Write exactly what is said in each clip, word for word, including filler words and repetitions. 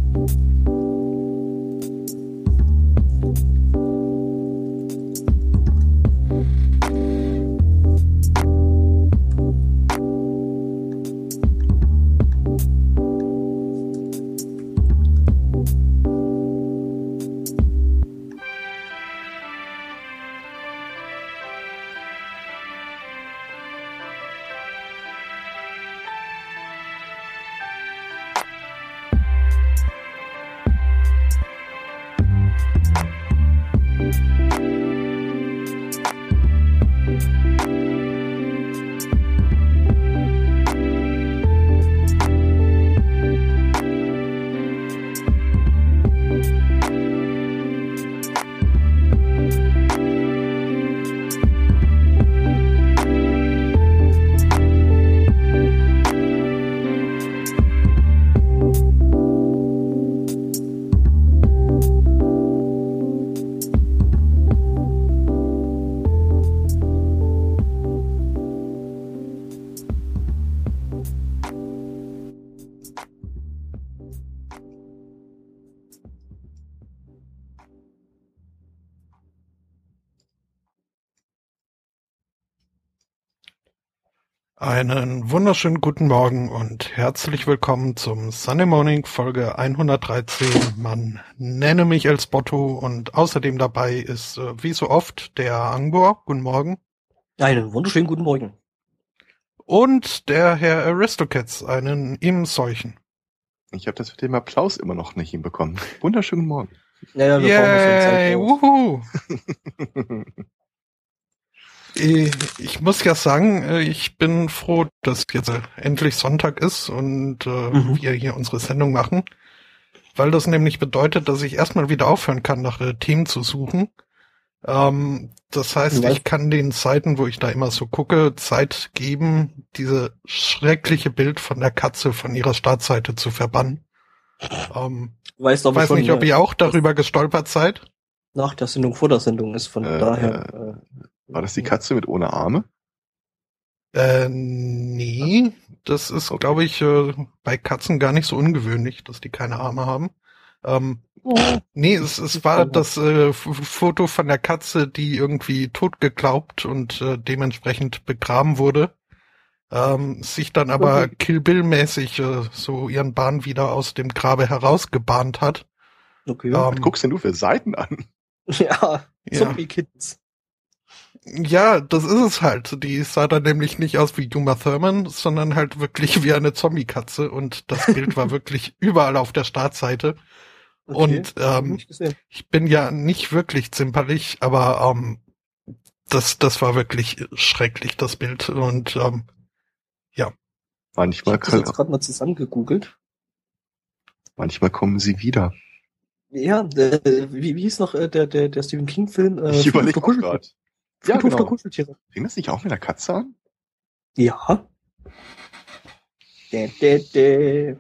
Einen wunderschönen guten Morgen und herzlich willkommen zum Sunday Morning Folge hundertdreizehn. Man nenne mich als Botto und außerdem dabei ist, äh, wie so oft, der Angbor. Guten Morgen. Einen wunderschönen guten Morgen. Und der Herr Aristocats, einen im Seuchen. Ich habe das mit dem Applaus immer noch nicht hinbekommen. Wunderschönen Morgen. Ja, ja, wir Yay, brauchen uns wuhu. Ich muss ja sagen, ich bin froh, dass jetzt endlich Sonntag ist und äh, mhm. wir hier unsere Sendung machen, weil das nämlich bedeutet, dass ich erstmal wieder aufhören kann, nach äh, Themen zu suchen. Ähm, das heißt, ja. Ich kann den Seiten, wo ich da immer so gucke, Zeit geben, diese schreckliche Bild von der Katze von ihrer Startseite zu verbannen. Ähm, weißt aber weiß schon, nicht, ob ihr auch darüber gestolpert seid. Nach der Sendung, vor der Sendung ist, von äh, daher... Äh, War das die Katze mit ohne Arme? Äh, nee, das ist, okay. glaube ich, äh, bei Katzen gar nicht so ungewöhnlich, dass die keine Arme haben. Ähm, oh. Nee, es, es war das äh, F- Foto von der Katze, die irgendwie tot geglaubt und äh, dementsprechend begraben wurde, ähm, sich dann aber okay. Kill Bill-mäßig äh, so ihren Bahn wieder aus dem Grabe herausgebahnt hat. Okay. Ähm, Was guckst denn du für Seiten an? Ja, Zombie-Kids. Ja, das ist es halt. Die sah dann nämlich nicht aus wie Uma Thurman, sondern halt wirklich wie eine Zombie-Katze und das Bild war wirklich überall auf der Startseite. Okay, und ähm, ich bin ja nicht wirklich zimperlich, aber ähm, das das war wirklich schrecklich, das Bild. Und ähm, ja. Manchmal ich habe das jetzt gerade mal zusammen gegoogelt. Manchmal kommen sie wieder. Ja, äh, wie, wie hieß noch äh, der der der Stephen King-Film? Äh, ich überlege auch gerade. Ja, genau. Kuscheltiere. Fing das nicht auch mit der Katze an? Ja. Dä, dä, dä.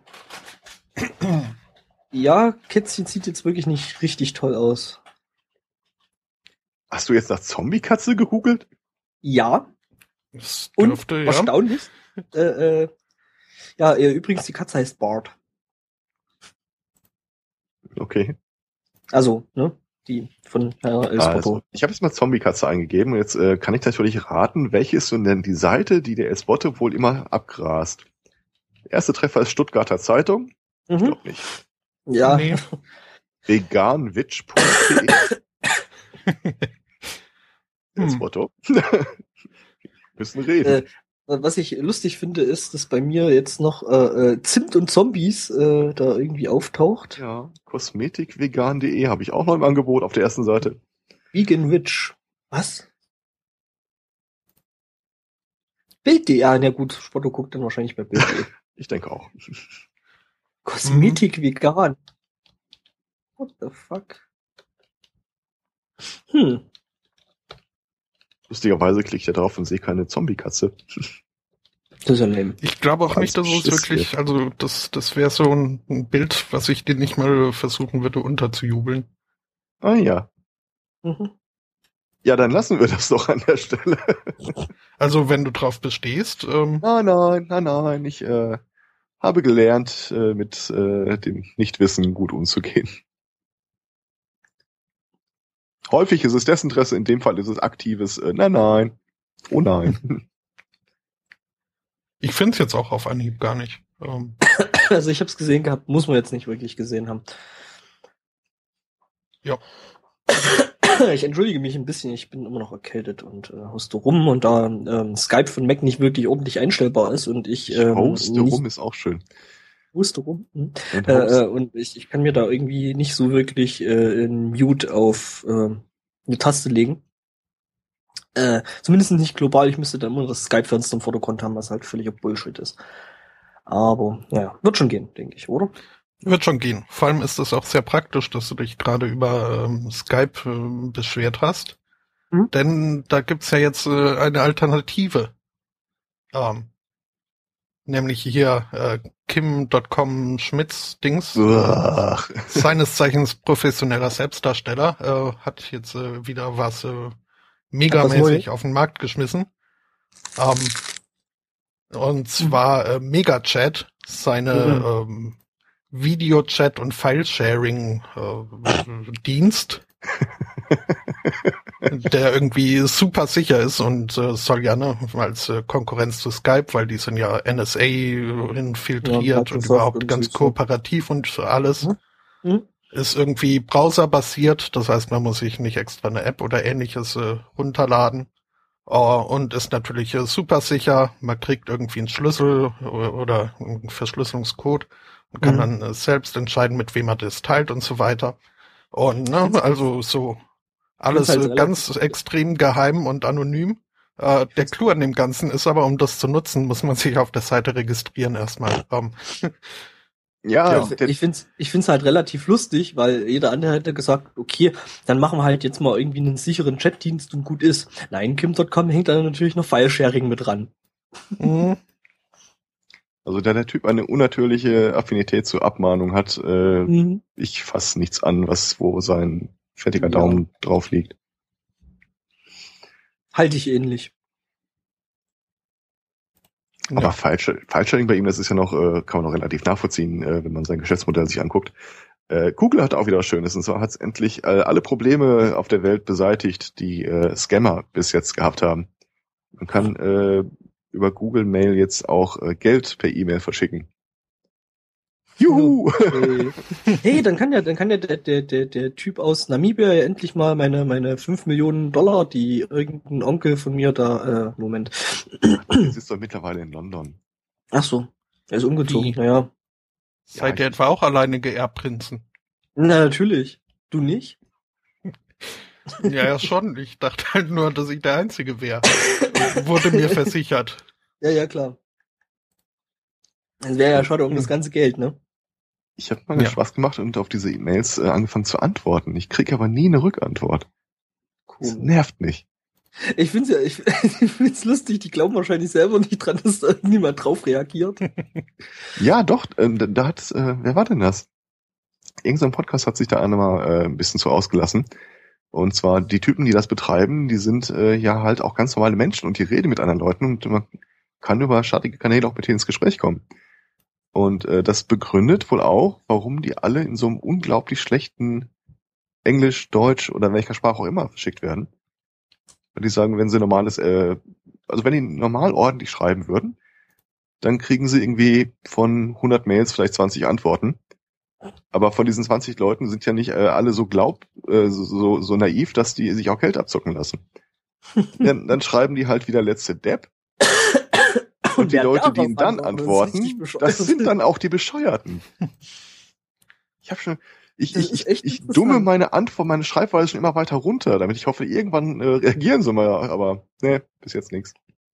Ja, Kätzchen sieht jetzt wirklich nicht richtig toll aus. Hast du jetzt nach Zombie-Katze gegoogelt? Ja. Das Und dürfte, ja. erstaunlich. äh, äh, ja, äh, übrigens, die Katze heißt Bart. Okay. Also, ne? Die von Herr El Spotto. Also, ich habe jetzt mal Zombie-Katze eingegeben und jetzt äh, kann ich natürlich raten, welche ist denn die Seite, die der El Spotto wohl immer abgrast. Der erste Treffer ist Stuttgarter Zeitung. Mhm. Ich glaube nicht. Ja. Nee. veganwitch punkt de El Spotto. Müssen reden. Äh, was ich lustig finde, ist, dass bei mir jetzt noch äh, Zimt und Zombies äh, da irgendwie auftaucht. Ja, kosmetikvegan punkt de habe ich auch noch im Angebot auf der ersten Seite. Vegan Witch. Was? Bild punkt de. Ja, na gut, Spotto guckt dann wahrscheinlich bei Bild punkt de. Ich denke auch. Kosmetik vegan. What the fuck? Hm. Lustigerweise klicke ich da drauf und sehe keine Zombie-Katze. Das ist ja lame. Ich glaube auch nicht, dass es wirklich, also das das wäre so ein, ein Bild, was ich dir nicht mal versuchen würde unterzujubeln. Ah ja. Mhm. Ja, dann lassen wir das doch an der Stelle. Also wenn du drauf bestehst. Ähm, nein, nein, nein, nein, ich, äh, habe gelernt, äh, mit äh, dem Nichtwissen gut umzugehen. Häufig ist es Desinteresse, in dem Fall ist es aktives äh, Nein, nein, oh nein. Ich finde es jetzt auch auf Anhieb gar nicht. Ähm. Also ich habe es gesehen gehabt, muss man jetzt nicht wirklich gesehen haben. Ja. Ich entschuldige mich ein bisschen, ich bin immer noch erkältet und äh, huste rum und da ähm, Skype von Mac nicht wirklich ordentlich einstellbar ist und ich ähm, Huste rum ist auch schön. Huste rum. Hm. Und, äh, und ich, ich kann mir da irgendwie nicht so wirklich äh, in Mute auf äh, eine Taste legen. Äh, zumindest nicht global, ich müsste dann immer das Skype-Fenster im Vordergrund haben, was halt völliger Bullshit ist. Aber ja, wird schon gehen, denke ich, oder? Wird schon gehen. Vor allem ist es auch sehr praktisch, dass du dich gerade über ähm, Skype äh, beschwert hast. Mhm. Denn da gibt's ja jetzt äh, eine Alternative. Ähm, nämlich hier äh, Kim Punkt com Schmitz Dings. Äh, seines Zeichens professioneller Selbstdarsteller. Äh, hat jetzt äh, wieder was äh, megamäßig auf den Markt geschmissen. Ähm, und zwar äh, Megachat. Seine mhm. ähm, Video-Chat- und File-Sharing-Dienst, äh, der irgendwie super sicher ist und äh, soll ja, ne, als äh, Konkurrenz zu Skype, weil die sind ja N S A infiltriert ja, und überhaupt ganz so kooperativ und alles, mhm. Mhm. ist irgendwie browserbasiert, das heißt, man muss sich nicht extra eine App oder ähnliches äh, runterladen. Uh, und ist natürlich uh, super sicher. Man kriegt irgendwie einen Schlüssel oder, oder einen Verschlüsselungscode und kann mhm. dann uh, selbst entscheiden, mit wem man das teilt und so weiter. Und ne, also so alles halt uh, ganz extrem geheim und anonym. Uh, der Clou an dem Ganzen ist aber, um das zu nutzen, muss man sich auf der Seite registrieren erstmal. Um, Ja, ja, ich find's, ich find's halt relativ lustig, weil jeder andere hätte gesagt, okay, dann machen wir halt jetzt mal irgendwie einen sicheren Chatdienst und gut ist. Nein, Kim Punkt com hängt da natürlich noch File-Sharing mit dran. Mhm. Also da der Typ eine unnatürliche Affinität zur Abmahnung hat, äh, mhm. ich fasse nichts an, was wo sein fettiger ja. Daumen drauf liegt. Halte ich ähnlich. Aber ja. File-Sharing bei ihm, das ist ja noch, äh, kann man noch relativ nachvollziehen, äh, wenn man sein Geschäftsmodell sich anguckt. Äh, Google hat auch wieder was Schönes, und zwar hat es endlich äh, alle Probleme auf der Welt beseitigt, die äh, Scammer bis jetzt gehabt haben. Man kann äh, über Google Mail jetzt auch äh, Geld per E-Mail verschicken. Juhu! Okay. Hey, dann kann ja, dann kann ja der, der, der, der Typ aus Namibia ja endlich mal meine, meine fünf Millionen Dollar, die irgendein Onkel von mir da, äh, Moment. Der sitzt doch mittlerweile in London. Ach so. Er ist umgezogen, naja. Seid ihr etwa auch alleinige Erbprinzen? Na, natürlich. Du nicht? Ja, ja, schon. Ich dachte halt nur, dass ich der Einzige wäre. Wurde mir versichert. Ja, ja, klar. Es wäre ja schade um das ganze Geld, ne? Ich habe mal ja. Spaß gemacht und auf diese E-Mails äh, angefangen zu antworten. Ich kriege aber nie eine Rückantwort. Cool. Das nervt mich. Ich find's ja, ich, ich find's lustig, die glauben wahrscheinlich selber nicht dran, dass da niemand drauf reagiert. Ja, doch, äh, da, da hat, äh, wer war denn das? Irgend so ein Podcast hat sich da einmal äh, ein bisschen zu ausgelassen. Und zwar die Typen, die das betreiben, die sind äh, ja halt auch ganz normale Menschen und die reden mit anderen Leuten und man kann über schattige Kanäle auch mit denen ins Gespräch kommen. Und äh, das begründet wohl auch, warum die alle in so einem unglaublich schlechten Englisch, Deutsch oder welcher Sprache auch immer verschickt werden. Weil die sagen, wenn sie normales, äh, also wenn die normal ordentlich schreiben würden, dann kriegen sie irgendwie von hundert Mails vielleicht zwanzig Antworten. Aber von diesen zwanzig Leuten sind ja nicht äh, alle so glaub, äh, so, so, so naiv, dass die sich auch Geld abzocken lassen. dann, dann schreiben die halt wieder letzte Depp. Und die Leute, die ihm dann antworten, das, das sind dann auch die Bescheuerten. Ich habe schon, ich, ich, ich, ich dumme meine Antwort, meine Schreibweise schon immer weiter runter, damit ich hoffe, irgendwann äh, reagieren sie mal, aber ne, bis jetzt nichts.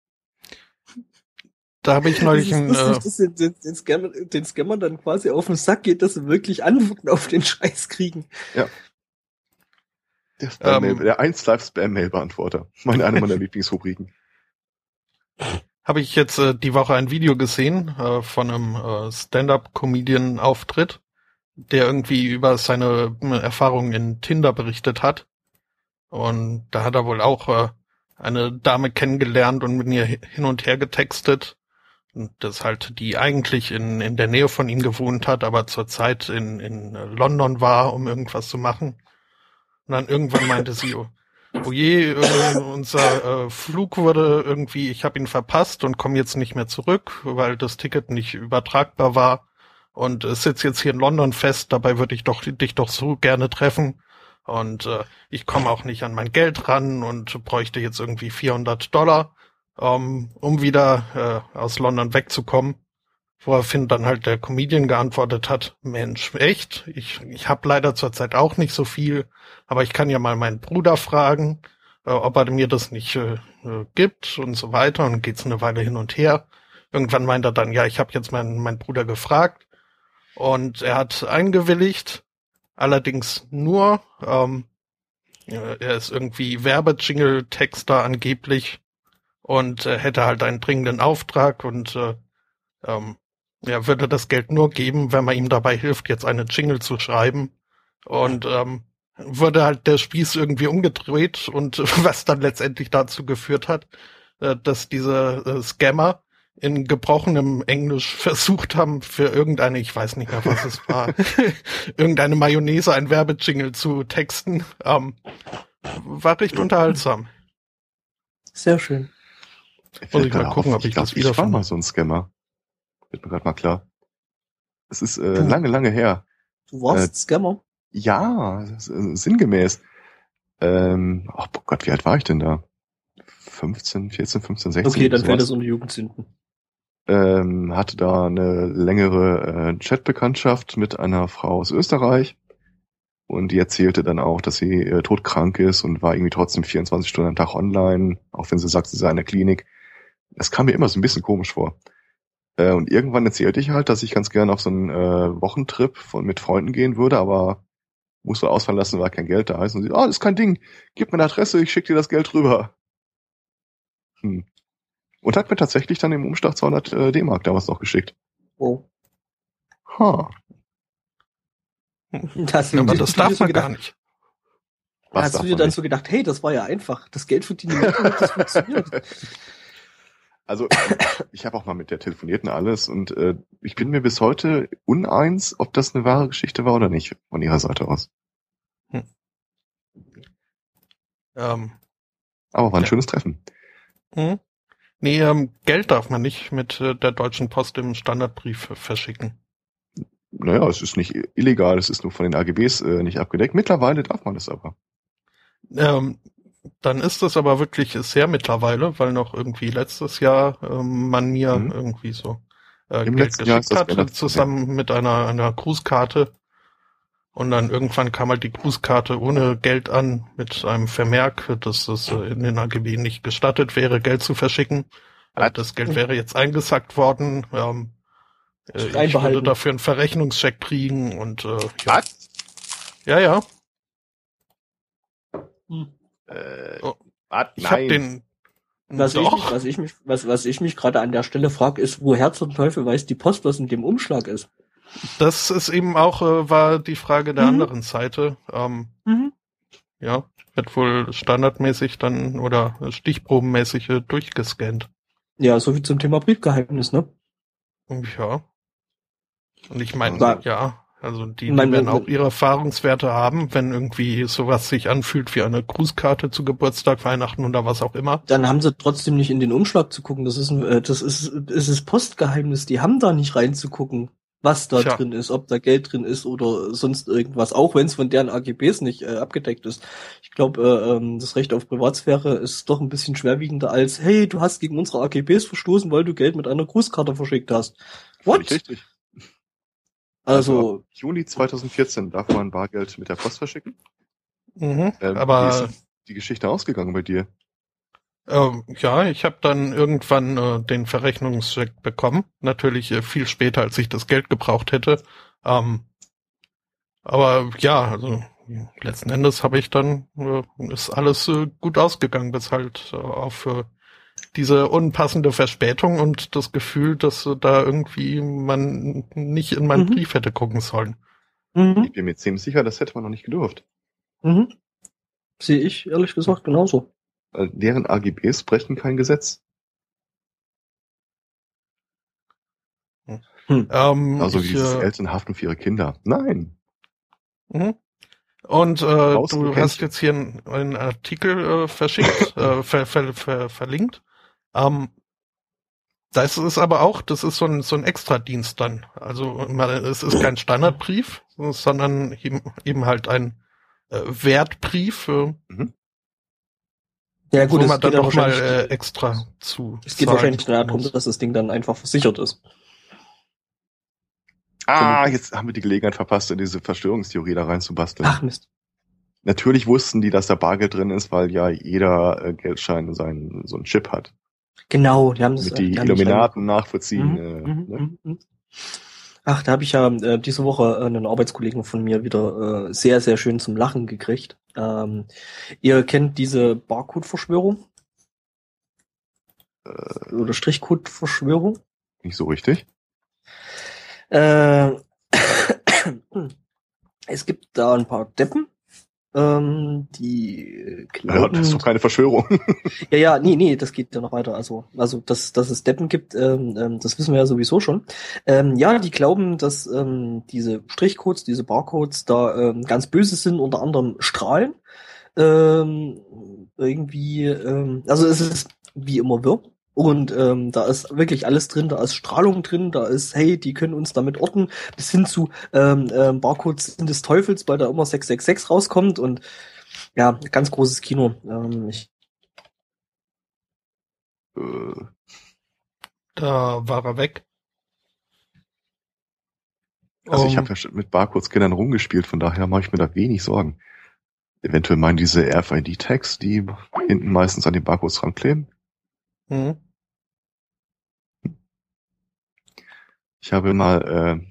Da habe ich neulich einen, äh, dass den, den, den, Scammer, den Scammern dann quasi auf den Sack geht, dass sie wirklich Antworten auf den Scheiß kriegen. Ja. Der Spam-Mail, ähm, der eins Live Spam-Mail-Beantworter. Meine, eine meiner Lieblingsrubriken. Habe ich jetzt äh, die Woche ein Video gesehen äh, von einem äh, Stand-Up-Comedian-Auftritt, der irgendwie über seine äh, Erfahrungen in Tinder berichtet hat. Und da hat er wohl auch äh, eine Dame kennengelernt und mit ihr hin und her getextet. das halt die eigentlich in in der Nähe von ihm gewohnt hat, aber zurzeit in in London war, um irgendwas zu machen. Und dann irgendwann meinte sie, oh, oh je, äh, unser äh, Flug wurde irgendwie, ich habe ihn verpasst und komme jetzt nicht mehr zurück, weil das Ticket nicht übertragbar war. Und es sitzt jetzt hier in London fest, dabei würde ich doch dich doch so gerne treffen. Und äh, ich komme auch nicht an mein Geld ran und bräuchte jetzt irgendwie vierhundert Dollar, ähm, um wieder äh, aus London wegzukommen. Woraufhin dann halt der Comedian geantwortet hat, Mensch, echt? Ich, ich habe leider zurzeit auch nicht so viel, aber ich kann ja mal meinen Bruder fragen, äh, ob er mir das nicht äh, äh, gibt und so weiter. Und dann geht's eine Weile hin und her. Irgendwann meint er dann, ja, ich habe jetzt meinen meinen Bruder gefragt und er hat eingewilligt, allerdings nur, ähm, äh, er ist irgendwie Werbejingle-Texter angeblich und äh, hätte halt einen dringenden Auftrag und äh, ähm, ja, würde das Geld nur geben, wenn man ihm dabei hilft, jetzt eine Jingle zu schreiben. Und ähm, wurde halt der Spieß irgendwie umgedreht und was dann letztendlich dazu geführt hat, äh, dass diese äh, Scammer in gebrochenem Englisch versucht haben, für irgendeine, ich weiß nicht mehr, was es war, irgendeine Mayonnaise, ein Werbejingle zu texten. Ähm, war recht unterhaltsam. Sehr schön. Muss ich mal gucken, ob ich das wieder Ich war mal so ein Scammer. Wird mir gerade mal klar. Es ist äh, Du- lange, lange her. Du warst Äh, Scammer? Ja, das ist, äh, sinngemäß. Ähm, oh Gott, wie alt war ich denn da? fünfzehn, vierzehn, fünfzehn, sechzehn. Okay, dann sowas. fällt das unter Jugendsünden. Ähm, hatte da eine längere äh, Chatbekanntschaft mit einer Frau aus Österreich. Und die erzählte dann auch, dass sie äh, todkrank ist und war irgendwie trotzdem vierundzwanzig Stunden am Tag online, auch wenn sie sagt, sie sei in der Klinik. Das kam mir immer so ein bisschen komisch vor. Äh, und irgendwann erzählte ich halt, dass ich ganz gerne auf so einen äh, Wochentrip von, mit Freunden gehen würde, aber musste ausfallen lassen, weil kein Geld da ist. Und sie, ah, oh, das ist kein Ding, gib mir eine Adresse, ich schicke dir das Geld rüber. Hm. Und hat mir tatsächlich dann im Umschlag zweihundert äh, D-Mark damals noch geschickt. Oh. Ha. Das, Aber das darf man gar nicht. Was hast darf du dir man dann nicht? so gedacht, hey, das war ja einfach. Das Geld verdienen, das funktioniert. Also ich habe auch mal mit der telefoniert und alles und äh, ich bin mir bis heute uneins, ob das eine wahre Geschichte war oder nicht, von ihrer Seite aus. Ähm, Aber war ein Ja. schönes Treffen. hm? Nee, ähm, Geld darf man nicht mit äh, der Deutschen Post im Standardbrief äh, verschicken. Naja, es ist nicht illegal, es ist nur von den A G Bs äh, nicht abgedeckt. Mittlerweile darf man das aber. Ähm, dann ist das aber wirklich sehr mittlerweile, weil noch irgendwie letztes Jahr ähm, man mir Mhm. irgendwie so äh, Im Geld letzten Jahr ist geschickt das hat, geändert. zusammen mit einer, einer Grußkarte. Und dann irgendwann kam halt die Grußkarte ohne Geld an, mit einem Vermerk, dass es äh, in den A G B nicht gestattet wäre, Geld zu verschicken. Äh, Was? das Geld wäre jetzt eingesackt worden. Ähm, äh, ich Einbehalten. würde dafür einen Verrechnungscheck kriegen und äh, ja. Was? ja, ja. Hm. Äh, Oh, was? Ich habe Nein. den Was ich, doch. mich, was ich mich, was, was ich mich gerade an der Stelle frage, ist, woher zum Teufel weiß die Post, was in dem Umschlag ist? Das ist eben auch, äh, war die Frage der Mhm. anderen Seite. Ähm, Mhm. ja, wird wohl standardmäßig dann oder stichprobenmäßig äh, durchgescannt. Ja, so viel zum Thema Briefgeheimnis, ne? Ja. Und ich meine, War- ja, also die, die Meine- werden auch ihre Erfahrungswerte haben, wenn irgendwie sowas sich anfühlt wie eine Grußkarte zu Geburtstag, Weihnachten oder was auch immer. Dann haben sie trotzdem nicht in den Umschlag zu gucken. Das ist ein, äh, das ist, es ist Postgeheimnis. Die haben da nicht reinzugucken, was da Tja. drin ist, ob da Geld drin ist oder sonst irgendwas. Auch wenn es von deren A G Bs nicht äh, abgedeckt ist. Ich glaube, äh, ähm, das Recht auf Privatsphäre ist doch ein bisschen schwerwiegender als, hey, du hast gegen unsere A G Bs verstoßen, weil du Geld mit einer Grußkarte verschickt hast. Völlig What? richtig. Also, ab Juni zweitausendvierzehn darf man Bargeld mit der Post verschicken. Mhm, Ähm, aber wie ist denn die Geschichte ausgegangen bei dir? Ähm, ja, ich habe dann irgendwann äh, den Verrechnungscheck bekommen. Natürlich äh, viel später, als ich das Geld gebraucht hätte. Ähm, aber ja, also letzten Endes habe ich dann, äh, ist alles äh, gut ausgegangen, bis halt äh, auf äh, diese unpassende Verspätung und das Gefühl, dass äh, da irgendwie man nicht in meinen Mhm. Brief hätte gucken sollen. mhm, Ich bin mir ziemlich sicher, das hätte man noch nicht gedurft. mhm. Sehe ich ehrlich gesagt genauso. Weil deren A G Bs brechen kein Gesetz. Hm. Ähm, Also ich, dieses äh, Eltern haften für ihre Kinder. Nein. mhm. Und äh, Raus in du die hast Kännchen. jetzt hier einen, einen Artikel äh, verschickt, äh, ver, ver, ver, verlinkt. Ähm, das ist aber auch, das ist so ein, so ein Extradienst dann. Also man, es ist kein Standardbrief, sondern eben, eben halt ein äh, Wertbrief, äh, Mhm. Ja gut, wo es man geht dann dann noch mal wahrscheinlich, äh, extra zu es geht zahlen wahrscheinlich darum, muss. dass das Ding dann einfach versichert ist. Ah, jetzt haben wir die Gelegenheit verpasst, in diese Verschwörungstheorie da reinzubasteln. Ach Mist. Natürlich wussten die, dass da Bargeld drin ist, weil ja jeder äh, Geldschein seinen, so einen Chip hat. Genau, die haben das. Mit die die haben nicht Illuminaten reingeguckt. nachvollziehen. Mhm, Äh, mhm, ne? mhm, mhm. Ach, da habe ich ja äh, diese Woche äh, einen Arbeitskollegen von mir wieder äh, sehr, sehr schön zum Lachen gekriegt. Ähm, ihr kennt diese Barcode-Verschwörung? Äh, Oder Strichcode-Verschwörung? nicht so richtig. Äh, es gibt da ein paar Deppen, ähm, die glauben... Ja, das ist doch keine Verschwörung. Ja, ja, nee, nee, das geht ja noch weiter. Also, also dass, dass es Deppen gibt, ähm, ähm, das wissen wir ja sowieso schon. Ähm, ja, die glauben, dass ähm, diese Strichcodes, diese Barcodes da ähm, ganz böse sind, unter anderem Strahlen. Ähm, irgendwie, ähm, also es ist wie immer wirr. Und ähm, da ist wirklich alles drin, da ist Strahlung drin, da ist, hey, die können uns damit orten, bis hin zu ähm, ähm, Barcodes sind des Teufels, weil da immer sechs sechs sechs rauskommt und ja, ganz großes Kino. Ähm, ich Äh, Da war er weg. also ich Um, habe ja schon mit Barcode-Scannern rumgespielt, von daher mache ich mir da wenig Sorgen. Eventuell meinen diese R F I D-Tags, die hinten meistens an die Barcodes dran kleben. hm. Ich habe mal äh,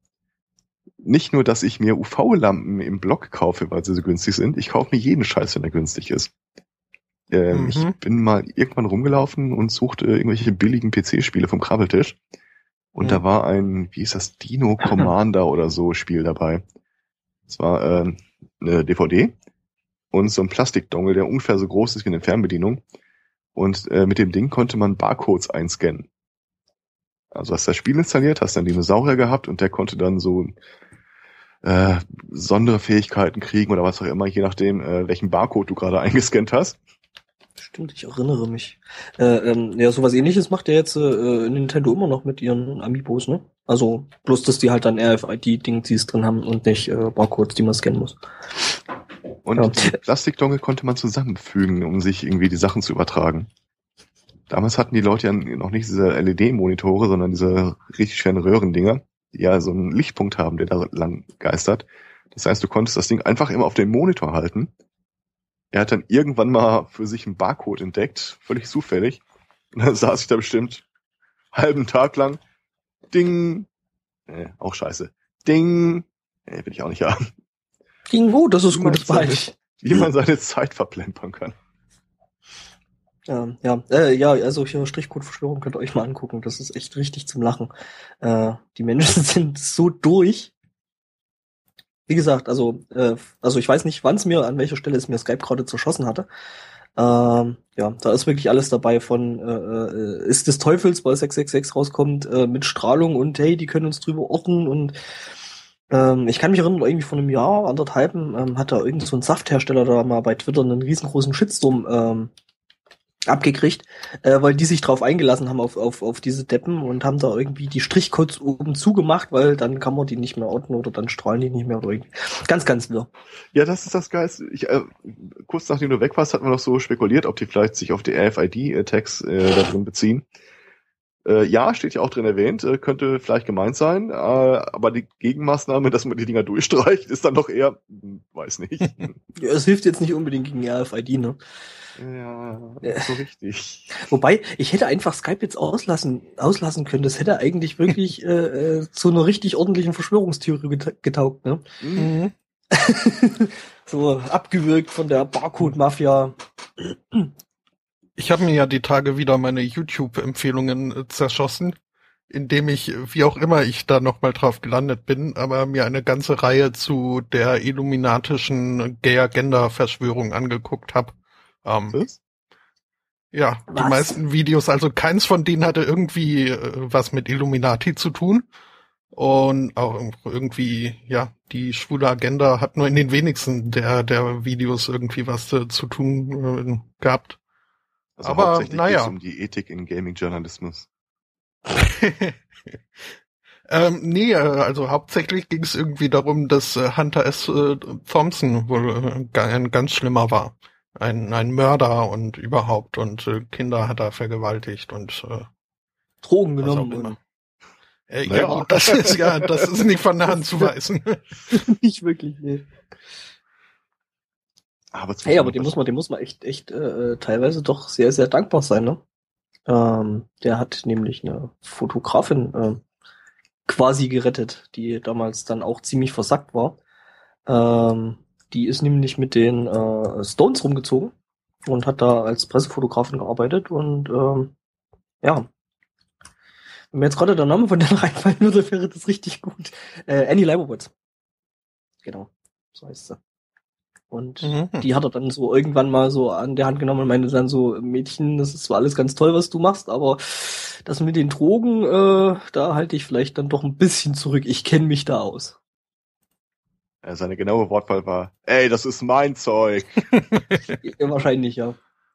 nicht nur, dass ich mir U V-Lampen im Block kaufe, weil sie so günstig sind, ich kaufe mir jeden Scheiß, wenn er günstig ist. Ähm, Mhm. Ich bin mal irgendwann rumgelaufen und suchte irgendwelche billigen P C-Spiele vom Krabbeltisch. Und Mhm. da war ein, wie hieß das, Dino Commander oder so Spiel dabei. Es war äh, eine D V D und so ein Plastikdongel, der ungefähr so groß ist wie eine Fernbedienung. Und äh, mit dem Ding konnte man Barcodes einscannen. Also hast das Spiel installiert, hast dann Dinosaurier gehabt und der konnte dann so äh, Sonderfähigkeiten kriegen oder was auch immer, je nachdem, äh, welchen Barcode du gerade eingescannt hast. Stimmt, ich erinnere mich. Äh, ähm, ja, sowas ähnliches macht ja jetzt äh, Nintendo immer noch mit ihren Amiibos, ne? Also bloß, dass die halt dann R F I D-Dingsies drin haben und nicht äh, Barcodes, die man scannen muss. Und Ja. die Plastikdongel konnte man zusammenfügen, um sich irgendwie die Sachen zu übertragen. Damals hatten die Leute ja noch nicht diese L E D-Monitore, sondern diese richtig schweren Röhrendinger, die ja so einen Lichtpunkt haben, der da lang geistert. Das heißt, du konntest das Ding einfach immer auf den Monitor halten. Er hat dann irgendwann mal für sich einen Barcode entdeckt, völlig zufällig. Und dann saß ich da bestimmt halben Tag lang. Ding. Äh, auch scheiße. Ding. Äh, will ich auch nicht haben. Ging gut, das ist Wie gut, man das behalte ich. Wie man seine Zeit verplempern kann. Ja, ja, äh, ja, also hier Strichcode-Verschwörung könnt ihr euch mal angucken. Das ist echt richtig zum Lachen. Äh, die Menschen sind so durch. Wie gesagt, also, äh, also ich weiß nicht, wann es mir, an welcher Stelle es mir Skype gerade zerschossen hatte. Ähm, ja, da ist wirklich alles dabei von, äh, äh, ist des Teufels, weil sechs sechs sechs rauskommt, äh, mit Strahlung und hey, die können uns drüber orten und ähm, ich kann mich erinnern, irgendwie vor einem Jahr, anderthalb, ähm, hat da irgend so ein Safthersteller da mal bei Twitter einen riesengroßen Shitstorm ähm, abgekriegt, äh, weil die sich drauf eingelassen haben auf, auf, auf diese Deppen und haben da irgendwie die Strichcodes oben zugemacht, weil dann kann man die nicht mehr orten oder dann strahlen die nicht mehr oder irgendwie. Ganz, ganz wirr. Ja, das ist das Geilste. Ich, äh, kurz nachdem du weg warst, hat man noch so spekuliert, ob die vielleicht sich auf die R F I D-Tags äh, da drin beziehen. Äh, ja, steht ja auch drin erwähnt, äh, könnte vielleicht gemeint sein, äh, aber die Gegenmaßnahme, dass man die Dinger durchstreicht, ist dann doch eher, hm, weiß nicht. Ja, es hilft jetzt nicht unbedingt gegen R F I D, ne? Ja, Ja. so richtig. Wobei, ich hätte einfach Skype jetzt auslassen, auslassen können. Das hätte eigentlich wirklich äh, äh, zu einer richtig ordentlichen Verschwörungstheorie geta- getaugt, ne? Mhm. So abgewürgt von der Barcode-Mafia. Ich habe mir ja die Tage wieder meine YouTube-Empfehlungen äh, zerschossen, indem ich, wie auch immer ich da nochmal drauf gelandet bin, aber mir eine ganze Reihe zu der illuminatischen Gay-Agenda-Verschwörung angeguckt habe. Ähm, Was? Ja, Was? die meisten Videos, also keins von denen hatte irgendwie äh, was mit Illuminati zu tun. Und auch irgendwie, ja, die schwule Agenda hat nur in den wenigsten der der Videos irgendwie was äh, zu tun äh, gehabt. Also Aber hauptsächlich geht es naja. um die Ethik in Gaming-Journalismus. ähm, nee, äh, also hauptsächlich ging es irgendwie darum, dass äh, Hunter S. Äh, Thompson wohl äh, ga- ein ganz schlimmer war. Ein, ein Mörder und überhaupt und äh, Kinder hat er vergewaltigt und äh, Drogen was auch genommen immer. und Äh, Naja. Ja gut, das ist ja, das ist nicht von der Hand zu weisen. nicht wirklich, nee. Aber zu Hey, so aber einem dem muss man, dem muss man echt, echt äh, teilweise doch sehr, sehr dankbar sein, ne? Ähm, der hat nämlich eine Fotografin äh, quasi gerettet, die damals dann auch ziemlich versackt war. Ähm, die ist nämlich mit den äh, Stones rumgezogen und hat da als Pressefotografin gearbeitet und ähm, ja, wenn mir jetzt gerade der Name von der reinfallen würde, wäre das richtig gut. Äh, Annie Leibowitz. Genau, so heißt sie. Und Mhm. die hat er dann so irgendwann mal so an der Hand genommen und meinte dann so, Mädchen, das ist zwar alles ganz toll, was du machst, aber das mit den Drogen, äh, da halte ich vielleicht dann doch ein bisschen zurück. Ich kenne mich da aus. Äh, Seine genaue Wortwahl war, ey, das ist mein Zeug. Ja, wahrscheinlich, ja.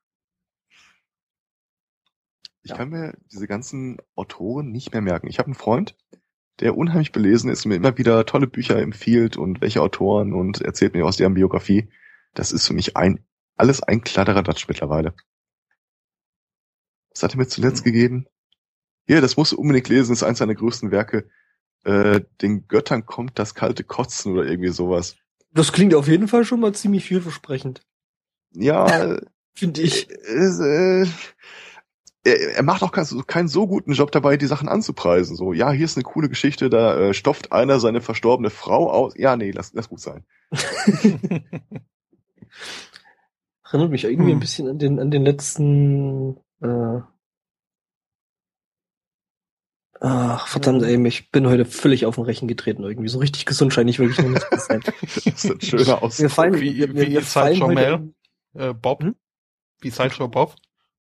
Ich Ja. kann mir diese ganzen Autoren nicht mehr merken. Ich habe einen Freund, der unheimlich belesen ist, mir immer wieder tolle Bücher empfiehlt und welche Autoren und erzählt mir aus deren Biografie. Das ist für mich ein alles ein Kladderadatsch mittlerweile. Was hat er mir zuletzt Hm. gegeben? Hier, das musst du unbedingt lesen, das ist eins seiner größten Werke. Äh, den Göttern kommt das kalte Kotzen oder irgendwie sowas. Das klingt auf jeden Fall schon mal ziemlich vielversprechend, Ja, finde ich. äh, äh, er, er macht auch keinen, keinen so guten Job dabei, die Sachen anzupreisen. So, ja, hier ist eine coole Geschichte, da äh, stopft einer seine verstorbene Frau aus. Ja, nee, lass, lass gut sein. Erinnert mich irgendwie Hm. ein bisschen an den, an den letzten, äh, ach, verdammt, ey, ich bin heute völlig auf den Rechen getreten irgendwie. So richtig gesund scheine ich wirklich noch nicht zu sein. Das ist ein schöner Ausdruck. Wir fallen, Wie- wir, wir, wie wir fallen Sideshow heute Mel? Äh, Bob? Hm? Wie Sideshow Bob?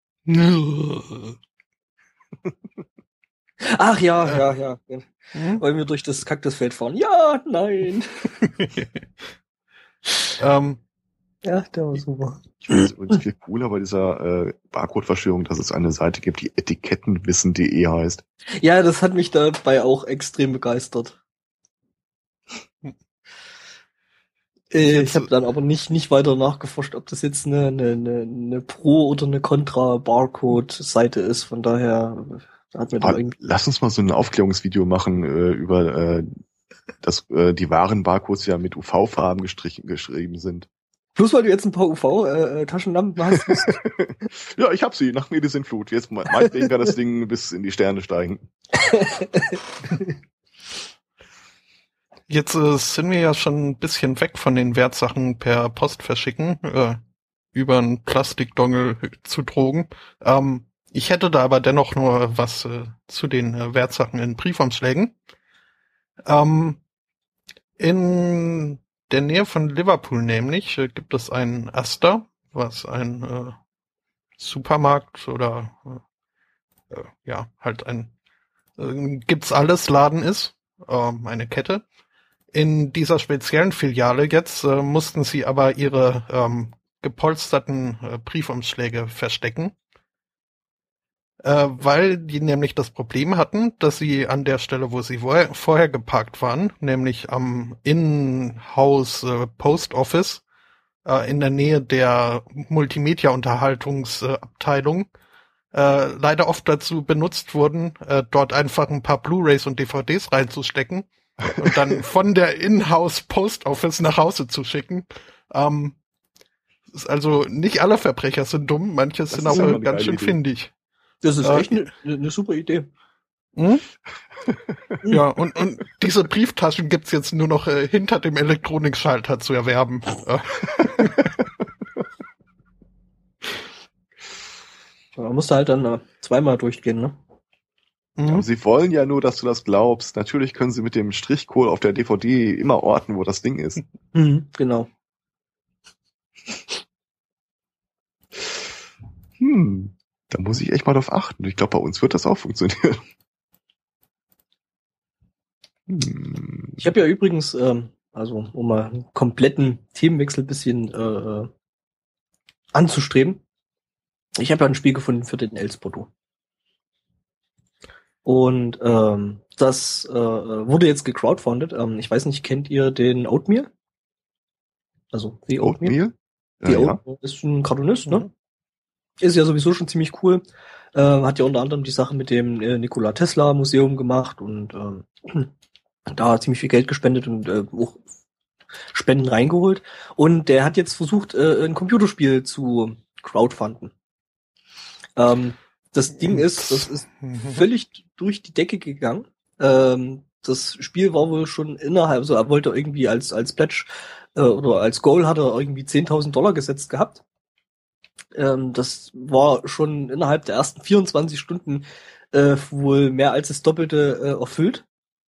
Ach ja, ja, ja. Hm? Wollen wir durch das Kaktusfeld fahren? Ja, nein. ähm, Ja, der war super. Ich finde es übrigens viel cooler bei dieser äh, Barcode-Verschwörung, dass es eine Seite gibt, die etikettenwissen punkt de heißt. Ja, das hat mich dabei auch extrem begeistert. Äh, Jetzt- ich habe dann aber nicht nicht weiter nachgeforscht, ob das jetzt eine, eine, eine, eine Pro- oder eine Contra-Barcode-Seite ist. Von daher hat mir dann Ah, irgendwie... lass uns mal so ein Aufklärungsvideo machen äh, über äh, dass äh, die wahren Barcodes ja mit U V-Farben gestrichen geschrieben sind. Plus, weil du jetzt ein paar U V-Taschenlampen hast. Ja, ich hab sie, nach mir die Sintflut. Jetzt me- meinetwegen kann das Ding bis in die Sterne steigen. Jetzt äh, sind wir ja schon ein bisschen weg von den Wertsachen per Post verschicken, äh, über einen Plastikdongel zu Drogen. Ähm, ich hätte da aber dennoch nur was äh, zu den äh, Wertsachen in Briefumschlägen. Ähm, in der Nähe von Liverpool nämlich äh, gibt es einen Asda, was ein äh, Supermarkt oder äh, äh, ja, halt ein äh, gibt's alles Laden ist, ähm, eine Kette. In dieser speziellen Filiale jetzt äh, mussten sie aber ihre ähm, gepolsterten äh, Briefumschläge verstecken, äh, weil die nämlich das Problem hatten, dass sie an der Stelle, wo sie vorher, vorher geparkt waren, nämlich am Innenhaus äh, Post Office, äh, in der Nähe der Multimedia-Unterhaltungsabteilung, äh, leider oft dazu benutzt wurden, äh, dort einfach ein paar Blu-rays und D V Ds reinzustecken und dann von der Inhouse Post Office nach Hause zu schicken. Ähm, ist also nicht alle Verbrecher sind dumm, manche Das sind ist auch ja mal äh, eine ganz geile schön Idee. findig. Das ist Äh, echt eine ne super Idee. Hm? Ja, und, und diese Brieftaschen gibt's jetzt nur noch äh, hinter dem Elektronikschalter zu erwerben. Äh, Man musste halt dann äh, zweimal durchgehen, ne? Aber mhm. sie wollen ja nur, dass du das glaubst. Natürlich können sie mit dem Strichkohl auf der D V D immer orten, wo das Ding ist. Mhm, genau. Hm. Da muss ich echt mal drauf achten. Ich glaube, bei uns wird das auch funktionieren. Hm. Ich habe ja übrigens, ähm, also um mal einen kompletten Themenwechsel bisschen äh, anzustreben, ich habe ja ein Spiel gefunden für den Elspoto. Und ähm, das äh, wurde jetzt gecrowdfundet. Ähm, ich weiß nicht, kennt ihr den Oatmeal? Also The Oatmeal? Oatmeal? The Ja, ja. Oatmeal ist ein Cartoonist, ne? Ist ja sowieso schon ziemlich cool. Äh, hat ja unter anderem die Sache mit dem äh, Nikola Tesla Museum gemacht und ähm, da ziemlich viel Geld gespendet und äh, auch Spenden reingeholt. Und der hat jetzt versucht, äh, ein Computerspiel zu crowdfunden. Ähm, das Ding ist, das ist völlig durch die Decke gegangen. Ähm, das Spiel war wohl schon innerhalb, also er wollte irgendwie als als Pledge äh, oder als Goal hat er irgendwie zehntausend Dollar gesetzt gehabt. Ähm, das war schon innerhalb der ersten vierundzwanzig Stunden äh, wohl mehr als das Doppelte äh, erfüllt.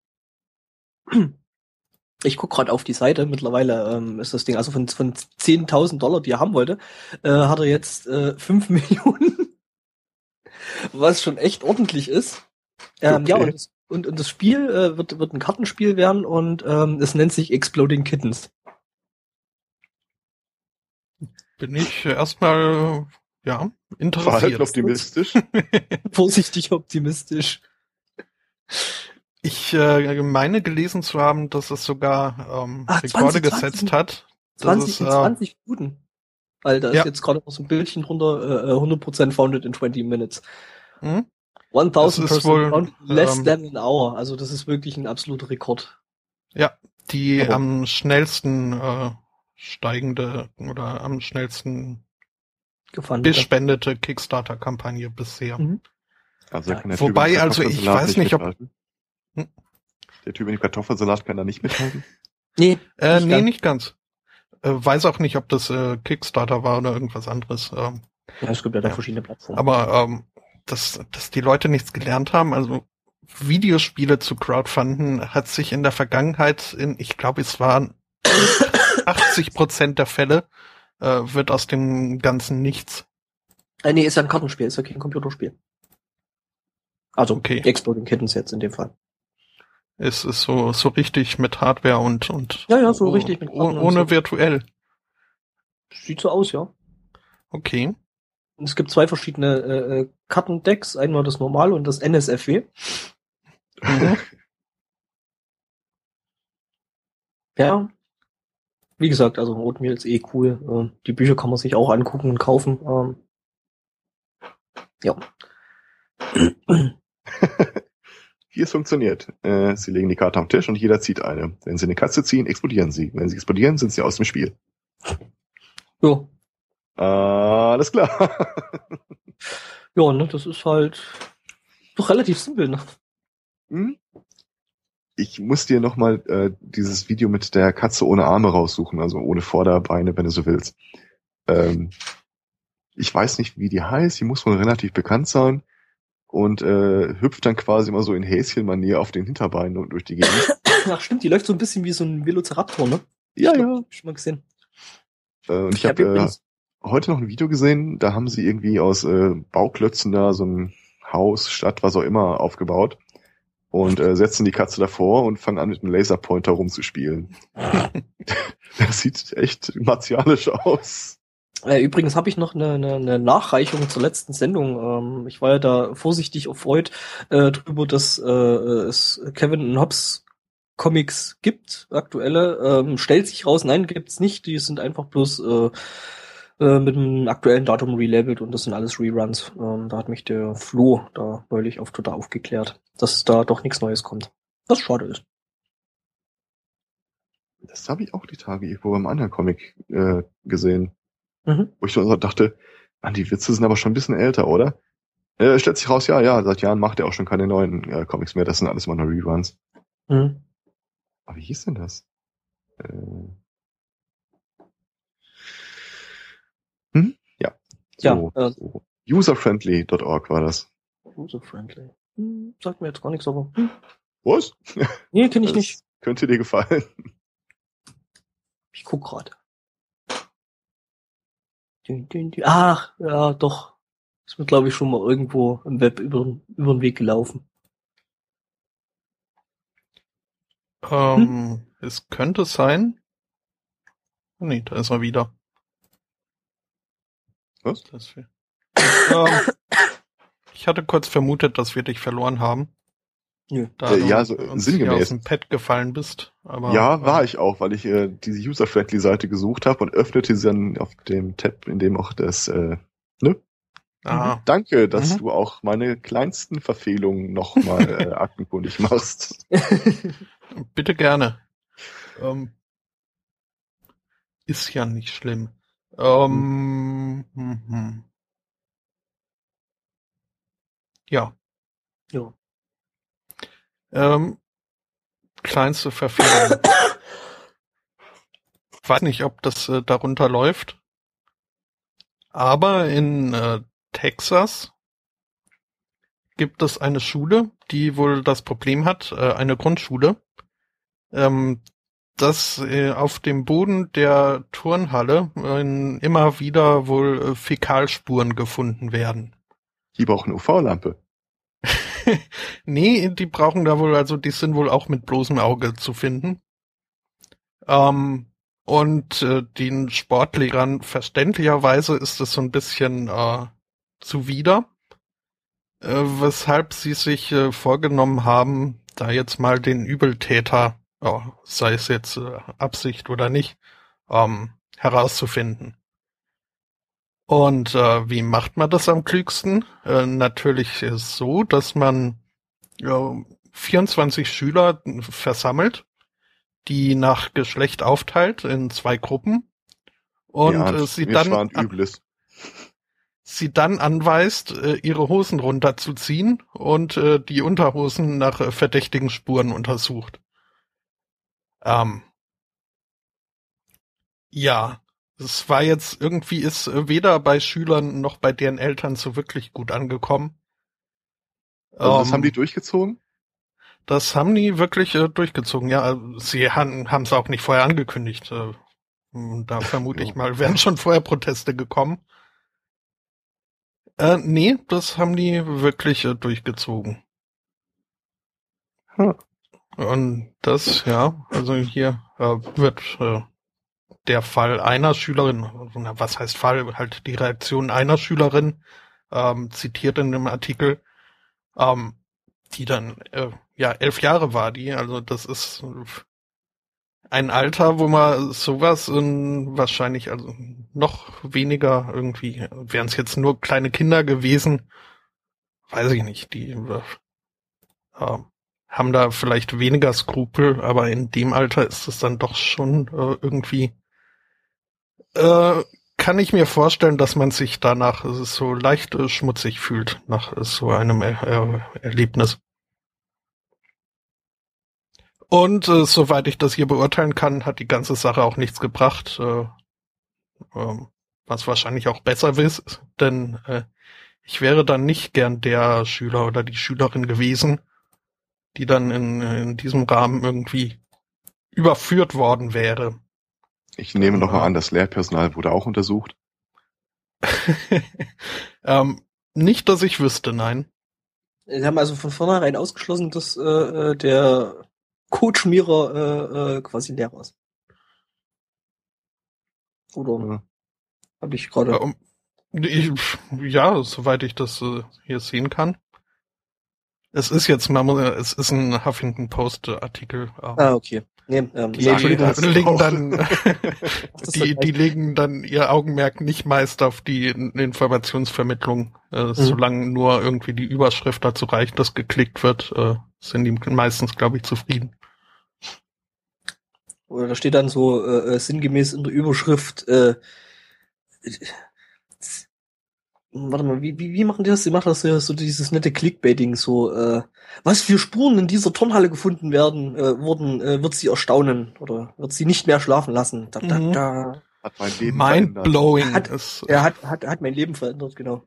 Ich guck gerade auf die Seite, mittlerweile ähm, ist das Ding, also von, von zehntausend Dollar, die er haben wollte, äh, hat er jetzt äh, fünf Millionen, was schon echt ordentlich ist. Ähm, Okay. Ja, und das, und, und das Spiel äh, wird, wird ein Kartenspiel werden und ähm, es nennt sich Exploding Kittens. Bin ich erstmal, ja, interessiert. Verhalten optimistisch. Vorsichtig optimistisch. Ich äh, meine gelesen zu haben, dass es sogar ähm, Ach, Rekorde zwanzig, gesetzt zwanzig, hat. Das zwanzig, ist, äh, zwanzig Minuten. Weil da ist ja. jetzt gerade noch so ein Bildchen drunter, äh, hundert Prozent founded in twenty minutes. Hm? tausend Das ist Prozent wohl, founded in less ähm, than an hour. Also das ist wirklich ein absoluter Rekord. Ja, die Aber- am schnellsten äh, steigende oder am schnellsten Gefundete. bespendete Kickstarter-Kampagne bisher. Mhm. Also Ja. kann der Wobei, Typ mit dem also ich Kartoffelsalat weiß nicht, ob- mithalten. Hm? Der Typ mit dem Kartoffelsalat kann da nicht mithalten? Nee, Äh, nicht nee, ganz. nicht ganz. Äh, weiß auch nicht, ob das äh, Kickstarter war oder irgendwas anderes. Ähm, Ja, es gibt ja da Ja. verschiedene Plattformen. aber ähm, dass, dass die Leute nichts gelernt haben, also Videospiele zu crowdfunden, hat sich in der Vergangenheit in, ich glaube, es waren achtzig Prozent der Fälle, äh, wird aus dem Ganzen nichts. Äh, nee, ist ja ein Kartenspiel, ist ja kein Computerspiel. Also, Okay. Exploding Kittens jetzt in dem Fall. Es ist so, so richtig mit Hardware und, und Ja, ja, so oh, richtig mit oh, Karten und ohne so. virtuell. Sieht so aus, ja. Okay. Und es gibt zwei verschiedene äh, Kartendecks, einmal das normale und das N S F W. Mhm. Ja. Wie gesagt, also Oatmeal ist eh cool. Ähm, die Bücher kann man sich auch angucken und kaufen. Ähm, ja. Wie es funktioniert. Äh, sie legen die Karte am Tisch und jeder zieht eine. Wenn sie eine Katze ziehen, explodieren sie. Wenn sie explodieren, sind sie aus dem Spiel. Ja. Alles klar. Ja, ne, das ist halt doch relativ simpel, ne? Hm? Ich muss dir nochmal äh, dieses Video mit der Katze ohne Arme raussuchen, also ohne Vorderbeine, wenn du so willst. Ähm, ich weiß nicht, wie die heißt, die muss wohl relativ bekannt sein und äh, hüpft dann quasi immer so in Häschenmanier auf den Hinterbeinen und durch die Gegend. Ach stimmt, die läuft so ein bisschen wie so ein Velociraptor, ne? Ja, Ich glaub, ja. hab ich schon mal gesehen. Äh, und ich Ich hab habe äh, übrigens- heute noch ein Video gesehen, da haben sie irgendwie aus äh, Bauklötzen da so ein Haus, Stadt, was auch immer aufgebaut und äh, setzen die Katze davor und fangen an mit einem Laserpointer rumzuspielen. Das sieht echt martialisch aus. Äh, übrigens habe ich noch eine, eine, eine Nachreichung zur letzten Sendung. Ähm, ich war ja da vorsichtig erfreut äh, drüber, dass äh, es Kevin und Hobbs Comics gibt, aktuelle. Ähm, stellt sich raus, nein, gibt's nicht. Die sind einfach bloß äh, äh, mit einem aktuellen Datum relabelt und das sind alles Reruns. Ähm, da hat mich der Flo da neulich auf Twitter aufgeklärt, dass da doch nichts Neues kommt. Was schade ist. Das habe ich auch die Tage irgendwo beim anderen Comic äh, gesehen. Mhm. Wo ich so dachte, Mann, die Witze sind aber schon ein bisschen älter, oder? Äh, stellt sich raus, ja, ja, seit Jahren macht er auch schon keine neuen äh, Comics mehr. Das sind alles immer nur Reruns. Mhm. Aber wie hieß denn das? Äh, hm? Ja. So, Ja, äh, so. userfriendly Punkt org war das. user-friendly. Hm, sagt mir jetzt gar nichts, aber hm. Was? Nee, kenne ich Das nicht. könnte dir gefallen. Ich guck gerade. Ach, ja, doch. Ist mir, glaube ich, schon mal irgendwo im Web über, über den Weg gelaufen. Ähm, hm? Es könnte sein. Oh nee, da ist er wieder. Was? Das wir, ähm, ich hatte kurz vermutet, dass wir dich verloren haben. Ja, da äh, du ja so uns sinngemäß. hier aus dem Pad gefallen bist. Aber, ja, war äh, ich auch, weil ich äh, diese User-Friendly-Seite gesucht habe und öffnete sie dann auf dem Tab, in dem auch das, äh, ne? Ah. Mhm. Danke, dass Mhm. du auch meine kleinsten Verfehlungen nochmal äh, aktenkundig machst. Bitte gerne. Ähm, ist ja nicht schlimm. Ähm, hm. Hm. Ja. Ja. Ähm, kleinste Verfehlung. Ich weiß nicht, ob das äh, darunter läuft. Aber in äh, Texas gibt es eine Schule, die wohl das Problem hat, äh, eine Grundschule, ähm, dass äh, auf dem Boden der Turnhalle äh, immer wieder wohl äh, Fäkalspuren gefunden werden. Die brauchen U V-Lampe. Nee, die brauchen da wohl, also die sind wohl auch mit bloßem Auge zu finden. Ähm, und äh, den Sportlehrern verständlicherweise ist es so ein bisschen äh, zuwider, äh, weshalb sie sich äh, vorgenommen haben, da jetzt mal den Übeltäter, oh, sei es jetzt äh, Absicht oder nicht, ähm, herauszufinden. Und äh, wie macht man das am klügsten? Äh, natürlich ist so, dass man ja, vierundzwanzig Schüler versammelt, die nach Geschlecht aufteilt in zwei Gruppen und Mir ahnt, äh, sie mir dann schwant Übles. sie dann anweist, äh, ihre Hosen runterzuziehen und äh, die Unterhosen nach äh, verdächtigen Spuren untersucht. Ähm, ja, es war jetzt irgendwie ist äh, weder bei Schülern noch bei deren Eltern so wirklich gut angekommen. Also das Ähm, haben die durchgezogen? Das haben die wirklich äh, durchgezogen. Ja, sie haben es auch nicht vorher angekündigt. Äh, da vermute ich mal, wären schon vorher Proteste gekommen. Äh, nee, das haben die wirklich äh, durchgezogen. Hm. Und das, ja, also hier äh, wird äh, der Fall einer Schülerin, was heißt Fall, halt die Reaktion einer Schülerin ähm, zitiert in dem Artikel, ähm, die dann, äh, ja, elf Jahre war die, also das ist ein Alter, wo man sowas in, wahrscheinlich, also noch weniger irgendwie, wären es jetzt nur kleine Kinder gewesen, weiß ich nicht, die äh, haben da vielleicht weniger Skrupel, aber in dem Alter ist es dann doch schon äh, irgendwie, äh, kann ich mir vorstellen, dass man sich danach so leicht äh, schmutzig fühlt, nach äh, so einem er er Erlebnis. Und äh, soweit ich das hier beurteilen kann, hat die ganze Sache auch nichts gebracht, äh, äh, was wahrscheinlich auch besser ist, denn äh, ich wäre dann nicht gern der Schüler oder die Schülerin gewesen, die dann in, in diesem Rahmen irgendwie überführt worden wäre. Ich nehme Dann, noch mal äh, an, das Lehrpersonal wurde auch untersucht. ähm, nicht, dass ich wüsste, nein. Sie haben also von vornherein ausgeschlossen, dass äh, der Kotschmierer äh, äh, quasi leer ist. Oder Ja. habe ich gerade... Ähm, ich, ja, soweit ich das äh, hier sehen kann. Es ist jetzt, man muss, es ist ein Huffington Post Artikel. Ähm, Ah, okay. Nee, ähm, die, nee, Entschuldigung. die legen dann, Das die, ist die legen dann ihr Augenmerk nicht meist auf die Informationsvermittlung. Äh, Mhm. Solange nur irgendwie die Überschrift dazu reicht, dass geklickt wird, äh, sind die meistens, glaube ich, zufrieden. Oder da steht dann so äh, äh, sinngemäß in der Überschrift, äh, äh, warte mal, wie, wie, wie machen die das? Die machen das ja so dieses nette Clickbaiting, so, äh, was für Spuren in dieser Turnhalle gefunden werden, äh, wurden, äh, wird sie erstaunen oder wird sie nicht mehr schlafen lassen. Da, da, Mhm. da. Hat mein Leben verändert. Mind-blowing. Hat- ist, Er hat, hat, hat mein Leben verändert, genau.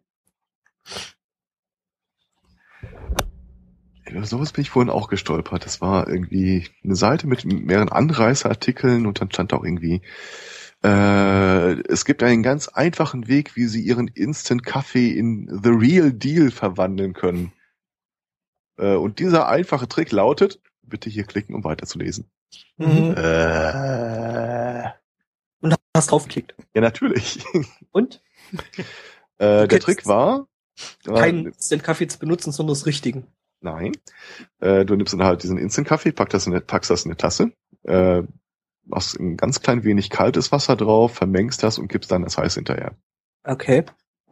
Über sowas bin ich vorhin auch gestolpert. Das war irgendwie eine Seite mit mehreren Anreißartikeln und dann stand auch irgendwie Äh, es gibt einen ganz einfachen Weg, wie Sie Ihren Instant-Kaffee in The Real Deal verwandeln können. Äh, und dieser einfache Trick lautet, bitte hier klicken, um weiterzulesen. Mhm. Äh, Und hast draufgeklickt. ja, natürlich. Und? Äh, der kennst Trick war... Keinen äh, Instant-Kaffee zu benutzen, sondern das Richtigen. Nein. Äh, du nimmst dann halt diesen Instant-Kaffee, packst das in eine, packst das in eine Tasse, äh, machst ein ganz klein wenig kaltes Wasser drauf, vermengst das und gibst dann das heiß hinterher. Okay.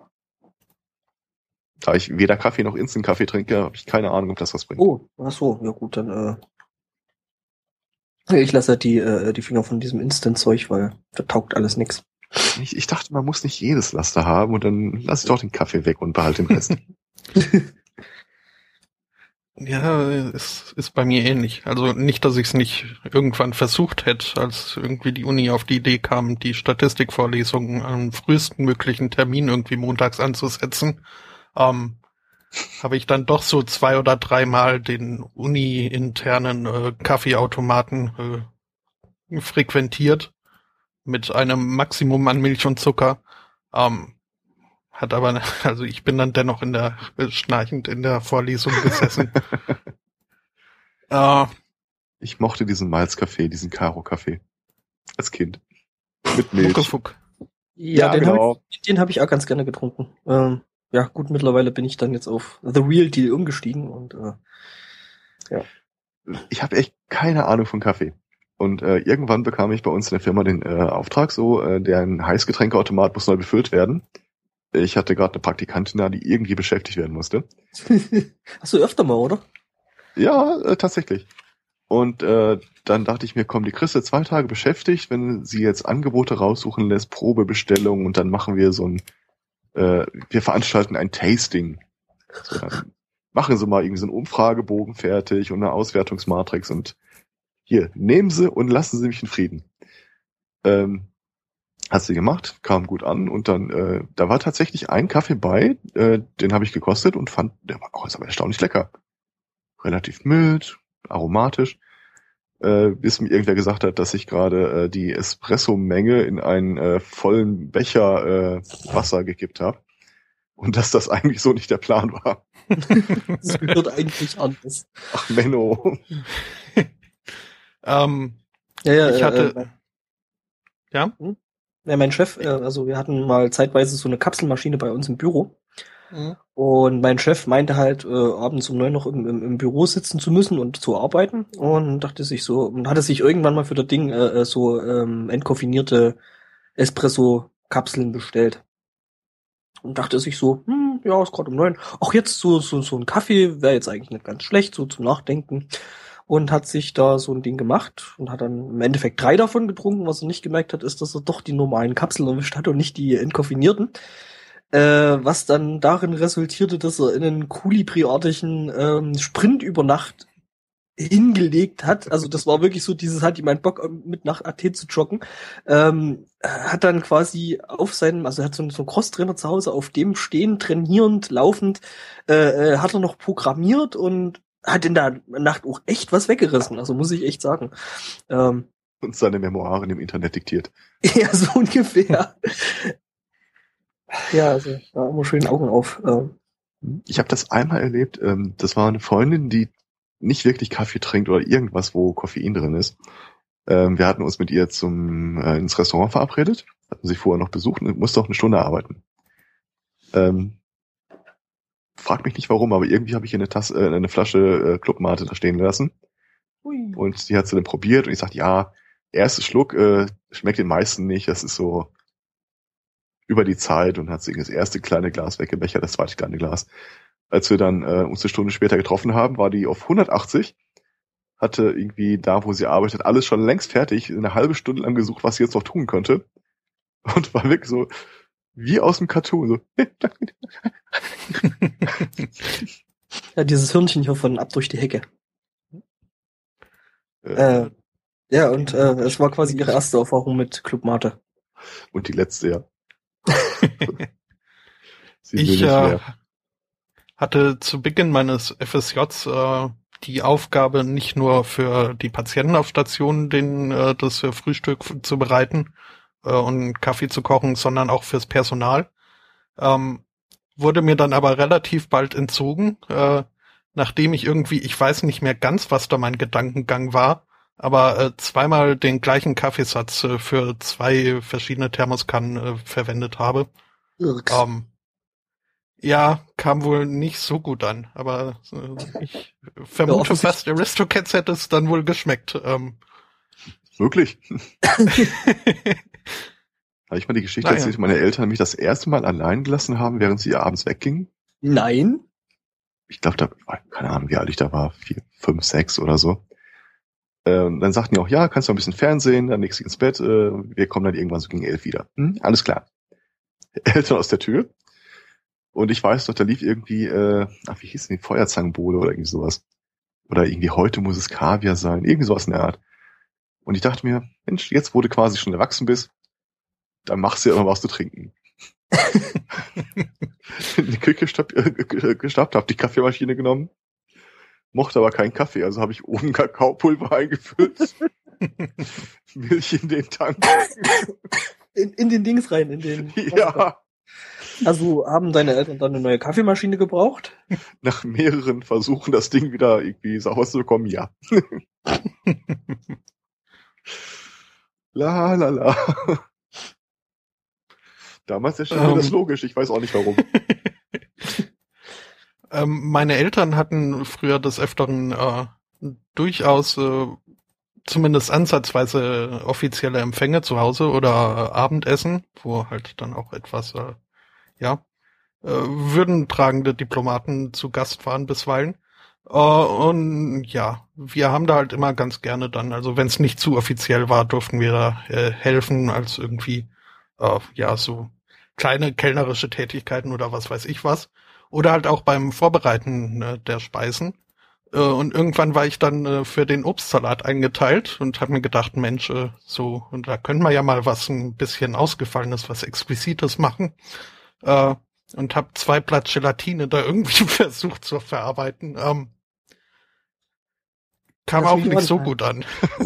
Da ich weder Kaffee noch Instant-Kaffee trinke, habe ich keine Ahnung, ob das was bringt. Oh, ach so, ja gut, dann äh, ich lasse die äh, die Finger von diesem Instant-Zeug, weil da taugt alles nix. Ich, ich dachte, man muss nicht jedes Laster haben und dann lass ich doch den Kaffee weg und behalte den Rest. Ja, es ist bei mir ähnlich. Also nicht, dass ich es nicht irgendwann versucht hätte, als irgendwie die Uni auf die Idee kam, die Statistikvorlesungen am frühesten möglichen Termin irgendwie montags anzusetzen. Ähm, habe ich dann doch so zwei oder dreimal den uni-internen äh, Kaffeeautomaten äh, frequentiert mit einem Maximum an Milch und Zucker. Ähm, hat aber, also ich bin dann dennoch in der äh, schnarchend in der Vorlesung gesessen. äh, Ich mochte diesen Malzkaffee, diesen Karo-Kaffee. Als Kind. Mit Milch. Muckefuck. Ja, Ja, den genau. habe ich, den hab ich auch ganz gerne getrunken. Ähm, ja, gut, mittlerweile bin ich dann jetzt auf The Real Deal umgestiegen und äh, ja. Ich habe echt keine Ahnung von Kaffee. Und äh, irgendwann bekam ich bei uns in der Firma den äh, Auftrag, so, äh, der ein Heißgetränkeautomat muss neu befüllt werden. Ich hatte gerade eine Praktikantin da, die irgendwie beschäftigt werden musste. Hast du öfter mal, oder? Ja, äh, tatsächlich. Und äh, dann dachte ich mir, komm, die kriegst du zwei Tage beschäftigt, wenn sie jetzt Angebote raussuchen lässt, Probebestellungen und dann machen wir so ein, äh, wir veranstalten ein Tasting. So, dann machen sie mal irgendwie so einen Umfragebogen fertig und eine Auswertungsmatrix und hier, nehmen sie und lassen sie mich in Frieden. Ähm, hat sie gemacht, kam gut an und dann, äh, da war tatsächlich ein Kaffee bei, äh, den habe ich gekostet und fand, der war auch aber erstaunlich lecker. Relativ mild, aromatisch, äh, bis mir irgendwer gesagt hat, dass ich gerade äh, die Espresso-Menge in einen äh, vollen Becher äh, Wasser gekippt habe und dass das eigentlich so nicht der Plan war. Das gehört eigentlich anders. Ach, Menno. Ähm, Ja, ja, ich hatte, äh, ja? ja, mein Chef, äh, also wir hatten mal zeitweise so eine Kapselmaschine bei uns im Büro. Mhm. Und mein Chef meinte halt, äh, abends um neun noch im, im, im Büro sitzen zu müssen und zu arbeiten und dachte sich so, und hatte sich irgendwann mal für das Ding äh, so ähm, entkoffinierte Espresso-Kapseln bestellt. Und dachte sich so, hm, ja, ist gerade um neun. Auch jetzt so, so, so ein Kaffee wäre jetzt eigentlich nicht ganz schlecht, so zum Nachdenken. Und hat sich da so ein Ding gemacht und hat dann im Endeffekt drei davon getrunken. Was er nicht gemerkt hat, ist, dass er doch die normalen Kapseln erwischt hat und nicht die entkoffinierten. Äh, was dann darin resultierte, dass er in einen Kolibri-artigen ähm, Sprint über Nacht hingelegt hat. Also das war wirklich so dieses, hat ihm einen Bock mit nach Athen zu joggen. Ähm, hat dann quasi auf seinem, also er hat so einen, so einen Crosstrainer zu Hause, auf dem stehen, trainierend, laufend, äh, hat er noch programmiert und hat in der Nacht auch echt was weggerissen. Also muss ich echt sagen. Ähm, Und seine Memoiren im Internet diktiert. ja, so ungefähr. Ja, also da immer schön Augen auf. Ähm. Ich habe das einmal erlebt. Ähm, das war eine Freundin, die nicht wirklich Kaffee trinkt oder irgendwas, wo Koffein drin ist. Ähm, wir hatten uns mit ihr zum äh, ins Restaurant verabredet, hatten sie vorher noch besucht und musste auch eine Stunde arbeiten. Ähm, frag mich nicht warum, aber irgendwie habe ich eine Tasse, äh, eine Flasche äh, Clubmate da stehen lassen. Ui. Und die hat sie dann probiert und ich sagte, ja, erster Schluck äh, schmeckt den meisten nicht, das ist so über die Zeit und hat sie das erste kleine Glas weggebechert, das zweite kleine Glas. Als wir dann äh, uns eine Stunde später getroffen haben, war die auf hundertachtzig, hatte irgendwie da, wo sie arbeitet, alles schon längst fertig, eine halbe Stunde lang gesucht, was sie jetzt noch tun könnte. Und war wirklich so, wie aus dem Cartoon, so. Ja, dieses Hörnchen hier von Ab durch die Hecke. Äh, Äh, ja, und äh, es war quasi ihre erste Erfahrung mit Club Mate. und die letzte, ja. Sie will Ich nicht äh, mehr. hatte zu Beginn meines F S Js äh, die Aufgabe, nicht nur für die Patienten auf Stationen den, äh, das für Frühstück zu bereiten, äh, und Kaffee zu kochen, sondern auch fürs Personal. Ähm, wurde mir dann aber relativ bald entzogen, äh, nachdem ich irgendwie, ich weiß nicht mehr ganz, was da mein Gedankengang war, aber äh, zweimal den gleichen Kaffeesatz äh, für zwei verschiedene Thermoskannen äh, verwendet habe. Ähm, ja, kam wohl nicht so gut an, aber äh, ich vermute Ja, fast, Aristocats hätte es dann wohl geschmeckt. Ähm. Wirklich? Habe ich mal die Geschichte Naja. erzählt, meine Eltern mich das erste Mal allein gelassen haben, während sie abends weggingen? Nein. Ich glaube, da, keine Ahnung, wie alt ich da war, vier, fünf, sechs oder so. Ähm, dann sagten die auch, ja, kannst du ein bisschen Fernsehen, dann legst du ins Bett, äh, wir kommen dann irgendwann so gegen elf wieder. Hm, alles klar. Eltern aus der Tür. Und ich weiß doch, da lief irgendwie, äh, ach, wie hieß denn die Feuerzangenbowle oder irgendwie sowas. Oder irgendwie heute muss es Kaviar sein, irgendwie sowas in der Art. Und ich dachte mir, Mensch, jetzt wo du quasi schon erwachsen bist, dann machst du ja immer was zu trinken. In die Küche gestappt, hab die Kaffeemaschine genommen, mochte aber keinen Kaffee, also habe ich oben Kakaopulver eingefüllt, Milch in den Tank. In, in den Dings rein, in den... Ja. Also haben deine Eltern dann eine neue Kaffeemaschine gebraucht? Nach mehreren Versuchen, das Ding wieder irgendwie sauber zu bekommen, ja. La la la. Damals erschien mir ähm, das logisch, ich weiß auch nicht warum. ähm, meine Eltern hatten früher des Öfteren äh, durchaus äh, zumindest ansatzweise offizielle Empfänge zu Hause oder äh, Abendessen, wo halt dann auch etwas, äh, ja, äh, würdentragende Diplomaten zu Gast waren bisweilen. Uh, und ja, wir haben da halt immer ganz gerne dann, also wenn es nicht zu offiziell war, durften wir da äh, helfen als irgendwie, uh, ja, so kleine kellnerische Tätigkeiten oder was weiß ich was. Oder halt auch beim Vorbereiten äh, der Speisen. Uh, und irgendwann war ich dann äh, für den Obstsalat eingeteilt und habe mir gedacht, Mensch, äh, so, und da können wir ja mal was ein bisschen Ausgefallenes, was Exquisites machen. Uh, und habe zwei Blatt Gelatine da irgendwie versucht zu verarbeiten. Ähm, kam Das auch will ich nicht auch so nicht gut an.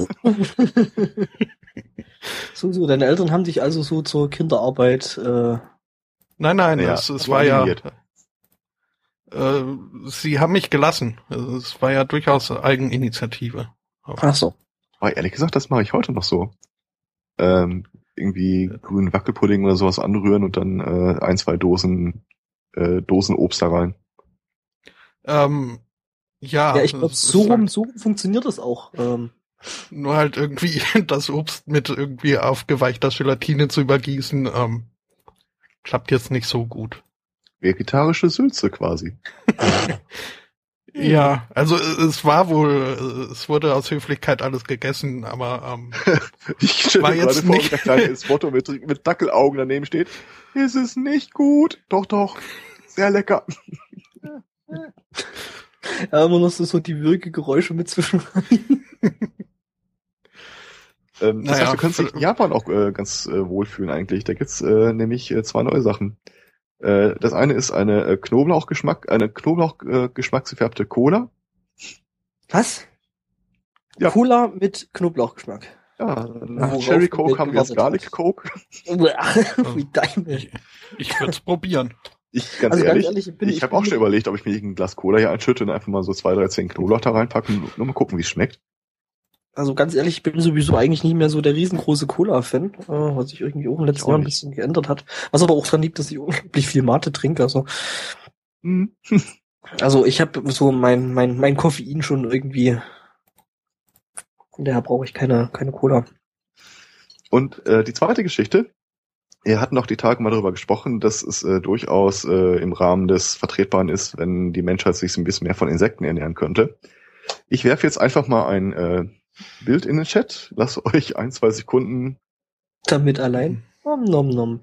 So, so, deine Eltern haben dich also so zur Kinderarbeit... Äh, Nein, nein, Ja, es, es so war animiert. ja, äh, sie haben mich gelassen. Also, es war ja durchaus Eigeninitiative. Aber, ach so. Aber ehrlich gesagt, das mache ich heute noch so. Ähm, irgendwie grünen Wackelpudding oder sowas anrühren und dann äh, ein, zwei Dosen äh, Dosen Obst da rein. ähm, ja, Ja, ich glaube, es so ist rum, halt so rum funktioniert das auch. Ähm, nur halt irgendwie das Obst mit irgendwie aufgeweichter Gelatine zu übergießen, ähm, klappt jetzt nicht so gut. Vegetarische Sülze quasi. Ja, also es war wohl, es wurde aus Höflichkeit alles gegessen, aber ähm, Ich stelle war mir gerade jetzt vor, wie nicht- der kleine Motto mit, mit Dackelaugen daneben steht. Es ist nicht gut. Doch, doch. Sehr lecker. ja, immer noch so, so die Würgegeräusche mit zwischen. Ähm, das Naja, heißt, du kannst dich in Japan auch äh, ganz äh, wohlfühlen eigentlich. Da gibt's äh, nämlich äh, zwei neue Sachen. Äh, das eine ist eine äh, Knoblauchgeschmack, eine Knoblauchgeschmack äh, gefärbte Cola. Was? Ja. Cola mit Knoblauchgeschmack. Ja, nach Worauf Cherry die Coke Welt haben wir jetzt gewartet Garlic Coke. Wie deine. ich, ich würde es probieren. Ich, ganz Also ganz ehrlich, ehrlich, ich bin- ich ich habe bin auch schon nicht- überlegt, ob ich mir ein Glas Cola hier einschütte und einfach mal so zwei, drei, zehn Knoblauch da reinpacken und nur mal gucken, wie es schmeckt. Also ganz ehrlich, ich bin sowieso eigentlich nicht mehr so der riesengroße Cola-Fan, äh, was sich irgendwie auch im letzten auch Jahr ein nicht. bisschen geändert hat. Was aber auch dran liegt, dass ich unglaublich viel Mate trinke. Also, Hm. also ich habe so mein mein mein Koffein schon irgendwie. Von daher brauche ich keine keine Cola. Und äh, die zweite Geschichte, wir hatten auch die Tage mal darüber gesprochen, dass es äh, durchaus äh, im Rahmen des Vertretbaren ist, wenn die Menschheit sich ein bisschen mehr von Insekten ernähren könnte. Ich werfe jetzt einfach mal ein äh, Bild in den Chat, lass euch ein, zwei Sekunden. Damit allein. Nom nom nom.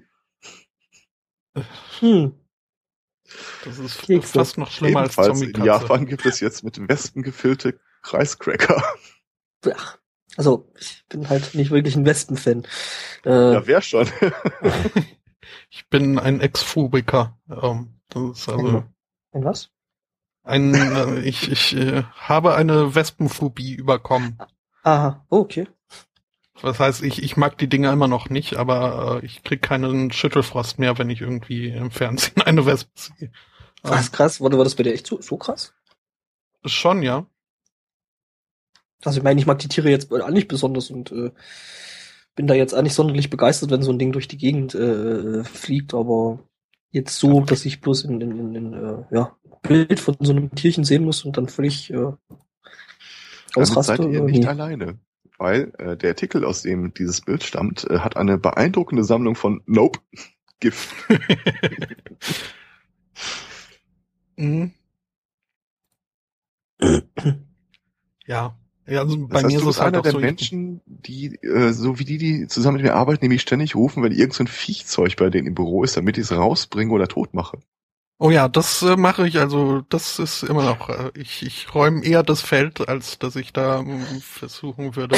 Hm. Das ist Kekse. fast noch schlimmer als Ebenfalls in Zombie-Katze. Japan gibt es jetzt mit Wespen gefüllte Reiscracker. Ach, also ich bin halt nicht wirklich ein Wespen-Fan. Äh, Ja, wer schon? Ich bin ein Ex-Phobiker. Ähm, das ist also ein was? ein, äh, ich, ich äh, habe eine Wespenphobie überkommen. Aha, oh, okay. Was heißt, ich, ich mag die Dinger immer noch nicht, aber äh, ich krieg keinen Schüttelfrost mehr, wenn ich irgendwie im Fernsehen eine Wespe sehe. Was, krass? War, war das bei dir echt so, so krass? Schon, ja. Also ich meine, ich mag die Tiere jetzt auch nicht besonders und äh, bin da jetzt auch nicht sonderlich begeistert, wenn so ein Ding durch die Gegend äh, fliegt, aber jetzt so, dass ich bloß in, in, in, in äh, ja, Bild von so einem Tierchen sehen muss und dann völlig äh, ausraste. Damit seid ihr nicht nee. alleine, weil äh, der Artikel, aus dem dieses Bild stammt, äh, hat eine beeindruckende Sammlung von Nope GIF. Mhm. Ja. Ja, also bei Das heißt, mir du ist bist es halt einer auch der so. Ich, Menschen, die, äh, so wie die, die zusammen mit mir arbeiten, nämlich ständig rufen, wenn irgend so ein Viechzeug bei denen im Büro ist, damit ich es rausbringe oder tot mache. oh ja, das äh, mache ich, also das ist immer noch, äh, ich, ich räume eher das Feld, als dass ich da ähm, versuchen würde.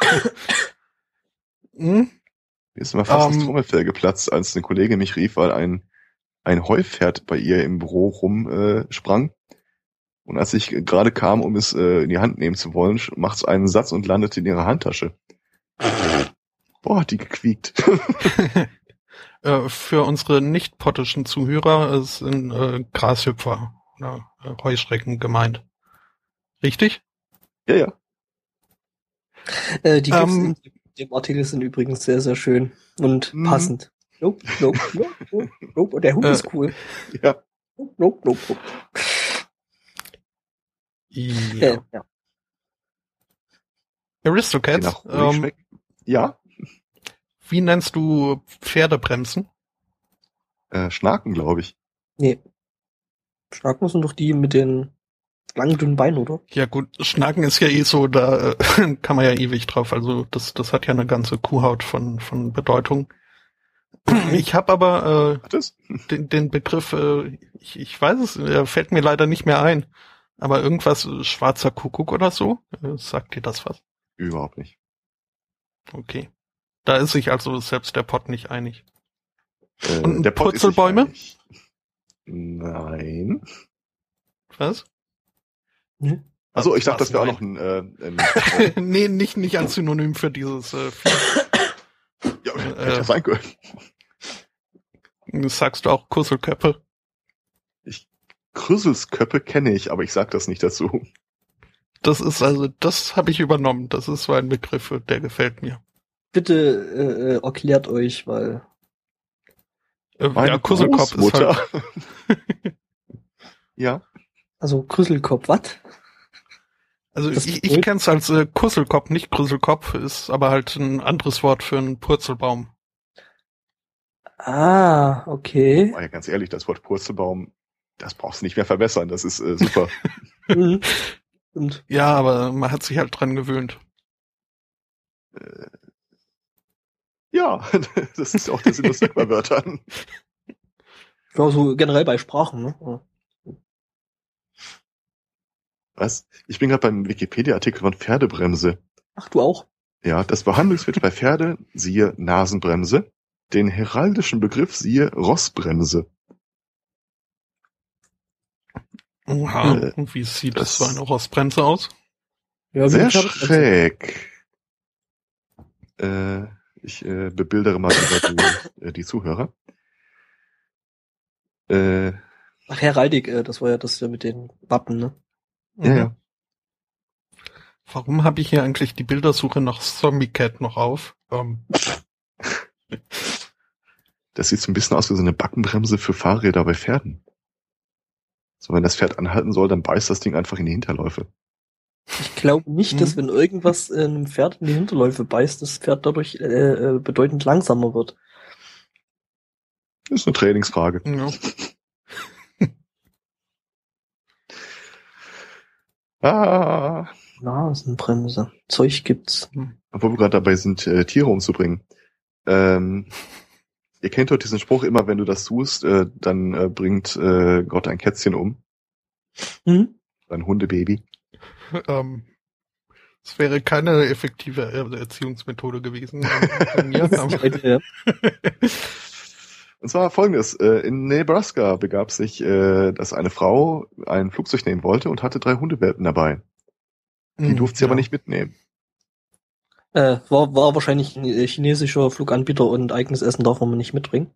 hm? Mir ist mal fast Ähm. das Trommelfell geplatzt, als eine Kollegin mich rief, weil ein, ein Heupferd bei ihr im Büro rumsprang. Äh, sprang. Und als ich gerade kam, um es äh, in die Hand nehmen zu wollen, macht es einen Satz und landet in ihrer Handtasche. Boah, hat die gequiekt. äh, für unsere nicht-pottischen Zuhörer sind äh, Grashüpfer oder äh, Heuschrecken gemeint. Richtig? Ja, ja. Äh, die GIFs Ähm. in dem Artikel sind übrigens sehr, sehr schön und Mhm. passend. Nope, nope, nope, nope, nope. Und der Hund Äh. ist cool. Ja. Nope, nope, nope, nope. Ja. Äh, ja. Aristocats, Nach Honig ähm, schmeckt. Ja. wie nennst du Pferdebremsen? Äh, Schnaken, glaube ich. Nee. Schnaken sind doch die mit den langen, dünnen Beinen, oder? Ja gut, Schnaken ist ja eh so, da äh, kann man ja ewig drauf. Also das, das hat ja eine ganze Kuhhaut von, von Bedeutung. Ich habe aber äh, Hat es? den, den Begriff, äh, ich, ich weiß es, er fällt mir leider nicht mehr ein. Aber irgendwas, äh, schwarzer Kuckuck oder so? Äh, sagt dir das was? Überhaupt nicht. Okay. Da ist sich also selbst der Pott nicht einig. Äh, Und der Pott ist nicht Purzelbäume? einig. Nein. Was? Nee. Also ich dachte, das wäre auch Was? noch ein, äh, ein äh, nee, nicht, nicht als Synonym für dieses äh, Vieh. ja, hätte Äh. ja sein können. Das sagst du auch Kusselköppe. Krüsselsköppe kenne ich, aber ich sag das nicht dazu. Das ist also, das habe ich übernommen. Das ist so ein Begriff, der gefällt mir. Bitte äh, äh, erklärt euch, weil Äh, Meine ja, Kusselkopf ist Großmutter. halt. Ja. also Krüsselkopf, was? Also Das ich, ich kenn's als äh, Kusselkopf, nicht Krüsselkopf, ist aber halt ein anderes Wort für einen Purzelbaum. Ah, okay. War ja ganz ehrlich, das Wort Purzelbaum, das brauchst du nicht mehr verbessern. Das ist äh, super. Mhm. Und Ja, aber man hat sich halt dran gewöhnt. äh, ja, das ist auch der Sinn des Wörtern. ja, so generell bei Sprachen, ne? Ja. Was? Ich bin gerade beim Wikipedia-Artikel von Pferdebremse. Ach, du auch? Ja, das Behandlungsmittel bei Pferde, siehe Nasenbremse. Den heraldischen Begriff, siehe Rossbremse. Oha, Äh, und wie sieht das- das so eine Rostbremse aus? Ja, Sehr bin ich aber- schräg. Äh, ich äh, bebildere mal über die, äh, die Zuhörer. Äh, Ach, Heraldik, äh, das war ja das ja mit den Wappen, ne? ja, ja. Warum habe ich hier eigentlich die Bildersuche nach Zombie Cat noch auf? Ähm, Das sieht so ein bisschen aus wie so eine Backenbremse für Fahrräder bei Pferden. So, wenn das Pferd anhalten soll, dann beißt das Ding einfach in die Hinterläufe. Ich glaube nicht, Mhm. dass wenn irgendwas äh, einem Pferd in die Hinterläufe beißt, das Pferd dadurch äh, äh, bedeutend langsamer wird. Das ist eine Trainingsfrage. ja. Ah, Nasenbremse. Zeug gibt's. obwohl wir gerade dabei sind, äh, Tiere umzubringen. Ähm, ihr kennt doch diesen Spruch, immer wenn du das tust, äh, dann äh, bringt äh, Gott ein Kätzchen um. Hm? Ein Hundebaby. ähm, es wäre keine effektive Er- Erziehungsmethode gewesen. Bei mir, aber- Ja. Und zwar folgendes. Äh, in Nebraska begab sich, äh, dass eine Frau ein Flugzeug nehmen wollte und hatte drei Hundewelpen dabei. Die Hm, durfte sie ja. aber nicht mitnehmen. Äh, war, war wahrscheinlich ein äh, chinesischer Fluganbieter und eigenes Essen darf man nicht mitbringen.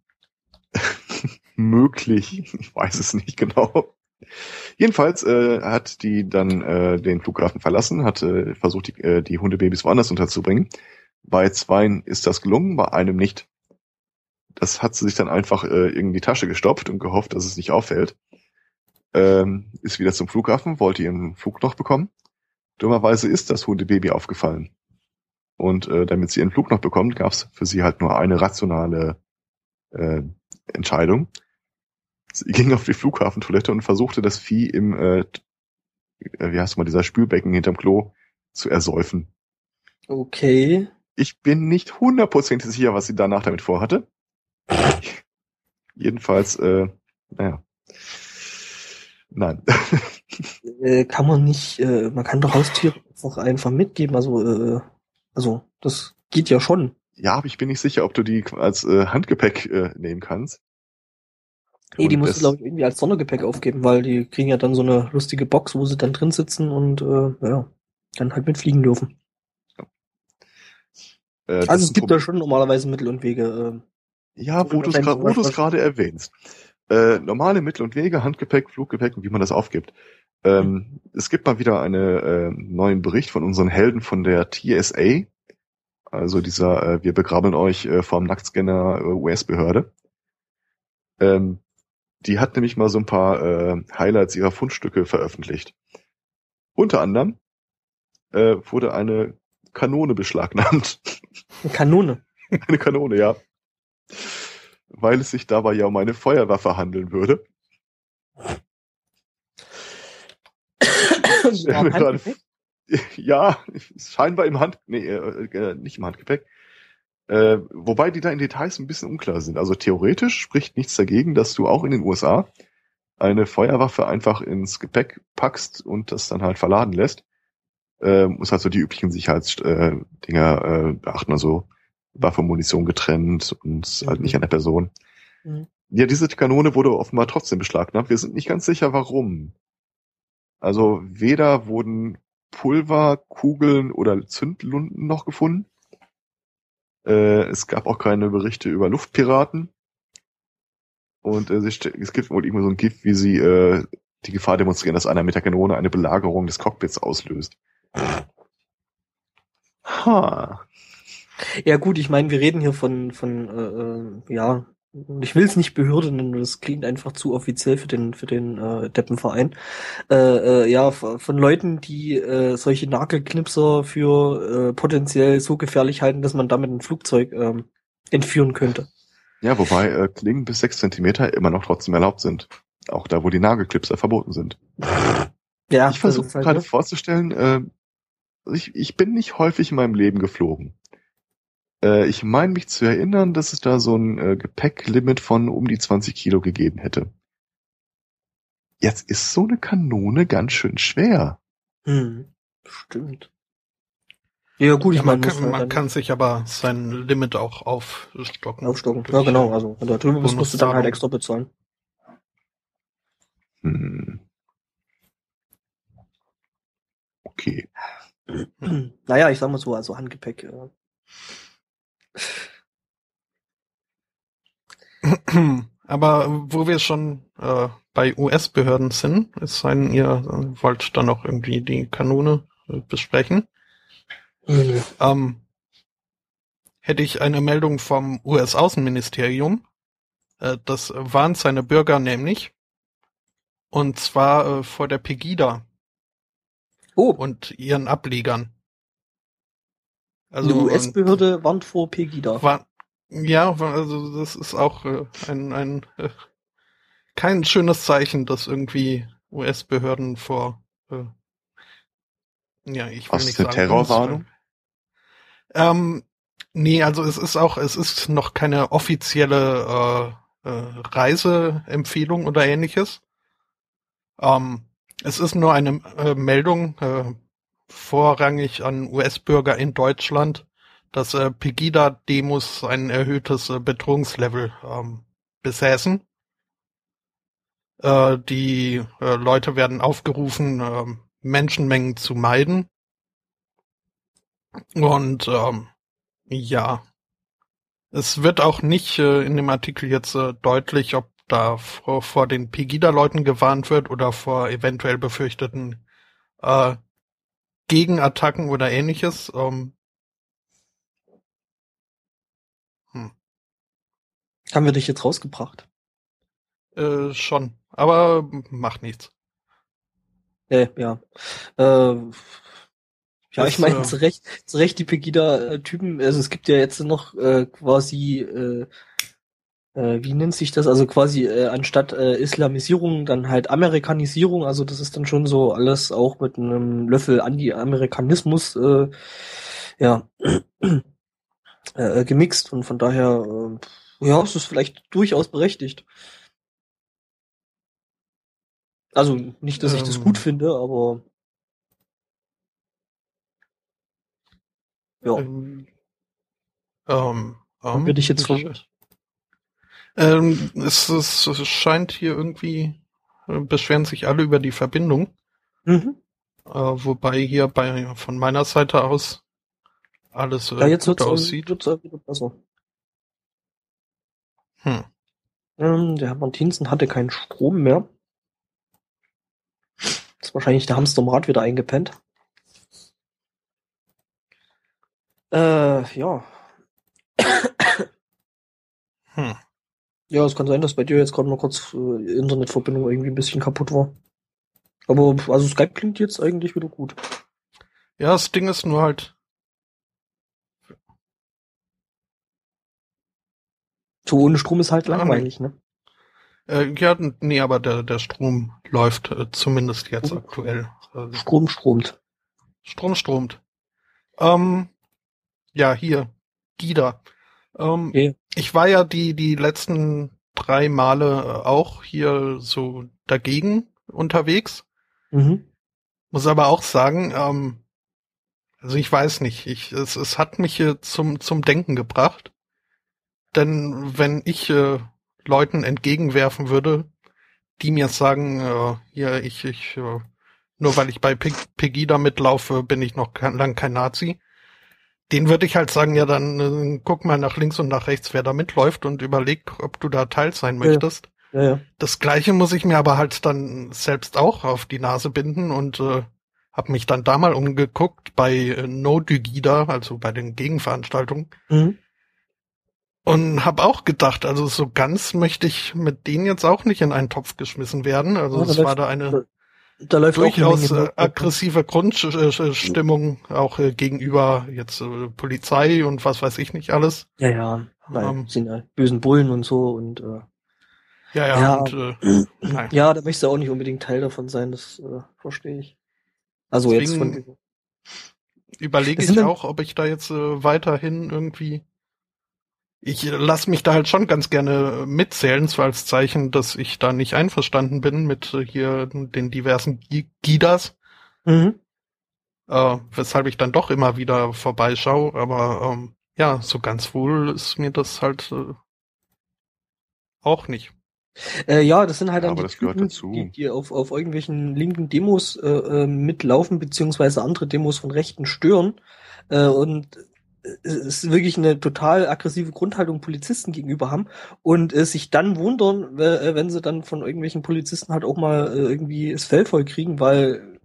Möglich, ich weiß es nicht genau. Jedenfalls äh, hat die dann äh, den Flughafen verlassen, hat äh, versucht, die, äh, die Hundebabys woanders unterzubringen. Bei zweien ist das gelungen, bei einem nicht. Das hat sie sich dann einfach äh, in die Tasche gestopft und gehofft, dass es nicht auffällt. Ähm, ist wieder zum Flughafen, wollte ihren Flug noch bekommen. Dummerweise ist das Hundebaby aufgefallen. Und äh, damit sie ihren Flug noch bekommt, gab es für sie halt nur eine rationale äh, Entscheidung. Sie ging auf die Flughafentoilette und versuchte das Vieh im, äh, wie heißt mal, dieser Spülbecken hinterm Klo zu ersäufen. Okay. Ich bin nicht hundertprozentig sicher, was sie danach damit vorhatte. Jedenfalls, äh, naja. Nein. Äh, kann man nicht, äh, man kann doch Haustiere einfach einfach mitgeben, also, äh, also, das geht ja schon. Ja, aber ich bin nicht sicher, ob du die als äh, Handgepäck äh, nehmen kannst. Nee, die Und musst du, es- glaube ich, irgendwie als Sondergepäck aufgeben, weil die kriegen ja dann so eine lustige Box, wo sie dann drin sitzen und, äh, ja, dann halt mitfliegen dürfen. äh, das Also ist es ein gibt da Problem. schon normalerweise Mittel und Wege. Äh, Ja, wo du es gerade wo du's gerade erwähnst. Äh, normale Mittel und Wege, Handgepäck, Fluggepäck und wie man das aufgibt. Ähm, mhm. Es gibt mal wieder einen äh, neuen Bericht von unseren Helden von der T S A, also dieser äh, wir begraben euch äh, vom Nacktscanner äh, U S-Behörde. Ähm, die hat nämlich mal so ein paar äh, Highlights ihrer Fundstücke veröffentlicht. Unter anderem äh, wurde eine Kanone beschlagnahmt. Eine Kanone? Eine Kanone, ja. Weil es sich dabei ja um eine Feuerwaffe handeln würde. Ja, scheinbar im Hand, nee, äh, nicht im Handgepäck. Äh, wobei die da in Details ein bisschen unklar sind. Also theoretisch spricht nichts dagegen, dass du auch in den U S A eine Feuerwaffe einfach ins Gepäck packst und das dann halt verladen lässt. Äh, muss halt so die üblichen Sicherheitsdinger äh, beachten, also Waffe, Munition getrennt und mhm. halt nicht an der Person. Mhm. Ja, diese Kanone wurde offenbar trotzdem beschlagnahmt. Wir sind nicht ganz sicher, warum. Also weder wurden Pulver, Kugeln oder Zündlunden noch gefunden. Äh, es gab auch keine Berichte über Luftpiraten. Und äh, es gibt wohl irgendwo so ein Gift, wie sie äh, die Gefahr demonstrieren, dass einer mit der Kanone eine Belagerung des Cockpits auslöst. Ha. Ja gut, ich meine, wir reden hier von, von äh, ja, ich will es nicht Behörde nennen, das klingt einfach zu offiziell für den für den äh, Deppenverein. Äh, äh, ja, von Leuten, die äh, solche Nagelknipser für äh, potenziell so gefährlich halten, dass man damit ein Flugzeug äh, entführen könnte. Ja, wobei äh, Klingen bis sechs Zentimeter immer noch trotzdem erlaubt sind. Auch da, wo die Nagelknipser verboten sind. Ja, ich versuche halt gerade ne? vorzustellen, äh, ich, ich bin nicht häufig in meinem Leben geflogen. Äh, ich meine mich zu erinnern, dass es da so ein äh, Gepäcklimit von um die zwanzig Kilo gegeben hätte. Jetzt ist so eine Kanone ganz schön schwer. Hm, stimmt. Ja gut, ja, ich meine, man, kann, halt man kann sich aber sein Limit auch aufstocken. Aufstocken, ja genau, also wenn du da drüber bist, musst du dann halt extra bezahlen. Hm. Okay. Naja, ich sag mal so, also Handgepäck. Äh. Aber wo wir schon äh, bei U S-Behörden sind, es sei denn, ihr äh, wollt dann auch irgendwie die Kanone äh, besprechen, mhm. ähm, hätte ich eine Meldung vom U S-Außenministerium. Äh, das warnt seine Bürger nämlich. Und zwar äh, vor der Pegida. Oh. Und ihren Ablegern. Also eine U S-Behörde warnt vor Pegida. War, ja, also das ist auch äh, ein, ein äh, kein schönes Zeichen, dass irgendwie U S-Behörden vor äh, ja, ich will Was nicht für sagen. Terrorwarnung? Ähm, nee, also es ist auch, es ist noch keine offizielle äh, äh, Reiseempfehlung oder ähnliches. Ähm, es ist nur eine äh, Meldung, äh, vorrangig an U S-Bürger in Deutschland, dass äh, Pegida-Demos ein erhöhtes äh, Bedrohungslevel ähm, besäßen. Äh, die äh, Leute werden aufgerufen, äh, Menschenmengen zu meiden. Und ähm, ja, es wird auch nicht äh, in dem Artikel jetzt äh, deutlich, ob da vor, vor den Pegida-Leuten gewarnt wird oder vor eventuell befürchteten äh, Gegenattacken oder ähnliches. Ähm, hm. Haben wir dich jetzt rausgebracht? Äh, schon, aber macht nichts. Äh, ja. Äh, ja, Das, ich meine, äh, zu Recht, zu Recht die Pegida-Typen, also es gibt ja jetzt noch äh, quasi, äh, äh, wie nennt sich das? Also quasi äh, anstatt äh, Islamisierung dann halt Amerikanisierung, also das ist dann schon so alles auch mit einem Löffel Anti-Amerikanismus äh, ja äh, gemixt und von daher äh, ja, es ist vielleicht durchaus berechtigt. Also nicht, dass ich das gut ähm, finde, aber ja, ähm, ähm, haben wir dich jetzt ähm, verwirrt. ähm, es, es, es scheint hier irgendwie, äh, beschweren sich alle über die Verbindung, Mhm. äh, wobei hier bei von meiner Seite aus alles Ja, äh, jetzt gut wird's, aussieht. wird's auch wieder besser. Hm. Ähm, der Herr Martinsen hatte keinen Strom mehr. Ist wahrscheinlich der Hamster im Rad wieder eingepennt. Äh, ja. Hm. Ja, es kann sein, dass bei dir jetzt gerade mal kurz äh, Internetverbindung irgendwie ein bisschen kaputt war. Aber also Skype klingt jetzt eigentlich wieder gut. Ja, das Ding ist nur halt, So ohne Strom ist halt ah, langweilig, ne? äh, ja, nee, aber der, der Strom läuft äh, zumindest jetzt Strom, aktuell. Also, Strom stromt. Strom stromt. Ähm, ja, hier, Gida. Ähm, Okay. ich war ja die, die letzten drei Male äh, auch hier so dagegen unterwegs. Mhm. Muss aber auch sagen, ähm, also ich weiß nicht, ich, es, es hat mich hier zum, zum Denken gebracht. Denn wenn ich äh, Leuten entgegenwerfen würde, die mir sagen, äh, ja, ich, ich, äh, nur weil ich bei Pe- Pegida mitlaufe, bin ich noch kein, lang kein Nazi. Den würde ich halt sagen, ja, dann äh, guck mal nach links und nach rechts, wer da mitläuft und überleg, ob du da Teil sein Ja, möchtest. ja, ja. Das Gleiche muss ich mir aber halt dann selbst auch auf die Nase binden und äh, habe mich dann da mal umgeguckt bei äh, No Dugida, also bei den Gegenveranstaltungen. Mhm. Und hab auch gedacht, also so ganz möchte ich mit denen jetzt auch nicht in einen Topf geschmissen werden. Also Ja, da es war läuft, da eine da, da läuft auch eine durchaus Menge äh, Not, ne? aggressive Grundstimmung auch äh, gegenüber jetzt äh, Polizei und was weiß ich nicht alles. Ja, ja. Weil Ähm, sind ja bösen Bullen und so und äh, ja, ja, ja, und äh, nein. ja, da möchtest du auch nicht unbedingt Teil davon sein, das äh, verstehe ich. Also jetzt von Deswegen überlege das sind ich dann, auch, ob ich da jetzt äh, weiterhin irgendwie ich lasse mich da halt schon ganz gerne mitzählen, zwar als Zeichen, dass ich da nicht einverstanden bin mit äh, hier den diversen G- Gidas, mhm. äh, weshalb ich dann doch immer wieder vorbeischaue, aber ähm, ja, so ganz wohl ist mir das halt äh, auch nicht. Äh, ja, das sind halt Ja, dann aber die das gehört Typen, dazu. die, die auf, auf irgendwelchen linken Demos äh, äh, mitlaufen, beziehungsweise andere Demos von Rechten stören. Äh, und es ist wirklich eine total aggressive Grundhaltung Polizisten gegenüber haben und äh, sich dann wundern, äh, wenn sie dann von irgendwelchen Polizisten halt auch mal äh, irgendwie das Fell voll kriegen, weil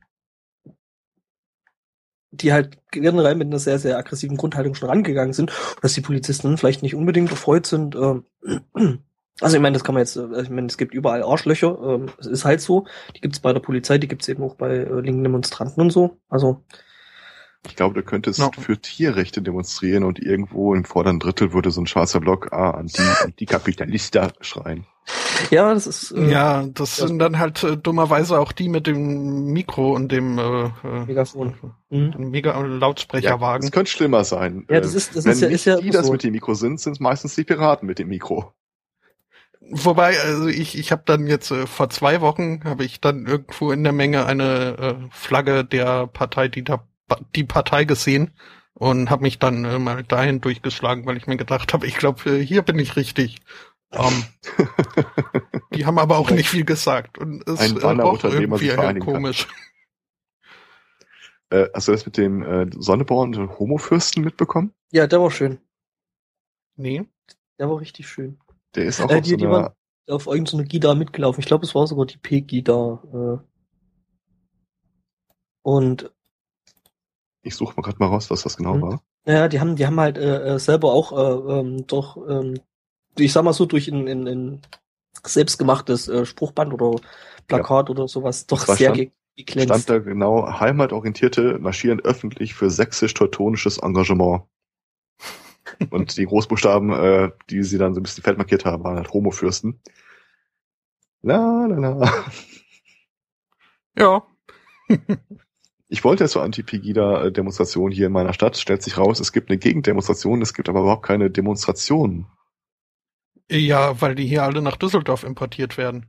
die halt generell mit einer sehr, sehr aggressiven Grundhaltung schon rangegangen sind, dass die Polizisten dann vielleicht nicht unbedingt erfreut sind. Äh, also ich meine, das kann man jetzt, äh, ich meine, es gibt überall Arschlöcher, ähm, es ist halt so. Die gibt's bei der Polizei, die gibt's eben auch bei äh, linken Demonstranten und so. Also Ich glaube, du könntest No. für Tierrechte demonstrieren und irgendwo im vorderen Drittel würde so ein schwarzer Block ah, Anti, Antikapitalista schreien. ja, das ist äh, Ja, das ja, sind dann halt äh, dummerweise auch die mit dem Mikro und dem äh, äh, Megafon. Mhm. dem mega Lautsprecherwagen. Es könnte schlimmer sein. Ja, das ist- das Wenn ist ja- nicht ist ja die immer das so. mit dem Mikro sind, sind es meistens die Piraten mit dem Mikro. Wobei, also ich, ich habe dann jetzt äh, vor zwei Wochen habe ich dann irgendwo in der Menge eine äh, Flagge der Partei, die da, die Partei gesehen und habe mich dann äh, mal dahin durchgeschlagen, weil ich mir gedacht habe, ich glaube, äh, hier bin ich richtig. Ähm, die haben aber auch nicht viel gesagt und es Ein äh, Banner, roch unter dem man sich irgendwie äh, vereinigen kann. komisch. Äh, hast du das mit dem äh, Sonneborn und Homofürsten mitbekommen? Ja, der war schön. Nee. Der war richtig schön. Der ist auch Äh, auf die, so die einer... waren auf irgendeine Gida mitgelaufen. Ich glaube, es war sogar die P-Gida. Äh. Und Ich suche mal gerade mal raus, was das genau hm. war. Naja, die haben, die haben halt äh, selber auch äh, ähm, doch, ähm, ich sag mal so, durch ein, ein, ein selbstgemachtes äh, Spruchband oder Plakat ja. oder sowas doch sehr stand, geglänzt. Stand da genau, Heimatorientierte marschieren öffentlich für sächsisch-teutonisches Engagement. Und die Großbuchstaben, äh, die sie dann so ein bisschen fett markiert haben, waren halt Homofürsten. La, la, la. Ja. Ich wollte jetzt zur Anti-Pegida-Demonstration hier in meiner Stadt. Stellt sich raus, es gibt eine Gegendemonstration, es gibt aber überhaupt keine Demonstration. Ja, weil die hier alle nach Düsseldorf importiert werden.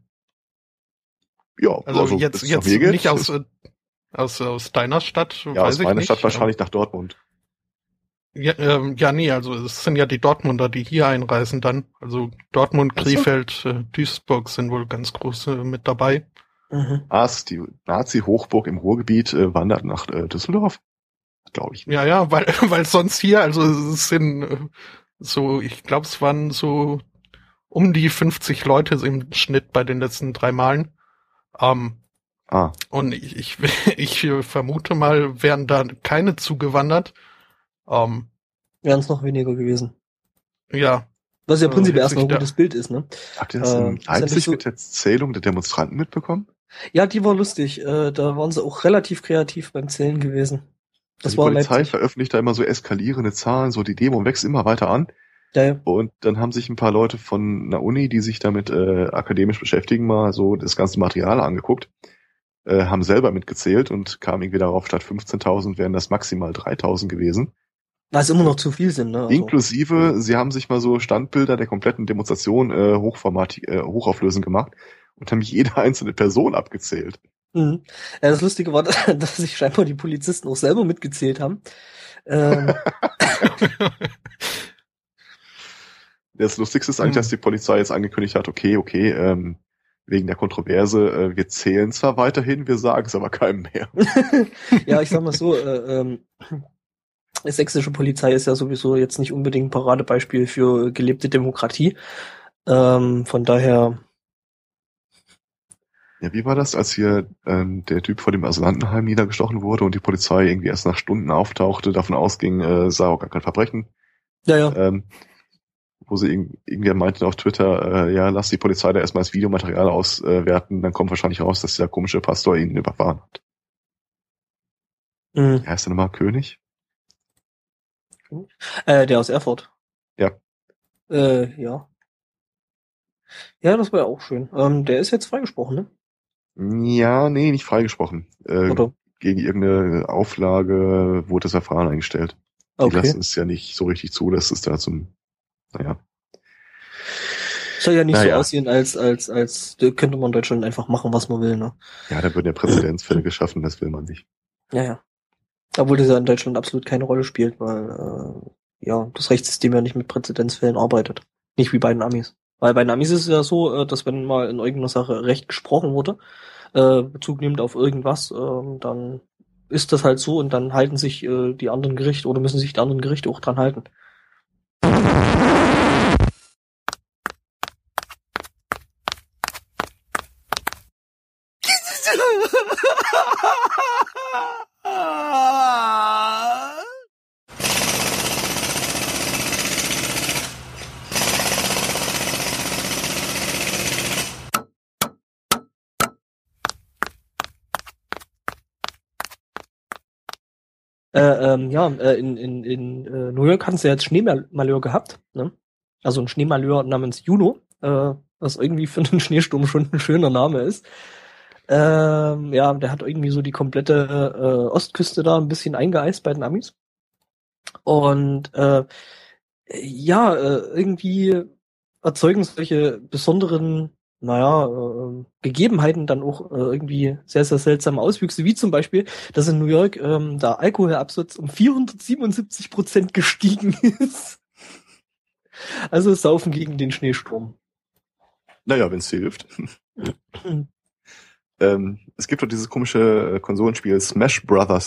Ja, also, also jetzt, jetzt nicht aus, aus, aus deiner Stadt, ja, weiß aus ich meiner nicht. Stadt wahrscheinlich nach Dortmund. Ja, ähm, ja, nee, also es sind ja die Dortmunder, die hier einreisen dann. Also Dortmund, Krefeld, äh, Duisburg sind wohl ganz groß äh, mit dabei. Mhm. Ah, die Nazi-Hochburg im Ruhrgebiet äh, wandert nach äh, Düsseldorf? Glaube ich nicht. Ja, ja, weil weil sonst hier, also es sind äh, so, ich glaube, es waren so um die fünfzig Leute im Schnitt bei den letzten drei Malen. Ähm, ah. Und ich, ich, ich vermute mal, wären da keine zugewandert. Ähm, wären es noch weniger gewesen. Ja. Was ja prinzipiell erstmal ein gutes Bild ist, ne? Habt ihr das in äh, Leipzig so mit der Zählung der Demonstranten mitbekommen? Ja, die war lustig. Äh, da waren sie auch relativ kreativ beim Zählen gewesen. Das die war Polizei Leipzig. Veröffentlicht da immer so eskalierende Zahlen, so die Demo wächst immer weiter an. Ja, ja. Und dann haben sich ein paar Leute von einer Uni, die sich damit äh, akademisch beschäftigen, mal so das ganze Material angeguckt, äh, haben selber mitgezählt und kamen irgendwie darauf, statt fünfzehntausend wären das maximal dreitausend gewesen. Was immer noch zu viel sind, ne? Also. Inklusive, sie haben sich mal so Standbilder der kompletten Demonstration äh, hochformatig, äh, hochauflösend gemacht und haben jede einzelne Person abgezählt. Mhm. Ja, das Lustige war, dass sich scheinbar die Polizisten auch selber mitgezählt haben. Ähm. Das Lustigste ist eigentlich, mhm. dass die Polizei jetzt angekündigt hat, okay, okay, ähm, wegen der Kontroverse, äh, wir zählen zwar weiterhin, wir sagen es aber keinem mehr. Ja, ich sag mal so, äh, ähm, die sächsische Polizei ist ja sowieso jetzt nicht unbedingt ein Paradebeispiel für gelebte Demokratie. Ähm, von daher. Ja, wie war das, als hier ähm, der Typ vor dem Asylantenheim niedergestochen wurde und die Polizei irgendwie erst nach Stunden auftauchte, davon ausging, äh, es sei auch gar kein Verbrechen. Ja, ja. Ähm, wo sie irg- irgendwer meinte auf Twitter, äh, ja, lass die Polizei da erstmal das Videomaterial auswerten, dann kommt wahrscheinlich raus, dass der komische Pastor ihn überfahren hat. Mhm. Wie heißt der nochmal? König? Äh, der aus Erfurt. Ja. Äh, ja. Ja, das war ja auch schön. Ähm, der ist jetzt freigesprochen, ne? Ja, nee, nicht freigesprochen. Äh, Oder? Gegen irgendeine Auflage wurde das Verfahren eingestellt. Die Okay. lassen es ja nicht so richtig zu, dass es da zum, naja. Soll ja nicht naja. so aussehen, als, als, als könnte man in Deutschland einfach machen, was man will, ne? Ja, da würden ja Präzedenzfälle geschaffen, das will man nicht. Ja, ja. Obwohl das ja in Deutschland absolut keine Rolle spielt, weil äh, ja das Rechtssystem ja nicht mit Präzedenzfällen arbeitet. Nicht wie bei den Amis. Weil bei den Amis ist es ja so, äh, dass wenn mal in irgendeiner Sache Recht gesprochen wurde, äh, Bezug nimmt auf irgendwas, äh, dann ist das halt so und dann halten sich äh, die anderen Gerichte oder müssen sich die anderen Gerichte auch dran halten. Äh, ähm, ja, äh, in, in, in äh, New York hatten sie jetzt Schneemalheur gehabt, ne? Also ein Schneemalheur namens Juno, äh, was irgendwie für einen Schneesturm schon ein schöner Name ist. Ähm, ja, der hat irgendwie so die komplette äh, Ostküste da ein bisschen eingeeist bei den Amis. Und äh, ja, äh, irgendwie erzeugen solche besonderen, naja, äh, Gegebenheiten dann auch äh, irgendwie sehr, sehr seltsame Auswüchse, wie zum Beispiel, dass in New York ähm, der Alkoholabsatz um vierhundertsiebenundsiebzig Prozent gestiegen ist. Also saufen gegen den Schneesturm. Naja, wenn es dir hilft. ähm, es gibt doch dieses komische Konsolenspiel Smash Brothers.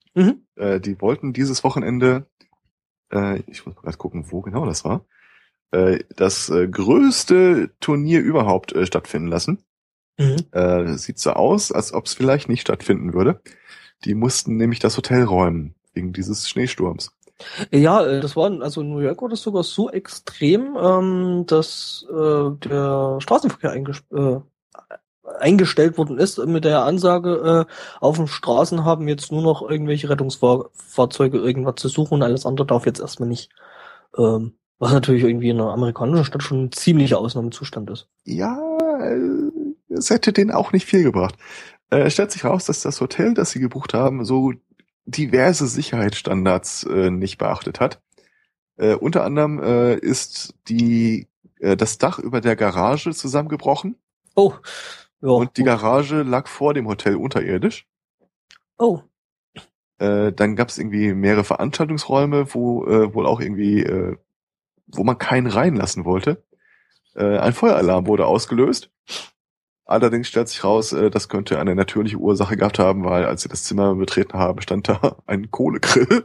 Mhm. Äh, die wollten dieses Wochenende, äh, ich muss mal gerade gucken, wo genau das war, äh, das äh, größte Turnier überhaupt äh, stattfinden lassen. Mhm. Äh, sieht so aus, als ob es vielleicht nicht stattfinden würde. Die mussten nämlich das Hotel räumen, wegen dieses Schneesturms. Ja, äh, das war, also in New York war das sogar so extrem, ähm, dass äh, der Straßenverkehr einges äh, eingestellt worden ist mit der Ansage, äh, auf den Straßen haben jetzt nur noch irgendwelche Rettungsfahrzeuge irgendwas zu suchen und alles andere darf jetzt erstmal nicht. Ähm, was natürlich irgendwie in einer amerikanischen Stadt schon ein ziemlicher Ausnahmezustand ist. Ja, äh, es hätte denen auch nicht viel gebracht. Äh, es stellt sich raus, dass das Hotel, das sie gebucht haben, so diverse Sicherheitsstandards äh, nicht beachtet hat. Äh, unter anderem äh, ist die äh, das Dach über der Garage zusammengebrochen. Oh, ja. Und die gut. Garage lag vor dem Hotel unterirdisch. Oh. Äh, dann gab es irgendwie mehrere Veranstaltungsräume, wo äh, wohl auch irgendwie, äh, wo man keinen reinlassen wollte. Äh, ein Feueralarm wurde ausgelöst. Allerdings stellt sich raus, äh, das könnte eine natürliche Ursache gehabt haben, weil als sie das Zimmer betreten haben, stand da ein Kohlegrill.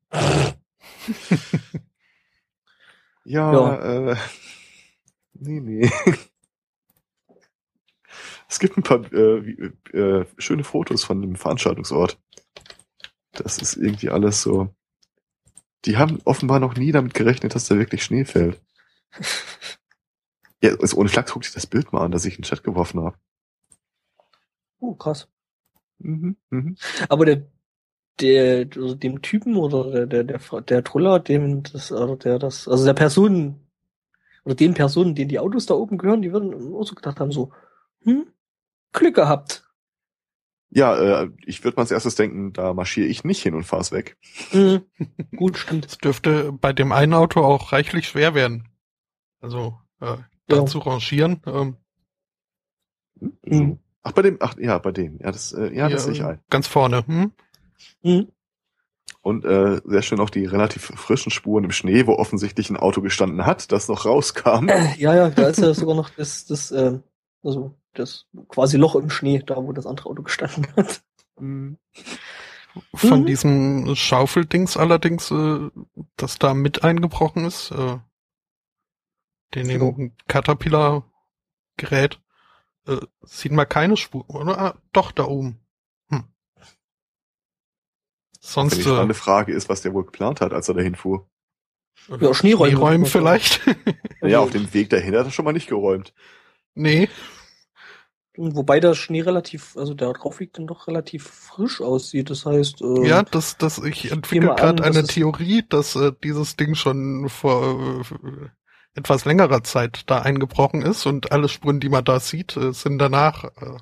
ja, Ja. äh, nee, nee. Es gibt ein paar äh, wie, äh, schöne Fotos von dem Veranstaltungsort. Das ist irgendwie alles so. Die haben offenbar noch nie damit gerechnet, dass da wirklich Schnee fällt. Ja, also ohne Flachs, guck dich das Bild mal an, das ich in den Chat geworfen habe. Oh, krass. Mhm, mhm. Aber der, der, also dem Typen oder der, der, der, der Truller, dem das, oder der das, also der Personen, oder den Personen, denen die Autos da oben gehören, die würden auch so gedacht haben, so, hm, Glück gehabt. Ja, äh, ich würde mal als erstes denken, da marschiere ich nicht hin und fahr's weg. Mhm. Gut, stimmt. Es dürfte bei dem einen Auto auch reichlich schwer werden. Also, äh, da Ja. zu rangieren. Ähm, Hm? Mhm. So. Ach, bei dem, ach ja, bei dem. Ja, das, äh, ja, das sehe ich ein. Ganz vorne. Hm? Mhm. Und äh, sehr schön auch die relativ frischen Spuren im Schnee, wo offensichtlich ein Auto gestanden hat, das noch rauskam. Ja, ja, da ist ja sogar noch das, das, äh, also das quasi Loch im Schnee, da wo das andere Auto gestanden hat. Mhm. Von Mhm. diesem Schaufeldings allerdings, äh, das da mit eingebrochen ist, äh, den Ja. dem Caterpillar-Gerät, äh, sieht man keine Spur, oder? Ah, doch, da oben. Hm. Auch wenn Sonst die äh, spannende Frage ist, was der wohl geplant hat, als er dahin fuhr. Ja, Schneeräumen, würde ich Schneeräumen mal sagen. vielleicht. Naja, Also- auf dem Weg dahin hat er schon mal nicht geräumt. Nee. Wobei der Schnee relativ, also der drauf liegt dann doch relativ frisch aussieht. Das heißt, ähm, Ja, das, das, ich entwickle mal gerade an, eine dass es- Theorie, dass äh, dieses Ding schon vor äh, etwas längerer Zeit da eingebrochen ist und alle Spuren, die man da sieht, äh, sind danach. Äh,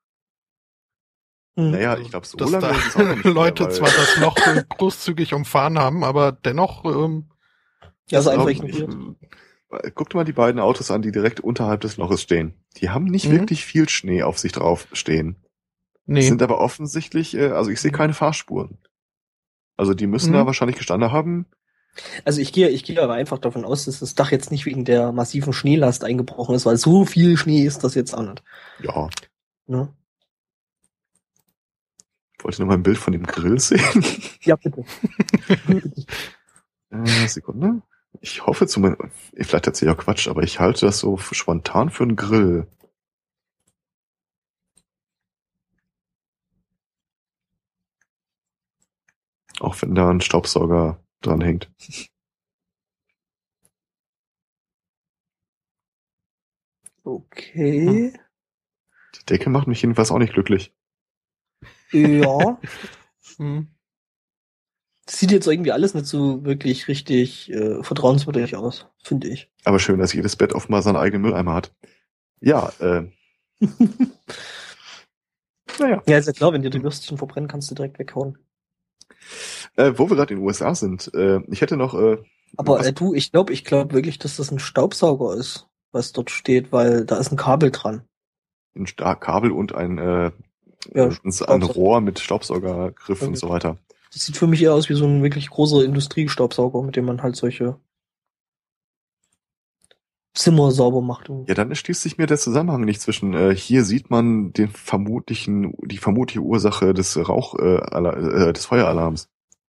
Mhm. Naja, ich glaube, so dass lange da ist es auch noch nicht Leute mehr, weil zwar das Loch äh, großzügig umfahren haben, aber dennoch. Ähm, ja, so ich einfach glaub, ignoriert. äh, guck dir mal die beiden Autos an, die direkt unterhalb des Loches stehen. Die haben nicht Mhm. wirklich viel Schnee auf sich drauf stehen. nee. Sind aber offensichtlich, äh, also ich sehe keine Fahrspuren. Also die müssen Mhm. da wahrscheinlich gestanden haben. Also ich gehe, ich gehe aber einfach davon aus, dass das Dach jetzt nicht wegen der massiven Schneelast eingebrochen ist, weil so viel Schnee ist das jetzt auch nicht. Ja, Ne? wollte nur mal ein Bild von dem Grill sehen. Ja, bitte. äh, Sekunde. Ich hoffe zumindest, vielleicht erzähle ich auch Quatsch, aber ich halte das so spontan für einen Grill. Auch wenn da ein Staubsauger dran hängt. Okay. Die Decke macht mich jedenfalls auch nicht glücklich. Ja. Mhm. Das sieht jetzt irgendwie alles nicht so wirklich richtig äh, vertrauenswürdig aus, finde ich. Aber schön, dass jedes Bett offenbar seinen eigenen Mülleimer hat. Ja, äh, naja. Ja, ist ja klar, wenn dir die Würstchen verbrennen, kannst du direkt weghauen. Äh, wo wir gerade in den U S A sind, äh, ich hätte noch... Äh, Aber was, äh, du, ich glaube, ich glaube wirklich, dass das ein Staubsauger ist, was dort steht, weil da ist ein Kabel dran. ein Sta- Kabel und ein, äh, Ja, ein, ein Staubsauger. Rohr mit Staubsaugergriff Okay. und so weiter. Das sieht für mich eher aus wie so ein wirklich großer Industriestaubsauger, mit dem man halt solche Zimmer sauber macht. Ja, dann erschließt sich mir der Zusammenhang nicht zwischen, äh, hier sieht man den vermutlichen, die vermutliche Ursache des Rauch, äh, Ala- äh, des Feueralarms.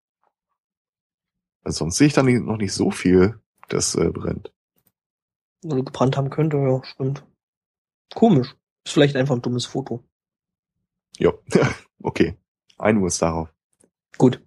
Also sonst sehe ich da nicht, noch nicht so viel, das äh, brennt. Oder gebrannt haben könnte, ja, stimmt. Komisch. Ist vielleicht einfach ein dummes Foto. Ja, okay. Einigen wir uns darauf. Gut.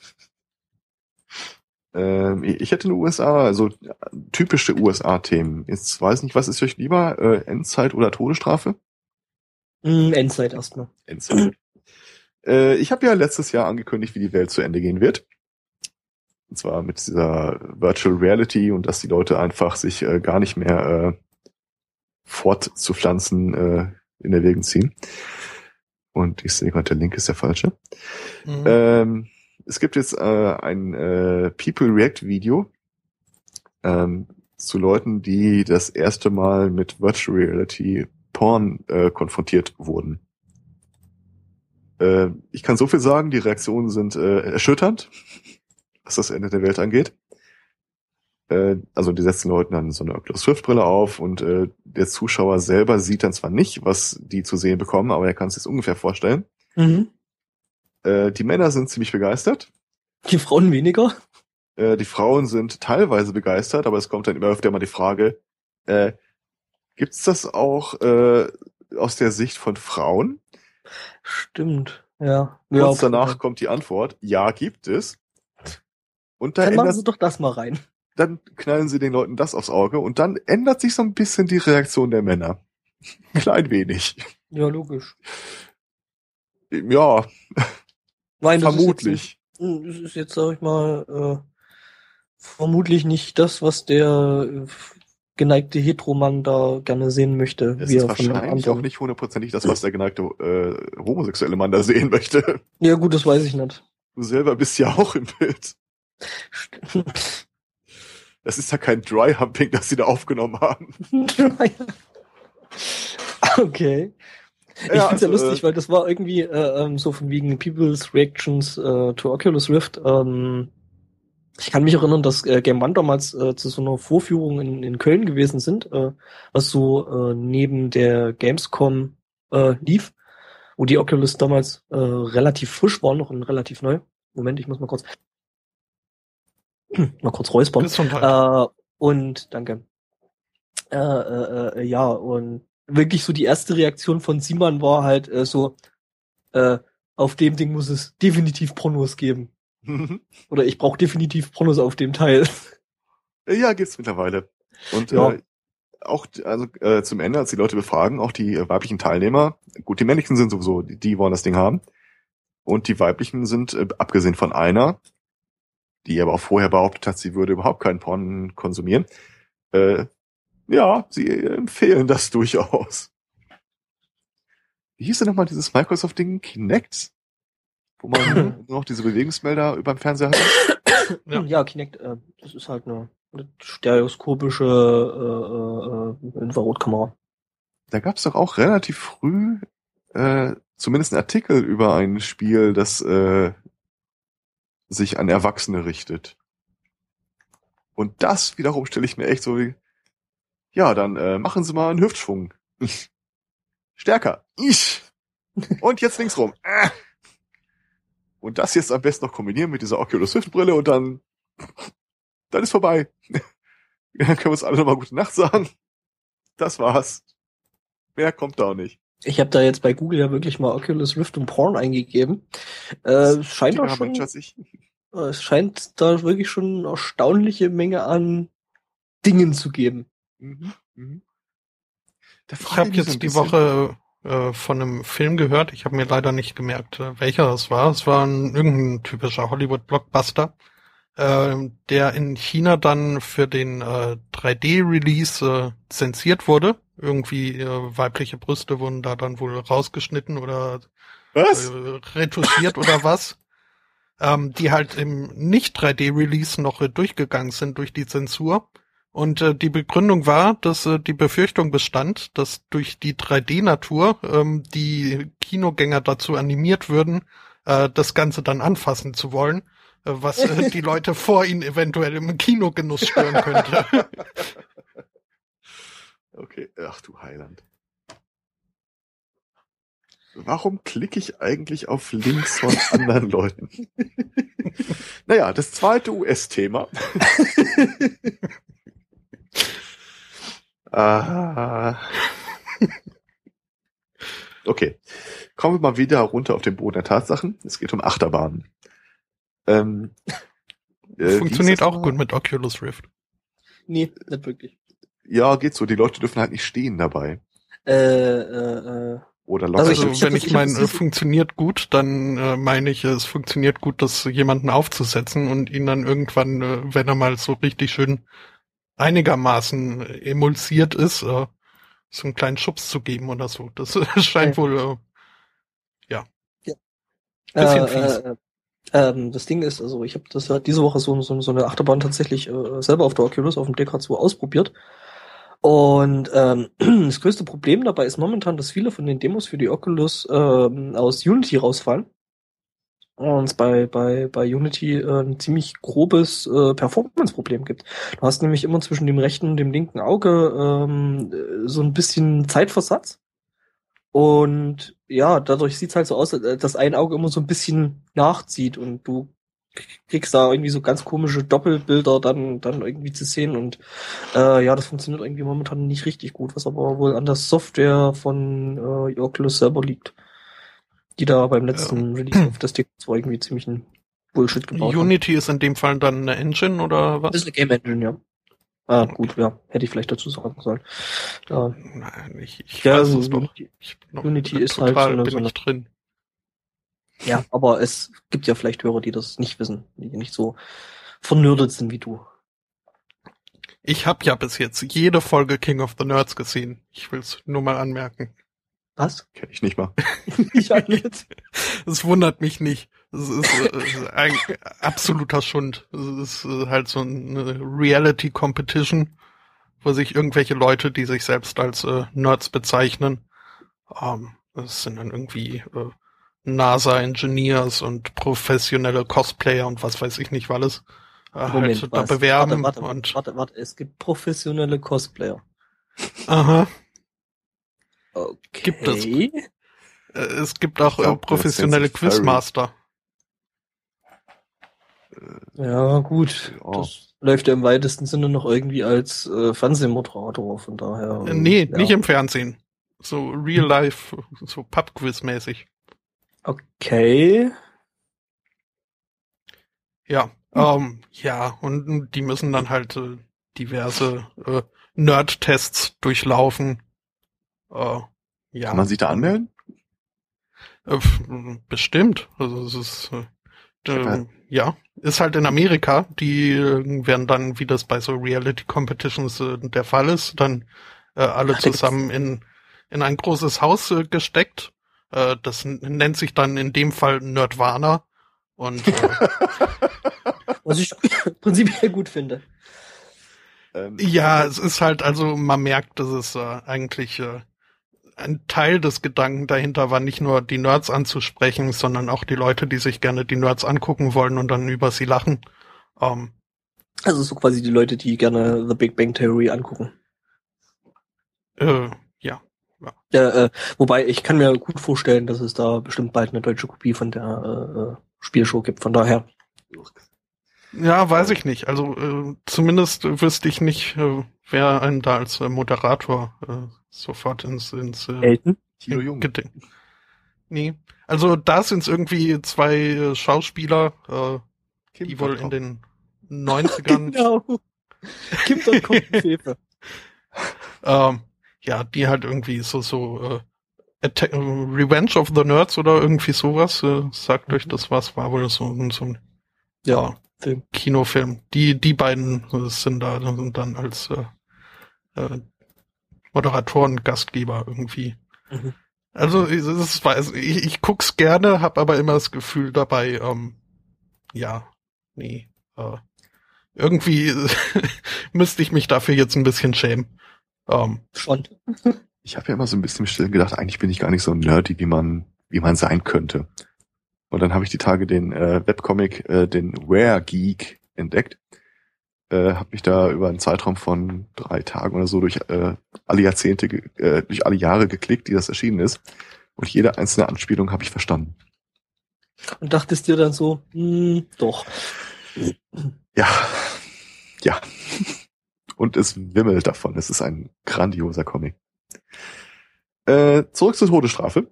Ähm, ich hätte in den U S A, also typische U S A-Themen. Jetzt weiß ich nicht, was ist euch lieber, äh, Endzeit oder Todesstrafe? Mm, Endzeit erstmal. Endzeit. äh, ich habe ja letztes Jahr angekündigt, wie die Welt zu Ende gehen wird. Und zwar mit dieser Virtual Reality und dass die Leute einfach sich äh, gar nicht mehr äh, fortzupflanzen äh, in Erwägung ziehen. Und ich sehe gerade, der Link ist der falsche. Mhm. Ähm, es gibt jetzt äh, ein äh, People React Video ähm, zu Leuten, die das erste Mal mit Virtual Reality Porn äh, konfrontiert wurden. Äh, ich kann so viel sagen, die Reaktionen sind äh, erschütternd, was das Ende der Welt angeht. Äh, also die setzen Leuten dann so eine Oculus Rift Brille auf und äh, der Zuschauer selber sieht dann zwar nicht, was die zu sehen bekommen, aber er kann es sich ungefähr vorstellen. Mhm. Äh, die Männer sind ziemlich begeistert. Die Frauen weniger? Äh, die Frauen sind teilweise begeistert, aber es kommt dann immer öfter mal die Frage, äh, gibt's das auch äh, aus der Sicht von Frauen? Stimmt, ja. Kurz ja, danach ja. kommt die Antwort, ja, gibt es. Und da dann machen ändert, Sie doch das mal rein. Dann knallen sie den Leuten das aufs Auge und dann ändert sich so ein bisschen die Reaktion der Männer. Klein wenig. Ja, logisch. Ja, Nein, das vermutlich. Ist jetzt, das ist jetzt, sag ich mal, äh, vermutlich nicht das, was der äh, geneigte Heteromann da gerne sehen möchte. Es wie ist er von wahrscheinlich anderen. auch nicht hundertprozentig das, was der geneigte äh, homosexuelle Mann da sehen möchte. Ja gut, das weiß ich nicht. Du selber bist ja auch im Bild. Stimmt. Das ist ja kein Dry-Humping, das sie da aufgenommen haben. Okay. Ich Ja, find's ja also, lustig, äh, weil das war irgendwie äh, ähm, so von wegen People's Reactions äh, to Oculus Rift. Ähm, ich kann mich erinnern, dass äh, Game One damals äh, zu so einer Vorführung in, in Köln gewesen sind, äh, was so äh, neben der Gamescom äh, lief, wo die Oculus damals äh, relativ frisch waren, noch und relativ neu. Moment, ich muss mal kurz mal kurz räuspern. Äh, und danke. Äh, äh, äh, ja, und wirklich so die erste Reaktion von Simon war halt äh, so, äh, auf dem Ding muss es definitiv Pornos geben. Oder ich brauche definitiv Pornos auf dem Teil. Ja, gibt's mittlerweile. Und Ja. äh, auch also äh, zum Ende, als die Leute befragen, auch die äh, weiblichen Teilnehmer, gut, die männlichen sind sowieso, die, die wollen das Ding haben. Und die weiblichen sind, äh, abgesehen von einer, die aber auch vorher behauptet hat, sie würde überhaupt keinen Porn konsumieren, äh, ja, sie empfehlen das durchaus. Wie hieß denn nochmal dieses Microsoft-Ding? Kinect? Wo man nur noch diese Bewegungsmelder über dem Fernseher hat? Ja, ja Kinect, äh, das ist halt eine, eine stereoskopische äh, äh, Infrarotkamera. Da gab's doch auch relativ früh äh, zumindest einen Artikel über ein Spiel, das äh, sich an Erwachsene richtet. Und das wiederum stelle ich mir echt so wie, ja, dann äh, machen Sie mal einen Hüftschwung. Stärker. Ich. Und jetzt links rum. Und das jetzt am besten noch kombinieren mit dieser Oculus Rift Brille und dann, dann ist vorbei. Dann können wir uns alle nochmal gute Nacht sagen. Das war's. Mehr kommt da auch nicht. Ich habe da jetzt bei Google ja wirklich mal Oculus Rift und Porn eingegeben. Äh, es scheint doch schon, es scheint da wirklich schon eine erstaunliche Menge an Dingen zu geben. Mhm. Mhm. Ich habe jetzt so die Woche äh, von einem Film gehört. Ich habe mir leider nicht gemerkt, äh, welcher das war. Es war ein irgendein typischer Hollywood-Blockbuster, äh, der in China dann für den äh, drei D-Release äh, zensiert wurde. Irgendwie äh, weibliche Brüste wurden da dann wohl rausgeschnitten oder was? Äh, retuschiert oder was. Ähm, die halt im nicht drei D-Release noch äh, durchgegangen sind durch die Zensur. Und äh, die Begründung war, dass äh, die Befürchtung bestand, dass durch die drei D-Natur ähm, die Kinogänger dazu animiert würden, äh, das Ganze dann anfassen zu wollen, äh, was äh, die Leute vor ihnen eventuell im Kinogenuss stören könnte. Okay, ach du Heiland. Warum klicke ich eigentlich auf Links von anderen Leuten? Naja, das zweite U S-Thema. ah. Okay, kommen wir mal wieder runter auf den Boden der Tatsachen. Es geht um Achterbahnen. Ähm, äh, Funktioniert auch gut mit Oculus Rift. Nee, nicht wirklich. Ja, geht so. Die Leute dürfen halt nicht stehen dabei. Äh, äh, äh. Oder locker. Also, ich, ich wenn das, ich, ich meine, äh, funktioniert gut, dann äh, meine ich, es funktioniert gut, das jemanden aufzusetzen und ihn dann irgendwann, äh, wenn er mal so richtig schön einigermaßen emulsiert ist, äh, so einen kleinen Schubs zu geben oder so. Das äh, scheint ja. wohl, äh, ja, ja. bisschen äh, fies. Äh, ähm, das Ding ist, also ich habe das ja diese Woche so, so, so eine Achterbahn tatsächlich äh, selber auf der Oculus, auf dem D K zwei ausprobiert. Und ähm, das größte Problem dabei ist momentan, dass viele von den Demos für die Oculus ähm, aus Unity rausfallen. Und es bei, bei, bei Unity äh, ein ziemlich grobes äh, Performance-Problem gibt. Du hast nämlich immer zwischen dem rechten und dem linken Auge ähm, so ein bisschen Zeitversatz. Und ja, dadurch sieht's halt so aus, dass ein Auge immer so ein bisschen nachzieht und du kriegst da irgendwie so ganz komische Doppelbilder dann dann irgendwie zu sehen und äh, ja, das funktioniert irgendwie momentan nicht richtig gut, was aber wohl an der Software von äh, Oculus selber liegt, die da beim letzten ja. Release auf das D K zwei irgendwie ziemlich ein Bullshit gebaut haben. Unity ist in dem Fall dann eine Engine oder was? Das ist eine Game Engine, ja. Ah, okay. Gut, ja, hätte ich vielleicht dazu sagen sollen. Ja. Nein, ich, ich ja, weiß also es Unity, doch. Ich bin noch Unity ist halt so eine, bin so eine ich drin. Ja, aber es gibt ja vielleicht Hörer, die das nicht wissen, die nicht so vernördet sind wie du. Ich habe ja bis jetzt jede Folge King of the Nerds gesehen. Ich will's nur mal anmerken. Was? Kenn ich nicht mal. Ich auch nicht. Es wundert mich nicht. Es ist äh, ein absoluter Schund. Es ist äh, halt so eine Reality-Competition, wo sich irgendwelche Leute, die sich selbst als äh, Nerds bezeichnen, ähm, das sind dann irgendwie äh, NASA-Engineers und professionelle Cosplayer und was weiß ich nicht alles, äh, Moment, halt da was? bewerben. Warte, warte, und warte, warte, es gibt professionelle Cosplayer. Aha. Okay. Gibt es. Äh, es gibt auch glaub, äh, professionelle Quizmaster. Ja, gut. Ja. Das läuft ja im weitesten Sinne noch irgendwie als äh, Fernsehmoderator, von daher. Äh, nee, ja. nicht im Fernsehen. So real life, so Pub-Quiz-mäßig. Okay. Ja, hm. ähm, ja, und die müssen dann halt äh, diverse äh, Nerd-Tests durchlaufen. Äh, ja. Kann man sich da anmelden? Äh, bestimmt. Also es ist äh, äh, ja, ist halt in Amerika. Die äh, werden dann, wie das bei so Reality-Competitions äh, der Fall ist, dann äh, alle zusammen in in ein großes Haus äh, gesteckt. Äh, das n- nennt sich dann in dem Fall Nerdwana. Und äh, was ich prinzipiell gut finde. Ähm, ja, es ist halt, also man merkt, dass es äh, eigentlich äh, ein Teil des Gedanken dahinter war, nicht nur die Nerds anzusprechen, sondern auch die Leute, die sich gerne die Nerds angucken wollen und dann über sie lachen. Ähm, also so quasi die Leute, die gerne The Big Bang Theory angucken. Äh, ja. Ja, ja äh, wobei ich kann mir gut vorstellen, dass es da bestimmt bald eine deutsche Kopie von der äh, Spielshow gibt. Von daher. Ja, weiß ich nicht. Also äh, zumindest wüsste ich nicht, äh, wer einen da als äh, Moderator äh, sofort ins ins äh, Elton? Tilo Jung. Gedenk. Nee. Also da sind es irgendwie zwei äh, Schauspieler, äh, Kim die wohl Bottrop. in den neunzigern Genau. Kim Bottrop. ähm, ja, die halt irgendwie so so äh, Atta- äh, Revenge of the Nerds oder irgendwie sowas. Äh, sagt euch das was? War wohl so, so ein Ja. äh, Film. Kinofilm. Die die beiden äh, sind da sind dann als äh, äh, Moderatoren, Gastgeber irgendwie. Mhm. Also es ist, weiß, ich, ich guck's gerne, hab aber immer das Gefühl dabei, ähm, ja, nee, äh, irgendwie müsste ich mich dafür jetzt ein bisschen schämen. Ähm, Schon. Ich habe ja immer so ein bisschen im Stillen gedacht, eigentlich bin ich gar nicht so nerdy, wie man wie man sein könnte. Und dann habe ich die Tage den äh, Webcomic, äh, den Were Geek entdeckt. Äh, habe mich da über einen Zeitraum von drei Tagen oder so durch äh, alle Jahrzehnte, ge- äh, durch alle Jahre geklickt, die das erschienen ist. Und jede einzelne Anspielung habe ich verstanden. Und dachtest dir dann so, hm, doch. Ja, ja. Und es wimmelt davon. Es ist ein grandioser Comic. Äh, zurück zur Todesstrafe.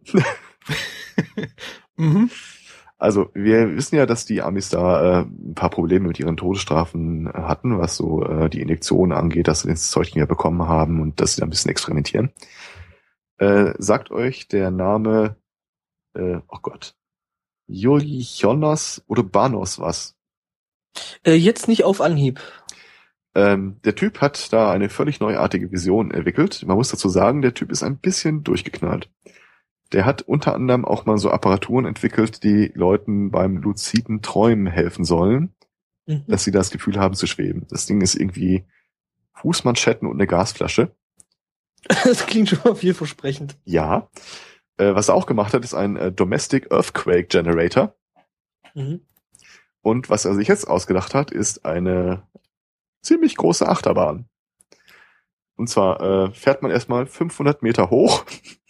Mhm. Also wir wissen ja, dass die Amis da äh, ein paar Probleme mit ihren Todesstrafen hatten, was so äh, die Injektion angeht, dass sie das Zeug nicht mehr bekommen haben und dass sie da ein bisschen experimentieren. Äh, sagt euch der Name, äh, oh Gott, Julianos oder Banos was? Äh, jetzt nicht auf Anhieb. Ähm, der Typ hat da eine völlig neuartige Vision entwickelt. Man muss dazu sagen, der Typ ist ein bisschen durchgeknallt. Der hat unter anderem auch mal so Apparaturen entwickelt, die Leuten beim luziden Träumen helfen sollen, Mhm. dass sie das Gefühl haben zu schweben. Das Ding ist irgendwie Fußmanschetten und eine Gasflasche. Das klingt schon mal vielversprechend. Ja. Äh, was er auch gemacht hat, ist ein äh, Domestic Earthquake Generator. Mhm. Und was er sich jetzt ausgedacht hat, ist eine ziemlich große Achterbahn. Und zwar äh, fährt man erstmal fünfhundert Meter hoch,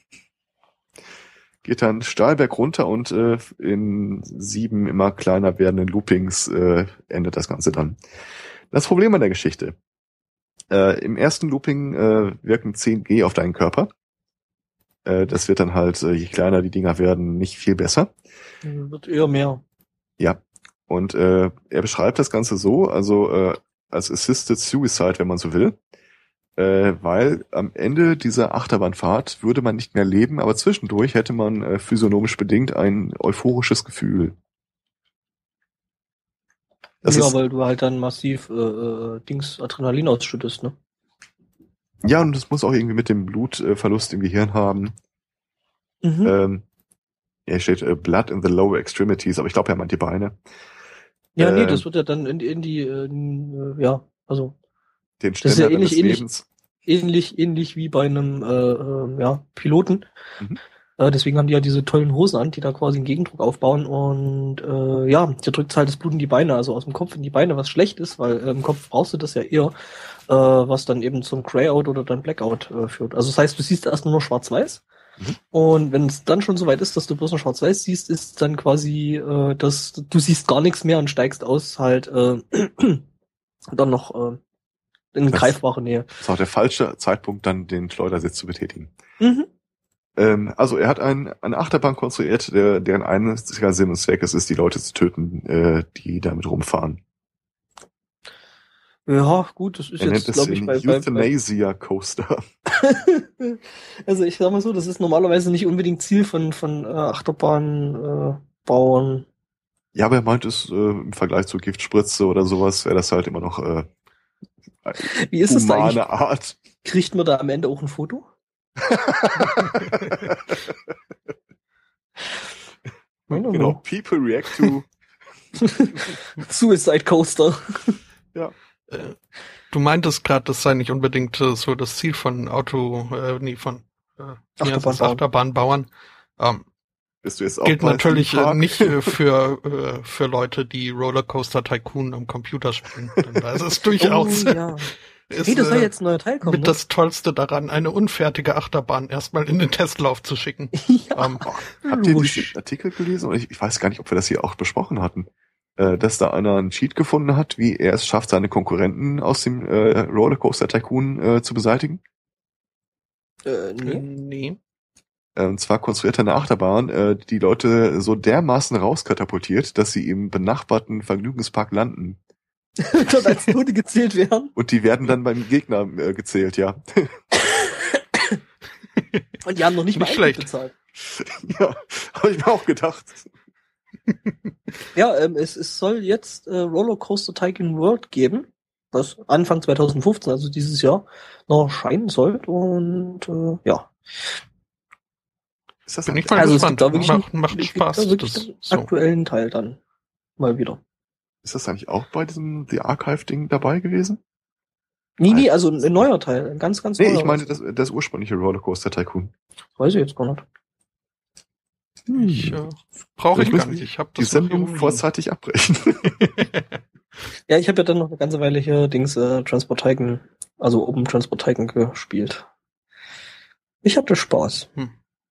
geht dann steil berg runter und äh, in sieben immer kleiner werdenden Loopings äh, endet das Ganze dann. Das Problem an der Geschichte. Äh, im ersten Looping äh, wirken zehn G auf deinen Körper. Äh, das wird dann halt, äh, je kleiner die Dinger werden, nicht viel besser. Wird eher mehr. Ja. Und äh, er beschreibt das Ganze so, also äh, als Assisted Suicide, wenn man so will. Äh, weil am Ende dieser Achterbahnfahrt würde man nicht mehr leben, aber zwischendurch hätte man äh, physiognomisch bedingt ein euphorisches Gefühl. Das ja, ist, weil du halt dann massiv äh, äh, Dings Adrenalin ausschüttest, ne? ja, und das muss auch irgendwie mit dem Blutverlust im Gehirn haben. Mhm. Ähm, ja, hier steht äh, Blood in the lower extremities, aber ich glaube, er meint die Beine. Ja, nee, äh, das wird ja dann in, in die, äh, in, äh, ja, also Den das ist Ständer ja ähnlich, deines ähnlich, Lebens. ähnlich, ähnlich wie bei einem äh, äh, ja, Piloten. Mhm. Äh, deswegen haben die ja diese tollen Hosen an, die da quasi einen Gegendruck aufbauen und äh, ja, der drückt halt das Blut in die Beine, also aus dem Kopf in die Beine, was schlecht ist, weil äh, im Kopf brauchst du das ja eher, äh, was dann eben zum Grayout oder dann Blackout äh, führt. Also das heißt, du siehst erst nur noch schwarz-weiß. Mhm. Und wenn es dann schon so weit ist, dass du bloß noch schwarz-weiß siehst, ist dann quasi, äh, dass du siehst gar nichts mehr und steigst aus halt äh, dann noch äh, in Das- greifbare Nähe. Das ist auch der falsche Zeitpunkt, dann den Schleudersitz zu betätigen. Mhm. Ähm, also er hat ein, eine Achterbahn konstruiert, der, deren einziger Sinn und Zweck es ist, die Leute zu töten, äh, die damit rumfahren. Ja, gut, das ist Er nennt jetzt, es glaube ich, den bei, bei, bei Euthanasia Coaster. also ich sag mal so, das ist normalerweise nicht unbedingt Ziel von von äh, Achterbahnbauern. Äh, Bauern. Ja, aber er meint es äh, im Vergleich zur Giftspritze oder sowas, wäre das halt immer noch äh, Wie ist es da eigentlich? humane Art. Kriegt man da am Ende auch ein Foto? Genau, people react to. Suicide Coaster. Ja. Äh, du meintest gerade, das sei nicht unbedingt äh, so das Ziel von Auto, äh, nee, von äh, wie heißt das? Achterbahn Achterbahnbauern. Ähm, Bist du jetzt auch gilt bei natürlich Theme äh, Park? nicht äh, für äh, für Leute, die Rollercoaster Tycoon am Computer spielen. Denn da ist es durchaus Oh, ja. ist, Hey, das soll äh, jetzt ein neuer Teil kommen, mit ne? das Tollste daran, eine unfertige Achterbahn erstmal in den Testlauf zu schicken. Ja. Ähm, Habt ihr Wusch. diesen Artikel gelesen? Ich, ich weiß gar nicht, ob wir das hier auch besprochen hatten. Äh, dass da einer einen Cheat gefunden hat, wie er es schafft, seine Konkurrenten aus dem äh, Rollercoaster Tycoon äh, zu beseitigen. Äh, nee. nee. Äh, und zwar konstruiert er eine Achterbahn, äh, die Leute so dermaßen rauskatapultiert, dass sie im benachbarten Vergnügungspark landen. Dort als Tote gezählt werden. Und die werden dann beim Gegner äh, gezählt, ja. Und die haben noch nicht, Nicht mal schlecht. bezahlt. Ja, habe ich mir auch gedacht. Ja, ähm, es, es soll jetzt äh, Rollercoaster Tycoon World geben, was Anfang zwanzig fünfzehn, also dieses Jahr, noch erscheinen soll. Und äh, ja. Ist das Bin ich eigentlich- mal Also es gespannt. gibt da wirklich macht einen- macht es gibt Spaß. da wirklich Das, einen so. aktuellen Teil dann mal wieder. Ist das eigentlich auch bei diesem The Archive-Ding dabei gewesen? Nee, nee, also ein neuer Teil, ein ganz, ganz Nee, neuer. ich meine das, das ursprüngliche Rollercoaster Tycoon. Weiß ich jetzt gar nicht. Ich, äh, brauche ich Vielleicht gar müssen nicht. wir Ich habe Die das noch hier Sendung rumliegen. vorzeitig abbrechen. Ja, ich habe ja dann noch eine ganze Weile hier Dings äh, Transport Tycoon, also Open Transport Tycoon gespielt. Ich hatte Spaß. Hm.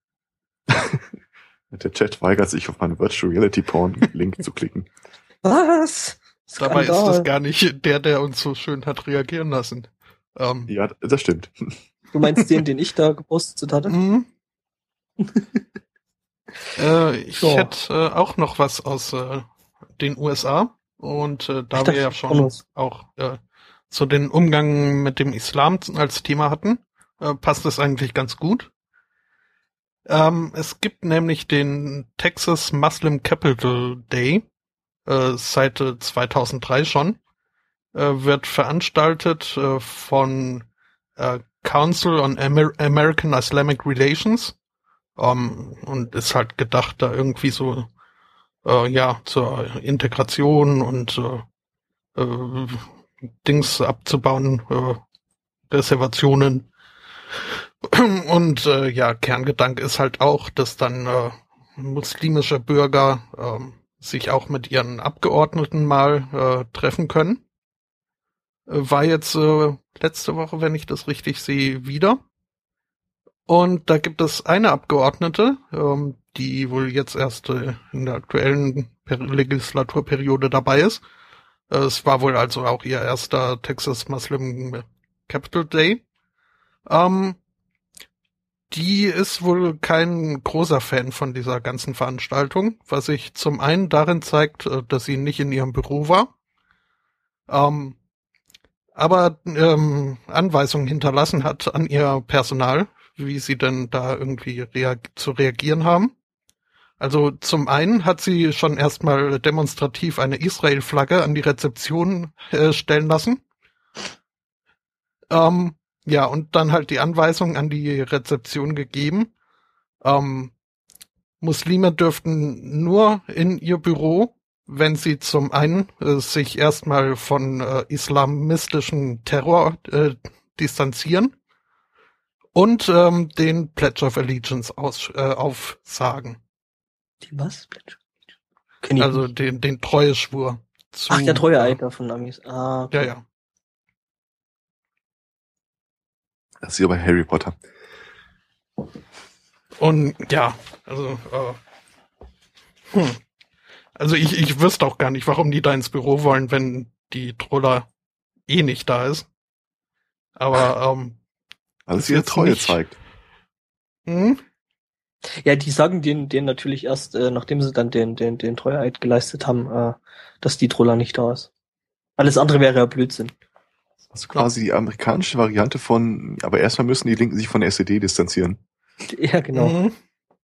Der Chat weigert sich, auf meinen Virtual Reality Porn Link zu klicken. Was? Dabei ist das gar nicht der, der uns so schön hat reagieren lassen. Ähm, ja, das stimmt. Du meinst den, den ich da gepostet hatte? Mhm. äh, ich so. hätte äh, auch noch was aus äh, den U S A. Und äh, da wir ja schon auch äh, so den Umgang mit dem Islam als Thema hatten, äh, passt es eigentlich ganz gut. Ähm, es gibt nämlich den Texas Muslim Capital Day, äh, seit äh, zweitausenddrei schon, äh, wird veranstaltet äh, von äh, Council on Amer- American Islamic Relations, ähm, und ist halt gedacht, da irgendwie so äh, ja zur Integration und äh, äh, Dings abzubauen, äh, Reservationen. Und äh, ja, Kerngedanke ist halt auch, dass dann äh, muslimische Bürger äh, sich auch mit ihren Abgeordneten mal äh, treffen können. Äh, war jetzt äh, letzte Woche, wenn ich das richtig sehe, wieder. Und da gibt es eine Abgeordnete, ähm, die wohl jetzt erst äh, in der aktuellen per- Legislaturperiode dabei ist. Äh, es war wohl also auch ihr erster Texas Muslim Capital Day. Ähm, Die ist wohl kein großer Fan von dieser ganzen Veranstaltung, was sich zum einen darin zeigt, dass sie nicht in ihrem Büro war, ähm, aber ähm, Anweisungen hinterlassen hat an ihr Personal, wie sie denn da irgendwie reag- zu reagieren haben. Also zum einen hat sie schon erstmal demonstrativ eine Israel-Flagge an die Rezeption äh, stellen lassen. Ähm, ja, und dann halt die Anweisung an die Rezeption gegeben. Ähm, Muslime dürften nur in ihr Büro, wenn sie zum einen äh, sich erstmal von äh, islamistischen Terror äh, distanzieren und ähm, den Pledge of Allegiance aus, äh, aufsagen. Die was? Pledge? Kenn ich also nicht. den den Treueschwur. Zu, Ach, der Treueeid äh, von Amis. Ah, okay. Ja, ja. Das ist ja bei Harry Potter. Und ja, also äh, hm. also ich ich wüsste auch gar nicht, warum die da ins Büro wollen, wenn die Troller eh nicht da ist. Aber ähm, weil es ihre Treue nicht zeigt. Hm? Ja, die sagen denen, denen natürlich erst, äh, nachdem sie dann den den den Treueeid geleistet haben, äh, dass die Troller nicht da ist. Alles andere wäre ja Blödsinn. Also quasi ja. Die amerikanische Variante von, aber erstmal müssen die Linken sich von der S E D distanzieren. Ja, genau. Mhm.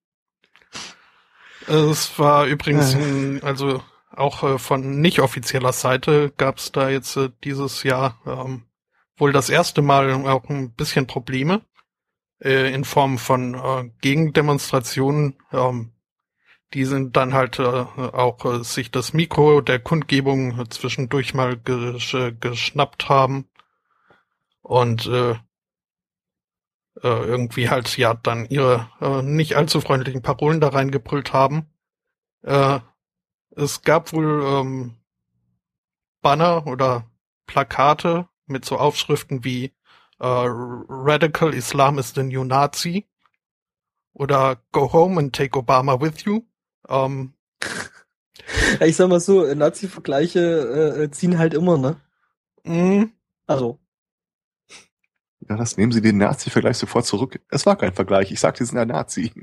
Es war übrigens, ein, also auch äh, von nicht offizieller Seite gab es da jetzt äh, dieses Jahr ähm, wohl das erste Mal auch ein bisschen Probleme äh, in Form von äh, Gegendemonstrationen. Ähm, die sind dann halt äh, auch äh, sich das Mikro der Kundgebung äh, zwischendurch mal gesch- geschnappt haben und äh, äh, irgendwie halt ja dann ihre äh, nicht allzu freundlichen Parolen da reingebrüllt haben. Äh, es gab wohl ähm, Banner oder Plakate mit so Aufschriften wie äh, Radical Islam is the new Nazi oder Go home and take Obama with you. Ähm, ja, ich sag mal so, Nazi-Vergleiche äh, ziehen halt immer, ne? Mhm. Also. Ja, das nehmen Sie den Nazi-Vergleich sofort zurück. Es war kein Vergleich. Ich sagte, Sie sind ein Nazi.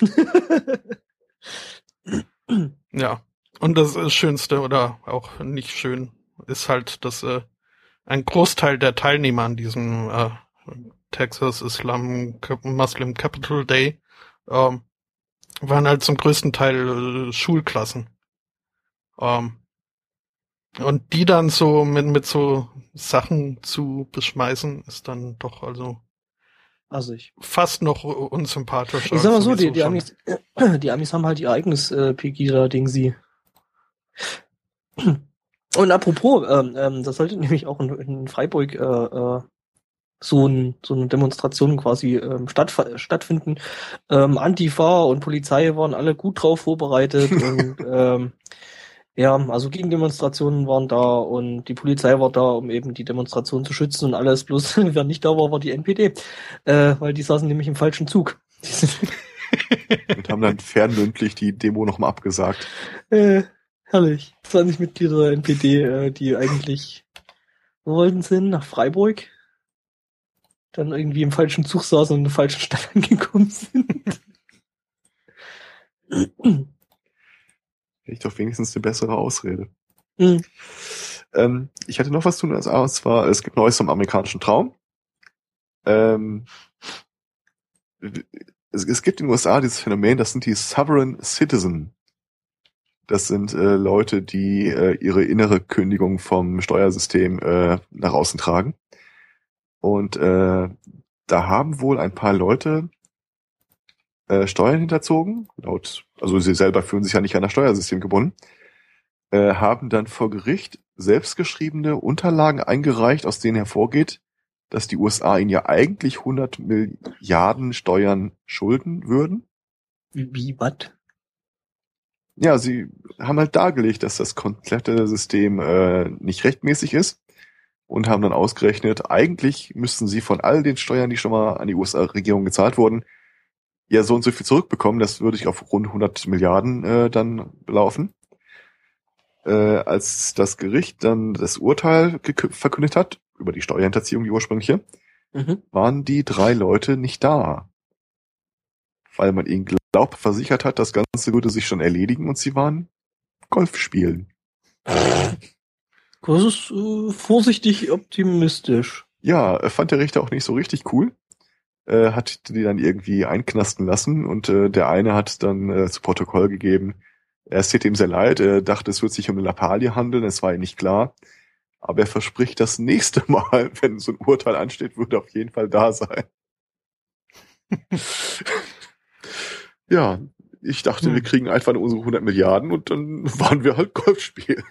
Ja. Und das Schönste oder auch nicht schön ist halt, dass äh, ein Großteil der Teilnehmer an diesem äh, Texas Islam Muslim Capital Day ähm, waren halt zum größten Teil äh, Schulklassen. Ähm, und die dann so mit mit so Sachen zu beschmeißen, ist dann doch also Also ich fast noch unsympathischer. Ich sag mal so, die, die Amis, äh, die Amis haben halt ihr eigenes äh, Pegida-Ding sie. Und apropos, ähm, ähm, das sollte nämlich auch in, in Freiburg äh, äh, so, ein, so eine Demonstration quasi ähm, statt, stattfinden. Ähm, Antifa und Polizei waren alle gut drauf vorbereitet und ähm, Ja, also Gegendemonstrationen waren da und die Polizei war da, um eben die Demonstration zu schützen und alles. Bloß wer nicht da war, war die N P D, äh, weil die saßen nämlich im falschen Zug. Und haben dann fernmündlich die Demo nochmal abgesagt. Äh, herrlich. zwanzig Mitglieder der N P D, äh, die eigentlich, wo wollten sie hin? Nach Freiburg? Dann irgendwie im falschen Zug saßen und in der falschen Stadt angekommen sind. Hätte ich doch wenigstens eine bessere Ausrede. Mhm. Ähm, ich hatte noch was zu tun, und zwar, es gibt Neues zum amerikanischen Traum. Ähm, es, es gibt in den U S A dieses Phänomen, das sind die Sovereign Citizen. Das sind äh, Leute, die äh, ihre innere Kündigung vom Steuersystem äh, nach außen tragen. Und äh, da haben wohl ein paar Leute äh, Steuern hinterzogen. Laut, also sie selber fühlen sich ja nicht an das Steuersystem gebunden. Äh, haben dann vor Gericht selbstgeschriebene Unterlagen eingereicht, aus denen hervorgeht, dass die U S A ihnen ja eigentlich hundert Milliarden Steuern schulden würden. Wie, was? Ja, sie haben halt dargelegt, dass das komplette System äh, nicht rechtmäßig ist und haben dann ausgerechnet, eigentlich müssten sie von all den Steuern, die schon mal an die U S A-Regierung gezahlt wurden, ja so und so viel zurückbekommen. Das würde sich auf rund hundert Milliarden äh, dann belaufen. Äh, als das Gericht dann das Urteil ge- verkündet hat, über die Steuerhinterziehung, die ursprüngliche, Mhm. waren die drei Leute nicht da. Weil man ihnen glaubt, versichert hat, das Ganze würde sich schon erledigen und sie waren Golf spielen. Das ist äh, vorsichtig optimistisch. Ja, fand der Richter auch nicht so richtig cool. Äh, hat die dann irgendwie einknasten lassen und äh, der eine hat dann äh, zu Protokoll gegeben, er täte ihm sehr leid, er dachte, es wird sich um eine Lappalie handeln, es war ihm nicht klar. Aber er verspricht, das nächste Mal, wenn so ein Urteil ansteht, würde auf jeden Fall da sein. Ja, ich dachte, Hm. wir kriegen einfach unsere hundert Milliarden und dann waren wir halt Golf spielen.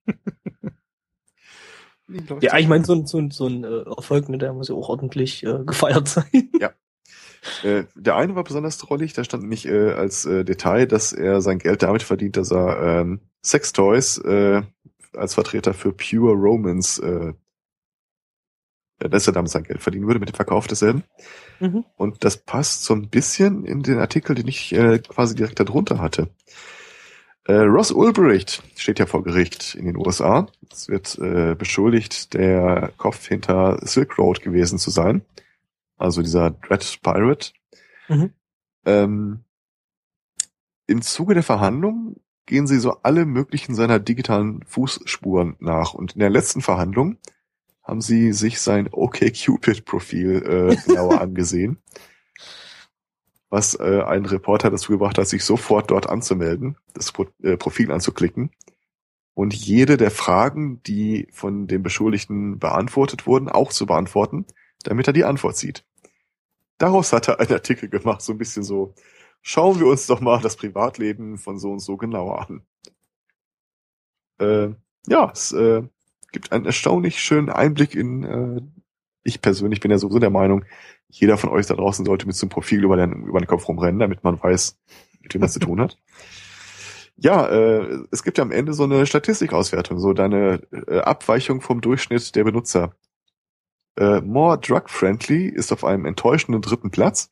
Ja, ich meine, so ein, so ein, so ein äh, Erfolg, ne, der muss ja auch ordentlich äh, gefeiert sein. Ja. Äh, der eine war besonders drollig, da stand nämlich äh, als äh, Detail, dass er sein Geld damit verdient, dass er ähm, Sextoys äh, als Vertreter für Pure Romance, äh, ja, dass er damit sein Geld verdienen würde mit dem Verkauf desselben. Mhm. Und das passt so ein bisschen in den Artikel, den ich äh, quasi direkt darunter hatte. Äh, Ross Ulbricht steht ja vor Gericht in den U S A. Es wird äh, beschuldigt, der Kopf hinter Silk Road gewesen zu sein. Also dieser Dread Pirate. Mhm. Ähm, Im Zuge der Verhandlung gehen sie so alle möglichen seiner digitalen Fußspuren nach. Und in der letzten Verhandlung haben sie sich sein OkCupid-Profil äh, genauer angesehen. Was äh, einen Reporter dazu gebracht hat, sich sofort dort anzumelden, das Pro äh, Profil anzuklicken und jede der Fragen, die von dem Beschuldigten beantwortet wurden, auch zu beantworten, damit er die Antwort sieht. Daraus hat er einen Artikel gemacht, so ein bisschen so, schauen wir uns doch mal das Privatleben von so und so genauer an. Äh, ja, es äh, gibt einen erstaunlich schönen Einblick in, äh, ich persönlich bin ja sowieso der Meinung, jeder von euch da draußen sollte mit so einem Profil über den, über den Kopf rumrennen, damit man weiß, mit wem man zu tun hat. Ja, äh, es gibt ja am Ende so eine Statistikauswertung, so deine äh, Abweichung vom Durchschnitt der Benutzer. Äh, More Drug Friendly ist auf einem enttäuschenden dritten Platz.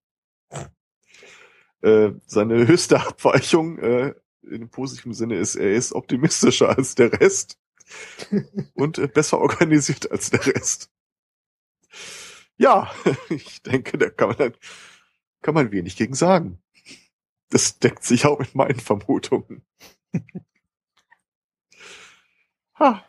äh, seine höchste Abweichung äh, in positiven Sinne ist, er ist optimistischer als der Rest und äh, besser organisiert als der Rest. Ja, ich denke, da kann man dann, kann man wenig gegen sagen. Das deckt sich auch mit meinen Vermutungen. Ha.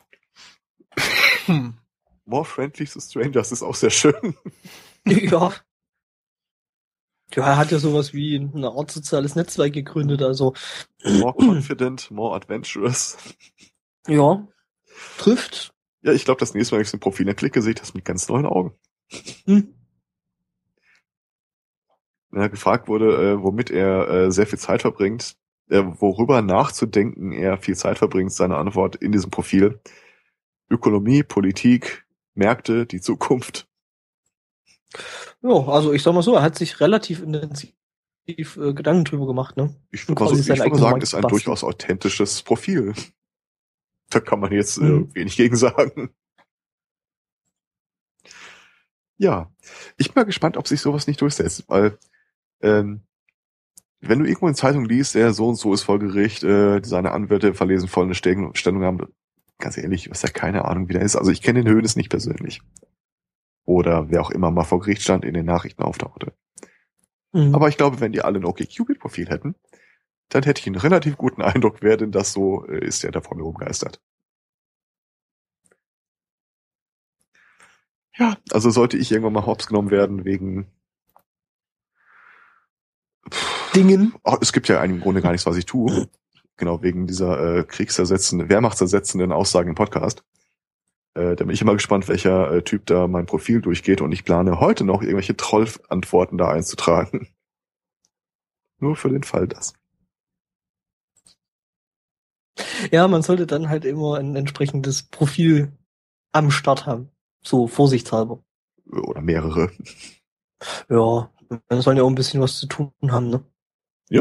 More friendly to strangers ist auch sehr schön. Ja. Ja, er hat ja sowas wie eine Art soziales Netzwerk gegründet, also. More confident, more adventurous. Ja. Trifft. Ja, ich glaube, das nächste Mal, wenn ich so ein Profil klicke, sehe ich das mit ganz neuen Augen. Hm. Wenn er gefragt wurde, äh, womit er äh, sehr viel Zeit verbringt, äh, worüber nachzudenken er viel Zeit verbringt, seine Antwort in diesem Profil: Ökonomie, Politik, Märkte, die Zukunft. Ja, also ich sag mal so, er hat sich relativ intensiv äh, Gedanken drüber gemacht, ne? Ich würde mal so, ich seinen würde eigenen sagen, Markt ist ein basteln. durchaus authentisches Profil. Da kann man jetzt Mhm. äh, wenig gegen sagen. Ja, ich bin mal gespannt, ob sich sowas nicht durchsetzt, weil ähm, wenn du irgendwo in Zeitung liest, der so und so ist vor Gericht, äh, seine Anwälte verlesen folgende Stellung- Stellungnahme, ganz ehrlich, was ja keine Ahnung, wie der ist. Also ich kenne den Hoeneß nicht persönlich. Oder wer auch immer mal vor Gericht stand, in den Nachrichten auftauchte. Mhm. Aber ich glaube, wenn die alle ein OkCupid-Profil hätten, dann hätte ich einen relativ guten Eindruck, wer denn das so äh, ist, der da vor mir rumgeistert. Ja, also sollte ich irgendwann mal hops genommen werden wegen Dingen. Oh, es gibt ja im Grunde gar nichts, was ich tue. Genau, wegen dieser äh, kriegsersetzenden, wehrmachtsersetzenden Aussagen im Podcast. Äh, da bin ich immer gespannt, welcher äh, Typ da mein Profil durchgeht und ich plane heute noch irgendwelche Troll-Antworten da einzutragen. Nur für den Fall das. Ja, man sollte dann halt immer ein entsprechendes Profil am Start haben. So vorsichtshalber. Oder mehrere. Ja, man soll ja auch ein bisschen was zu tun haben, ne? Ja.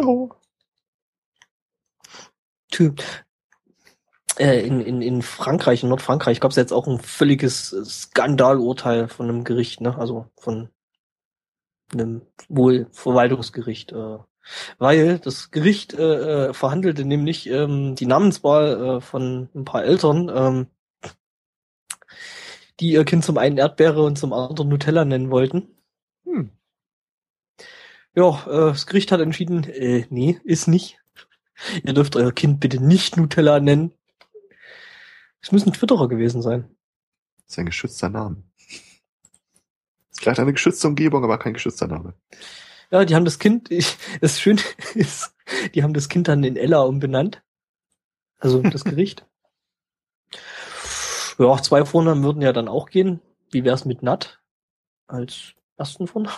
Tö. Äh, in, in, in Frankreich, in Nordfrankreich, gab es jetzt auch ein völliges Skandalurteil von einem Gericht, ne? Also von einem wohl Verwaltungsgericht. Äh, weil das Gericht äh, äh, verhandelte nämlich ähm, die Namenswahl äh, von ein paar Eltern, ähm, die ihr Kind zum einen Erdbeere und zum anderen Nutella nennen wollten. Hm. Ja, äh, das Gericht hat entschieden, äh, nee, ist nicht. Ihr dürft euer Kind bitte nicht Nutella nennen. Es müssen Twitterer gewesen sein. Das ist ein geschützter Name. Ist vielleicht eine geschützte Umgebung, aber kein geschützter Name. Ja, die haben das Kind, ich, das Schöne ist, die haben das Kind dann in Ella umbenannt. Also das Gericht. Ja, zwei Vornamen würden ja dann auch gehen. Wie wär's mit Nat als ersten Vornamen?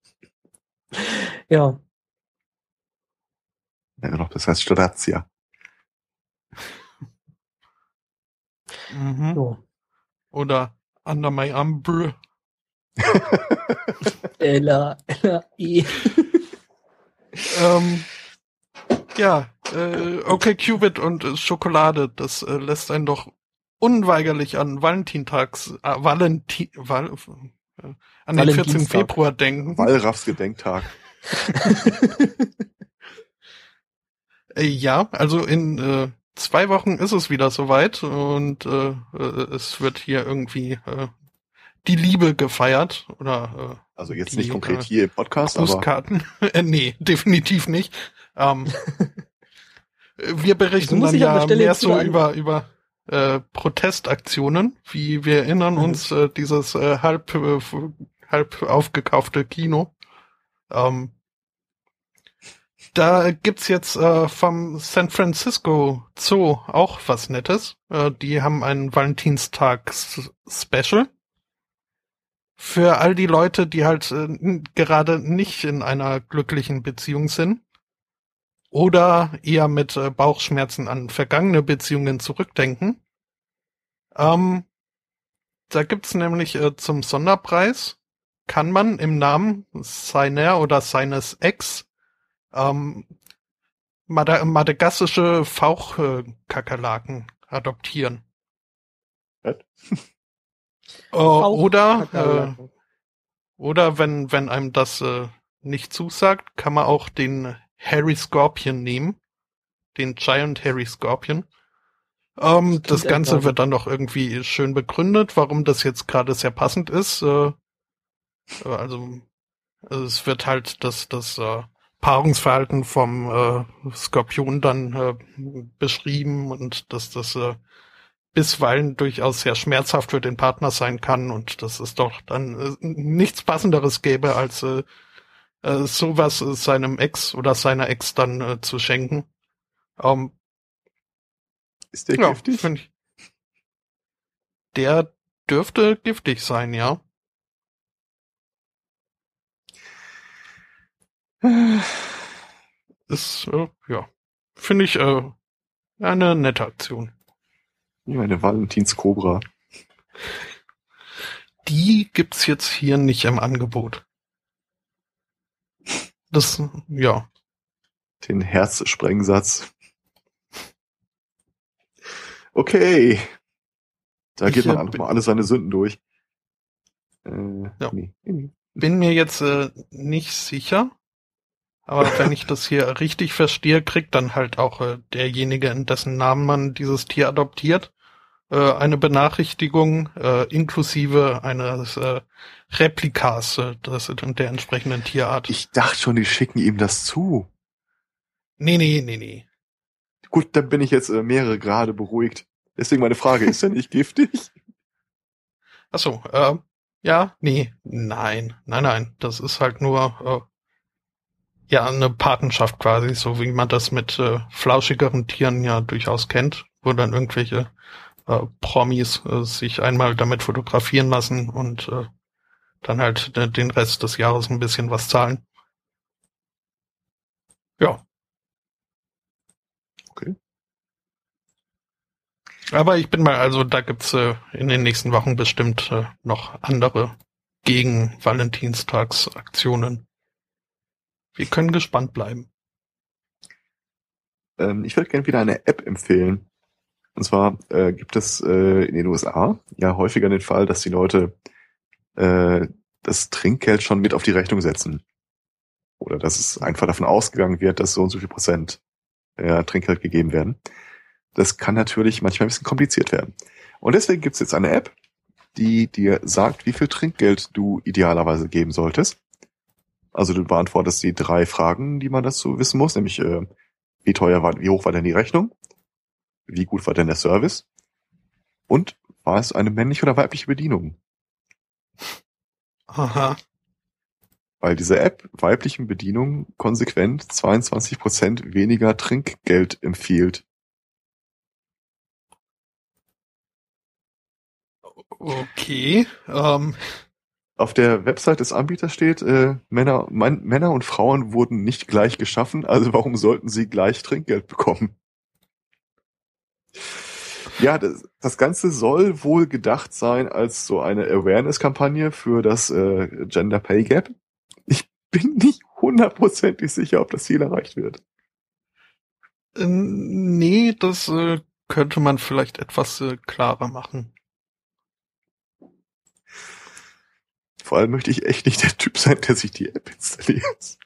Ja. Ja, noch, das heißt Stadazia. Mhm. So. Oder Under My Umbrella. Ella, Ella, E. ähm, ja, äh, OkCupid und äh, Schokolade, das äh, lässt einen doch unweigerlich an Valentintags, äh, Valentin, Val, äh, an den vierzehnten Februar denken. Wallraffs Gedenktag. äh, ja, also in äh, zwei Wochen ist es wieder soweit und äh, äh, es wird hier irgendwie äh, die Liebe gefeiert oder äh, Also jetzt die, nicht konkret äh, hier im Podcast, aber Grußkarten. äh, nee, definitiv nicht. Ähm, wir berichten So muss dann ich an der ja Stelle mehr jetzt so wieder an- über über äh, Protestaktionen, wie wir erinnern Mhm. uns äh, dieses äh, halb äh, halb aufgekaufte Kino. Ähm, da gibt's jetzt äh, vom San Francisco Zoo auch was Nettes. Äh, die haben ein Valentinstags-Special. Für all die Leute, die halt äh, n- gerade nicht in einer glücklichen Beziehung sind oder eher mit äh, Bauchschmerzen an vergangene Beziehungen zurückdenken. Ähm, da gibt's nämlich äh, zum Sonderpreis, kann man im Namen seiner oder seines Ex ähm, Mada- madagassische Fauchkakerlaken adoptieren. Was? Äh, oder äh, Kakerlaken. oder wenn wenn einem das äh, nicht zusagt, kann man auch den Hairy Scorpion nehmen, den Giant Hairy Scorpion. Ähm, Das klingt das Ganze eigenartig. wird dann noch irgendwie schön begründet, warum das jetzt gerade sehr passend ist. Äh, äh, also, also es wird halt das das äh, Paarungsverhalten vom äh, Skorpion dann äh, beschrieben und dass das äh, bisweilen durchaus sehr schmerzhaft für den Partner sein kann und dass es doch dann äh, nichts Passenderes gäbe, als äh, äh, sowas äh, seinem Ex oder seiner Ex dann äh, zu schenken. Ähm, ist der ja, giftig? finde ich. Der dürfte giftig sein, ja. Ist, äh, ja, finde ich äh, eine nette Aktion. Ja, eine Valentinskobra. Die gibt's jetzt hier nicht im Angebot. Das, ja. Den Herzsprengsatz. Okay. Da Ich, geht man äh, einfach mal alle seine Sünden durch. Äh, Ja. nee. nee. Bin mir jetzt äh, nicht sicher, aber wenn ich das hier richtig verstehe, kriegt dann halt auch äh, derjenige, in dessen Namen man dieses Tier adoptiert, äh, eine Benachrichtigung äh, inklusive eines äh, Replikas äh, des, der entsprechenden Tierart. Ich dachte schon, die schicken ihm das zu. Nee, nee, nee, nee. Gut, dann bin ich jetzt äh, mehrere Grade beruhigt. Deswegen meine Frage, ist er nicht giftig? Ach so, äh, ja, nee, nein, nein, nein. Das ist halt nur äh, ja eine Patenschaft quasi, so wie man das mit äh, flauschigeren Tieren ja durchaus kennt, wo dann irgendwelche äh, Promis äh, sich einmal damit fotografieren lassen und äh, dann halt äh, den Rest des Jahres ein bisschen was zahlen. Ja. Okay. Aber ich bin mal, also da gibt's äh, in den nächsten Wochen bestimmt äh, noch andere gegen Valentinstagsaktionen. Wir können gespannt bleiben. Ähm, ich würde gerne wieder eine App empfehlen. Und zwar äh, gibt es äh, in den U S A ja häufiger den Fall, dass die Leute äh, das Trinkgeld schon mit auf die Rechnung setzen. Oder dass es einfach davon ausgegangen wird, dass so und so viel Prozent äh, Trinkgeld gegeben werden. Das kann natürlich manchmal ein bisschen kompliziert werden. Und deswegen gibt es jetzt eine App, die dir sagt, wie viel Trinkgeld du idealerweise geben solltest. Also du beantwortest die drei Fragen, die man dazu wissen muss, nämlich äh, wie teuer war, wie hoch war denn die Rechnung? Wie gut war denn der Service? Und war es eine männliche oder weibliche Bedienung? Aha. Weil diese App weiblichen Bedienungen konsequent zweiundzwanzig Prozent weniger Trinkgeld empfiehlt. Okay. Ähm. Auf der Website des Anbieters steht, äh, Männer, mein, Männer und Frauen wurden nicht gleich geschaffen, also warum sollten sie gleich Trinkgeld bekommen? Ja, das, das Ganze soll wohl gedacht sein als so eine Awareness-Kampagne für das äh, Gender Pay Gap. Ich bin nicht hundertprozentig sicher, ob das Ziel erreicht wird. Äh, nee, das äh, könnte man vielleicht etwas äh, klarer machen. Vor allem möchte ich echt nicht der Typ sein, der sich die App installiert.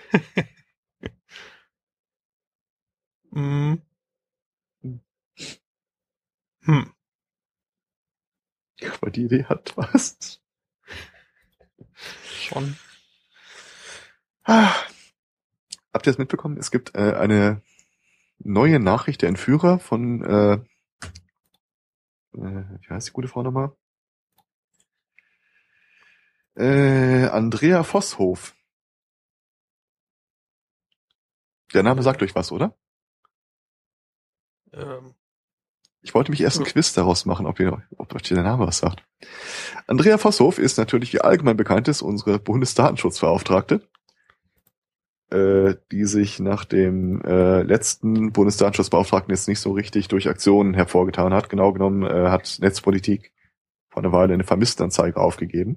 mm. Hm. Aber die Idee hat was. Schon. Ah. Habt ihr das mitbekommen? Es gibt äh, eine neue Nachricht der Entführer von, äh, äh, wie heißt die gute Frau nochmal? Äh, Andrea Vosshof. Der Name sagt euch was, oder? Ähm. Ich wollte mich erst ein Quiz daraus machen, ob, ihr, ob euch der Name was sagt. Andrea Vosshof ist natürlich, wie allgemein bekannt ist, unsere Bundesdatenschutzbeauftragte, äh, die sich nach dem äh, letzten Bundesdatenschutzbeauftragten jetzt nicht so richtig durch Aktionen hervorgetan hat. Genau genommen äh, hat Netzpolitik vor einer Weile eine Vermisstenanzeige aufgegeben.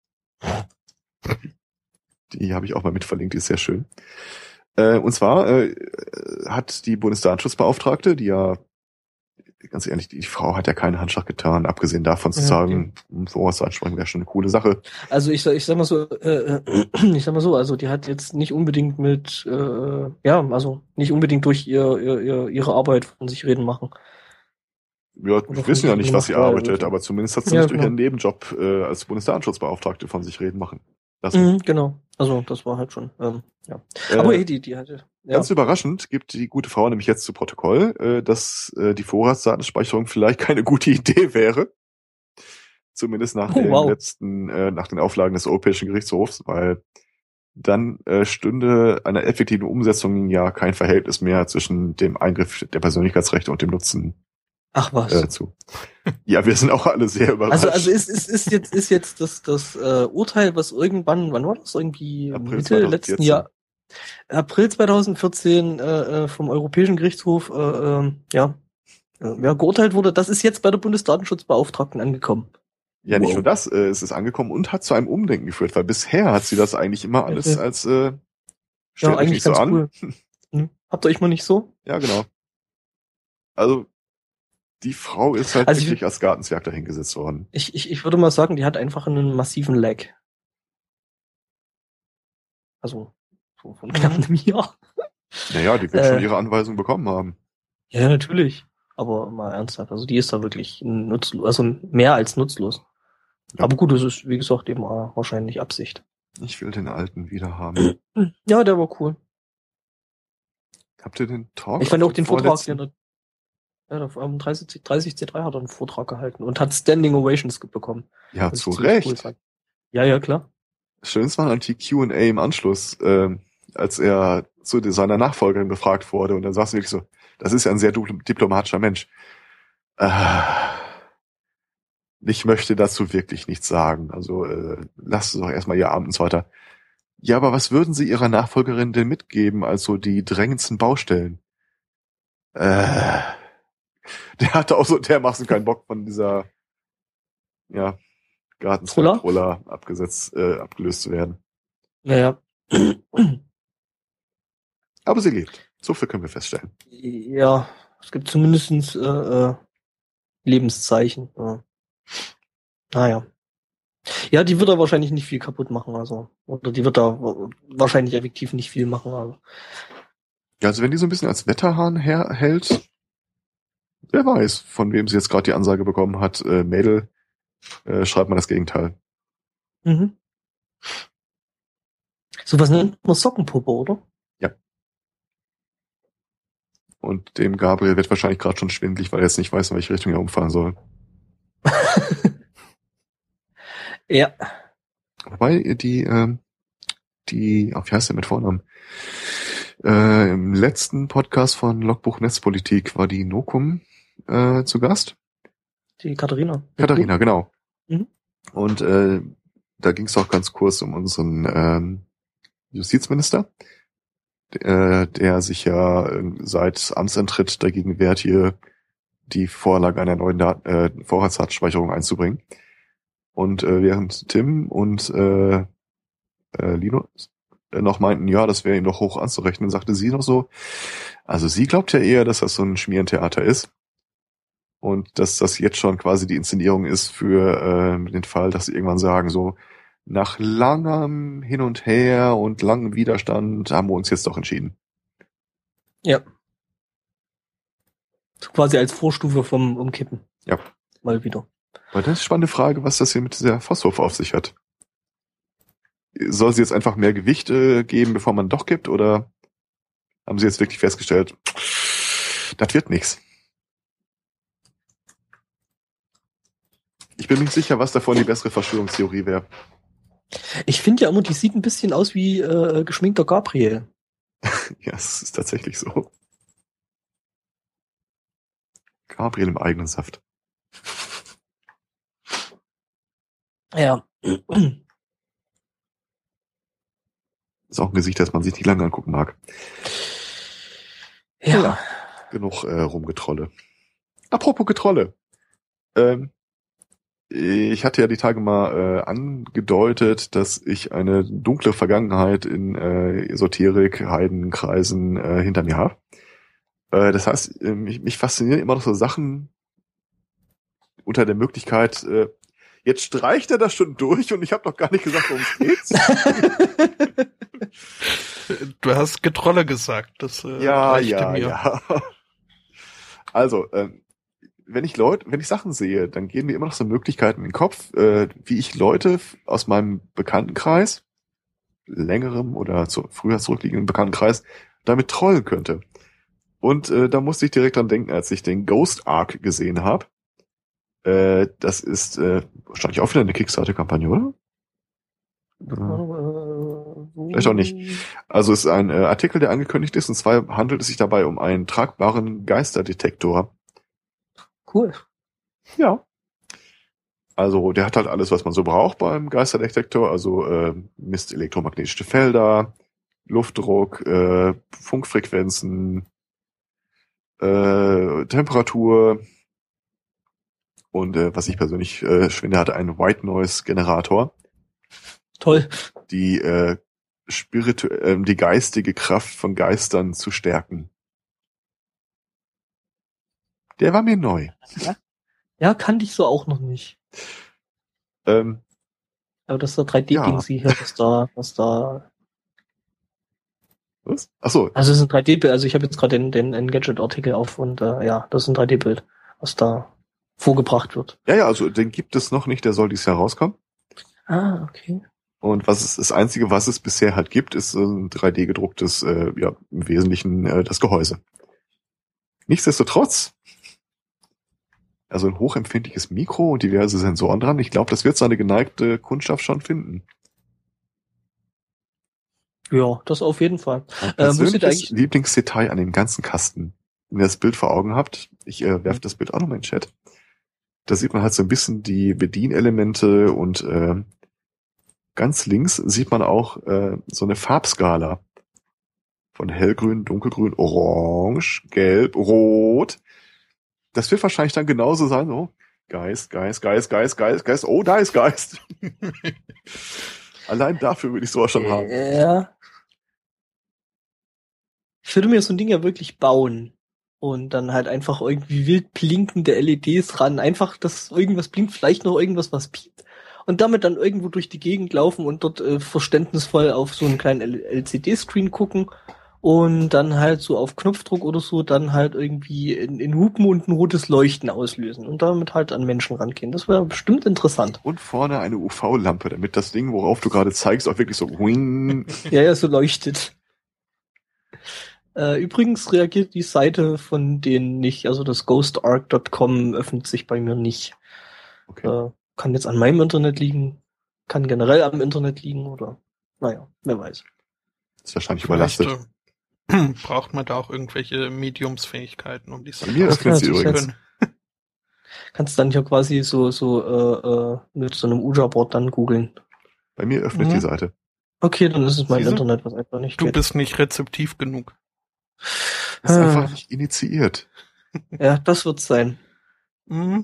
Die habe ich auch mal mitverlinkt, die ist sehr schön. Äh, und zwar äh, hat die Bundesdatenschutzbeauftragte, die ja, ganz ehrlich, die Frau hat ja keinen Handschlag getan, abgesehen davon zu Ja, sagen, sowas ansprechen wäre schon eine coole Sache. Also ich sag, ich sag mal so, äh, ich sag mal so, also die hat jetzt nicht unbedingt mit, äh, ja, also nicht unbedingt durch ihr, ihr, ihr ihre Arbeit von sich reden machen. Ja, wir wissen ja nicht, was sie arbeitet, aber zumindest hat sie ja, nicht durch genau. ihren Nebenjob äh, als Bundesdatenschutzbeauftragte von sich reden machen lassen. Mhm, genau. Also das war halt schon, ähm, ja. Äh, aber eh, die, die hatte. Ja. Ganz überraschend gibt die gute Frau nämlich jetzt zu Protokoll, äh, dass äh, die Vorratsdatenspeicherung vielleicht keine gute Idee wäre. Zumindest nach Oh, den wow. letzten, äh, nach den Auflagen des Europäischen Gerichtshofs, weil dann äh, stünde einer effektiven Umsetzung ja kein Verhältnis mehr zwischen dem Eingriff der Persönlichkeitsrechte und dem Nutzen Ach was. äh, zu. Ja, wir sind auch alle sehr überrascht. Also, also ist, ist, ist jetzt, ist jetzt das, das äh, Urteil, was irgendwann, wann war das? Irgendwie April Mitte zweitausendvierzehn. letzten Jahr. April zweitausendvierzehn äh, vom Europäischen Gerichtshof äh, äh, ja, äh, ja, geurteilt wurde, das ist jetzt bei der Bundesdatenschutzbeauftragten angekommen. Ja, nicht Wow. nur das, äh, es ist angekommen und hat zu einem Umdenken geführt, weil bisher hat sie das eigentlich immer alles Okay. als äh, stellt Ja, euch eigentlich nicht so ganz an. cool. Hm. Habt ihr euch mal nicht so? Ja, genau. Also Die Frau ist halt Also ich- wirklich als Gartenzwerg dahingesetzt worden. Ich, ich, ich würde mal sagen, die hat einfach einen massiven Lag. Also, so von knapp einem Jahr. Naja, die wird Äh. schon ihre Anweisung bekommen haben. Ja, natürlich. Aber mal ernsthaft. Also die ist da wirklich nutzlos, also mehr als nutzlos. Ja. Aber gut, das ist, wie gesagt, eben auch wahrscheinlich Absicht. Ich will den alten wieder haben. Ja, der war cool. Habt ihr den Talk? Ich fand auf auch dem den Vortrag, vorletzten? den er, ja, am dreißig, dreißig C drei hat er einen Vortrag gehalten und hat Standing Ovations bekommen. Ja, Was ich zu ziemlich Recht. cool fand. Ja, ja, klar. Schönst war halt die Q und A im Anschluss, ähm, als er zu seiner Nachfolgerin befragt wurde. Und dann saß er wirklich so, das ist ja ein sehr diplomatischer Mensch. Äh, ich möchte dazu wirklich nichts sagen. Also äh, lasst es doch erstmal Ihr Amt und so weiter. Ja, aber was würden Sie Ihrer Nachfolgerin denn mitgeben? Also die drängendsten Baustellen. Äh, der hatte auch so dermaßen keinen Bock von dieser ja, Gartenzwerg-Troller abgesetzt, äh, abgelöst zu werden. Naja. Aber sie lebt. So viel können wir feststellen. Ja, es gibt zumindestens äh, äh, Lebenszeichen. Ja. Naja. Ja, die wird da wahrscheinlich nicht viel kaputt machen, also. Oder die wird da wahrscheinlich effektiv nicht viel machen, also. Ja, also wenn die so ein bisschen als Wetterhahn herhält, wer weiß, von wem sie jetzt gerade die Ansage bekommen hat, äh, Mädel, äh, schreibt mal das Gegenteil. Mhm. So was nennt man Sockenpuppe, oder? Ja. Und dem Gabriel wird wahrscheinlich gerade schon schwindelig, weil er jetzt nicht weiß, in welche Richtung er umfahren soll. Ja. Wobei die, ähm, die, ach, wie heißt der mit Vornamen? Äh, im letzten Podcast von Logbuch Netzpolitik war die Nokum äh, zu Gast. Die Katharina. Katharina, genau. Mhm. Und äh, da ging es auch ganz kurz um unseren ähm, Justizminister, der, der sich ja äh, seit Amtsantritt dagegen wehrt, hier die Vorlage einer neuen Dat- äh, Vorratsdatenspeicherung einzubringen. Und äh, während Tim und äh, äh, Lino äh, noch meinten, ja, das wäre ihm doch hoch anzurechnen, sagte sie noch so, also sie glaubt ja eher, dass das so ein Schmierentheater ist. Und dass das jetzt schon quasi die Inszenierung ist für äh, den Fall, dass sie irgendwann sagen, so nach langem Hin und Her und langem Widerstand haben wir uns jetzt doch entschieden. Ja. So quasi als Vorstufe vom Umkippen. Ja. Mal wieder. Weil das ist eine spannende Frage, was das hier mit dieser Vosshof auf sich hat. Soll sie jetzt einfach mehr Gewicht äh, geben, bevor man doch kippt, oder haben sie jetzt wirklich festgestellt, das wird nichts? Ich bin mir nicht sicher, was davon die bessere Verschwörungstheorie wäre. Ich finde ja immer, die sieht ein bisschen aus wie äh, geschminkter Gabriel. Ja, es ist tatsächlich so. Gabriel im eigenen Saft. Ja. Ist auch ein Gesicht, das man sich nicht lange angucken mag. Ja. Ja. Genug äh, Rumgetrolle. Apropos Getrolle. Ähm, ich hatte ja die Tage mal äh, angedeutet, dass ich eine dunkle Vergangenheit in äh, Esoterik, Heidenkreisen äh, hinter mir habe. Äh, das heißt, äh, mich, mich faszinieren immer noch so Sachen unter der Möglichkeit, äh, jetzt streicht er das schon durch und ich habe noch gar nicht gesagt, worum es geht. Du hast Getrolle gesagt. Das äh, Ja, reichte ja, mir. ja. Also, ähm, wenn ich Leute, wenn ich Sachen sehe, dann gehen mir immer noch so Möglichkeiten in den Kopf, äh, wie ich Leute aus meinem Bekanntenkreis, längerem oder zu, früher zurückliegenden Bekanntenkreis, damit trollen könnte. Und äh, da musste ich direkt dran denken, als ich den Ghost Arc gesehen habe. Äh, das ist äh, wahrscheinlich auch wieder eine Kickstarter-Kampagne, oder? Äh, Vielleicht auch nicht. Also es ist ein äh, Artikel, der angekündigt ist, und zwar handelt es sich dabei um einen tragbaren Geisterdetektor. Cool. Ja. Also der hat halt alles, was man so braucht beim Geisterdetektor, also äh, misst elektromagnetische Felder, Luftdruck, äh, Funkfrequenzen, äh, Temperatur und äh, was ich persönlich äh, finde, hat einen White Noise Generator. Toll. Die äh, spiritu äh, die geistige Kraft von Geistern zu stärken. Der war mir neu. Ja, ja kannte ich so auch noch nicht. Ähm, Aber das ist der drei D-Ding, Ja. sie hier, was da, was da. was? Ach so, Also es ist ein drei D-Bild, also ich habe jetzt gerade den, den Engadget-Artikel auf und äh, ja, das ist ein drei D-Bild, was da vorgebracht wird. ja, ja, also den gibt es noch nicht, der soll dieses Jahr rauskommen. Ah, okay. Und was es, das Einzige, was es bisher halt gibt, ist ein drei D gedrucktes, äh, ja, im Wesentlichen äh, das Gehäuse. Nichtsdestotrotz, also ein hochempfindliches Mikro und diverse Sensoren dran, ich glaube, das wird seine geneigte Kundschaft schon finden. Ja, das auf jeden Fall. Mein Äh, wusstet ihr persönliches eigentlich, Lieblingsdetail an dem ganzen Kasten. Wenn ihr das Bild vor Augen habt, ich äh, werfe das Bild auch nochmal in den Chat, da sieht man halt so ein bisschen die Bedienelemente und äh, ganz links sieht man auch äh, so eine Farbskala von hellgrün, dunkelgrün, orange, gelb, rot. Das wird wahrscheinlich dann genauso sein, so Geist, Geist, Geist, Geist, Geist, Geist, oh, da ist Geist. Allein dafür würde ich sowas schon haben. ja. Ich würde mir so ein Ding ja wirklich bauen. Und dann halt einfach irgendwie wild blinkende L E Ds ran. Einfach, dass irgendwas blinkt, vielleicht noch irgendwas, was piept. Und damit dann irgendwo durch die Gegend laufen und dort äh, verständnisvoll auf so einen kleinen L C D-Screen gucken. Und dann halt so auf Knopfdruck oder so dann halt irgendwie in, in Hupen und ein rotes Leuchten auslösen. Und damit halt an Menschen rangehen. Das wäre bestimmt interessant. Und vorne eine U V-Lampe, damit das Ding, worauf du gerade zeigst, auch wirklich so wing. Ja, ja, so leuchtet. Äh, übrigens reagiert die Seite von denen nicht. Also das ghost arc Punkt com öffnet sich bei mir nicht. Okay. Äh, kann jetzt an meinem Internet liegen, kann generell am Internet liegen oder naja, wer weiß. Ist wahrscheinlich Vielleicht überlastet. äh, braucht man da auch irgendwelche Mediumsfähigkeiten, um die Bei mir Sache öffnet sie Ja, das übrigens. können. Kannst dann hier quasi so so äh, äh, mit so einem Ouija-Board dann googeln. Bei mir öffnet Mhm. die Seite. Okay, dann ist es mein Siehste? Internet, was einfach nicht Du geht. bist nicht rezeptiv genug. Ist Ah. einfach nicht initiiert. Ja, das wird's sein. Mhm.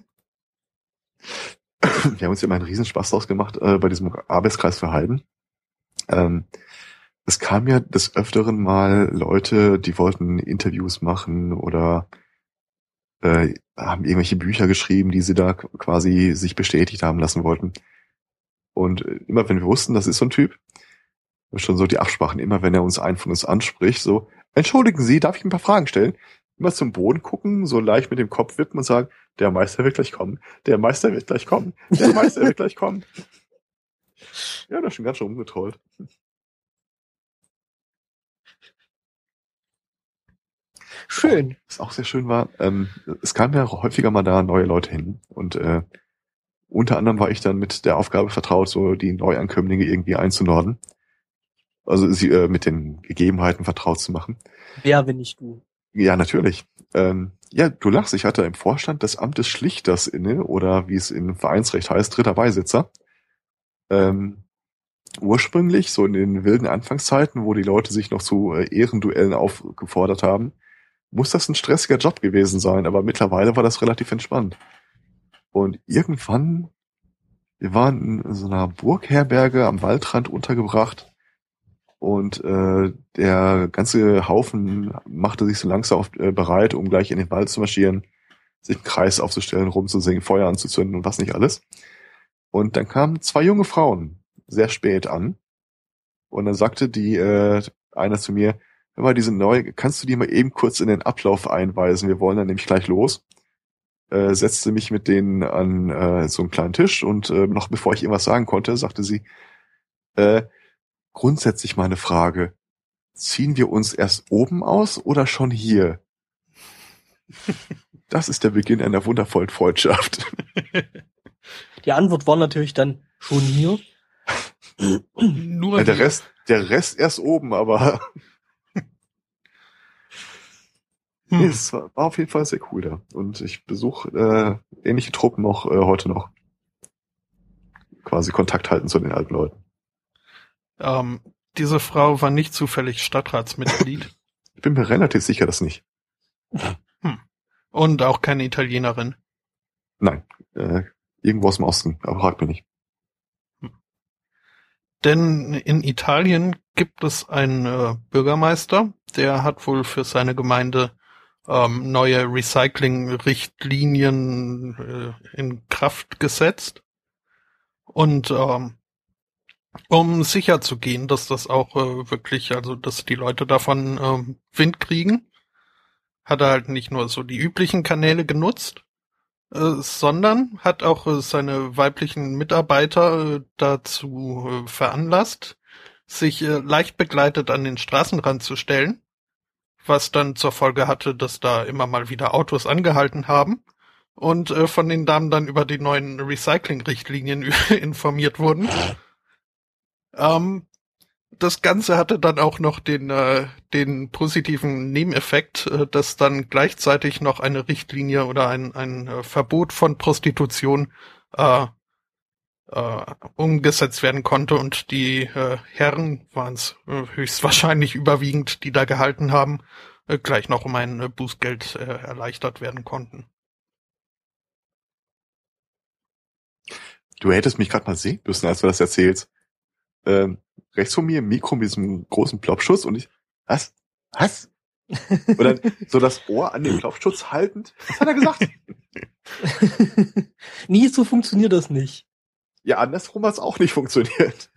Wir haben uns ja mal einen Riesenspaß draus gemacht äh, bei diesem Arbeitskreis für Heiden. Ähm, es kam ja des Öfteren mal Leute, die wollten Interviews machen oder äh, haben irgendwelche Bücher geschrieben, die sie da k- quasi sich bestätigt haben lassen wollten. Und äh, immer wenn wir wussten, das ist so ein Typ, schon so die Absprachen, immer wenn er uns einen von uns anspricht, so, entschuldigen Sie, darf ich ein paar Fragen stellen? Immer zum Boden gucken, so leicht mit dem Kopf wippen und sagen, der Meister wird gleich kommen, der Meister wird gleich kommen, der Meister wird gleich kommen. Ja, das ist schon ganz schön umgetrollt. Schön. Was auch sehr schön war, ähm, es kamen ja häufiger mal da neue Leute hin und äh, unter anderem war ich dann mit der Aufgabe vertraut, so die Neuankömmlinge irgendwie einzunorden. Also sie äh, mit den Gegebenheiten vertraut zu machen. Wer, wenn nicht du? Ja, natürlich. Ähm, ja, du lachst, ich hatte im Vorstand des Amtes Schlichters inne, oder wie es im Vereinsrecht heißt, dritter Beisitzer. Ähm, ursprünglich, so in den wilden Anfangszeiten, wo die Leute sich noch zu äh, Ehrenduellen aufgefordert haben, muss das ein stressiger Job gewesen sein, aber mittlerweile war das relativ entspannt. Und irgendwann, wir waren in so einer Burgherberge am Waldrand untergebracht und äh, der ganze Haufen machte sich so langsam auf, äh, bereit, um gleich in den Wald zu marschieren, sich einen Kreis aufzustellen, rumzusingen, Feuer anzuzünden und was nicht alles. Und dann kamen zwei junge Frauen sehr spät an und dann sagte die äh, eine zu mir, hör mal, die sind neu, kannst du die mal eben kurz in den Ablauf einweisen, wir wollen dann nämlich gleich los. Äh, setzte mich mit denen an äh, so einen kleinen Tisch und äh, noch bevor ich irgendwas sagen konnte, sagte sie, äh, grundsätzlich meine Frage, ziehen wir uns erst oben aus oder schon hier? Das ist der Beginn einer wundervollen Freundschaft. Die Antwort war natürlich dann schon hier. Nur Ja, der wir. Rest, der Rest erst oben, aber Hm. nee, es war, war auf jeden Fall sehr cool da. Und ich besuche äh, ähnliche Truppen noch äh, heute noch. Quasi Kontakt halten zu den alten Leuten. Ähm, diese Frau war nicht zufällig Stadtratsmitglied Ich bin mir relativ sicher, dass nicht. und auch keine Italienerin. Nein, äh, irgendwo aus dem Osten, aber fragt mich nicht. Denn in Italien gibt es einen äh, Bürgermeister, der hat wohl für seine Gemeinde ähm, neue Recycling-Richtlinien äh, in Kraft gesetzt. Und ähm, um sicher zu gehen, dass das auch äh, wirklich, also dass die Leute davon ähm, Wind kriegen, hat er halt nicht nur so die üblichen Kanäle genutzt, äh, sondern hat auch äh, seine weiblichen Mitarbeiter äh, dazu äh, veranlasst, sich äh, leicht begleitet an den Straßenrand zu stellen, was dann zur Folge hatte, dass da immer mal wieder Autos angehalten haben und äh, von den Damen dann über die neuen Recycling-Richtlinien informiert wurden. Ähm, das Ganze hatte dann auch noch den äh, den positiven Nebeneffekt, äh, dass dann gleichzeitig noch eine Richtlinie oder ein ein äh, Verbot von Prostitution äh, äh, umgesetzt werden konnte und die äh, Herren waren es äh, höchstwahrscheinlich überwiegend, die da gehalten haben, äh, gleich noch um ein äh, Bußgeld äh, erleichtert werden konnten. Du hättest mich gerade mal sehen müssen, als du das erzählst. Ähm, rechts von mir im Mikro mit diesem großen Plopschutz und ich, was? Was? Und dann so das Ohr an den Plopschutz haltend. Was hat er gesagt? Nie so funktioniert das nicht. Ja, andersrum hat es auch nicht funktioniert.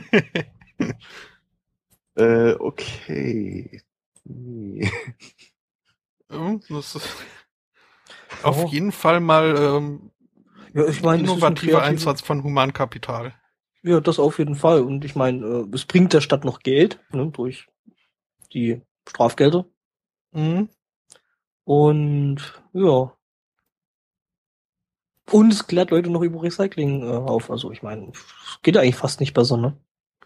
äh, okay. Nee. Ja, das ist auf oh. jeden Fall mal ähm, ja, ich mein, innovativer ein Einsatz von Humankapital. Ja, das auf jeden Fall. Und ich meine, äh, es bringt der Stadt noch Geld, ne, durch die Strafgelder. Mhm. Und ja. Und es klärt Leute noch über Recycling äh, auf. Also ich meine, es geht eigentlich fast nicht besser, ne?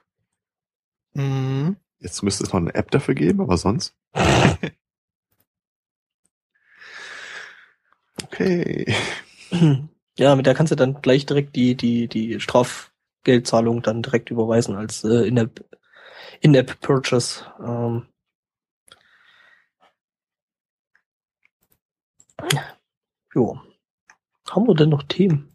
Mhm. Jetzt müsste es noch eine App dafür geben, aber sonst? Okay. Ja, mit der kannst du dann gleich direkt die die die Strafgeldzahlung dann direkt überweisen als äh, In-App In-App Purchase. Ähm. Jo. Haben wir denn noch Themen?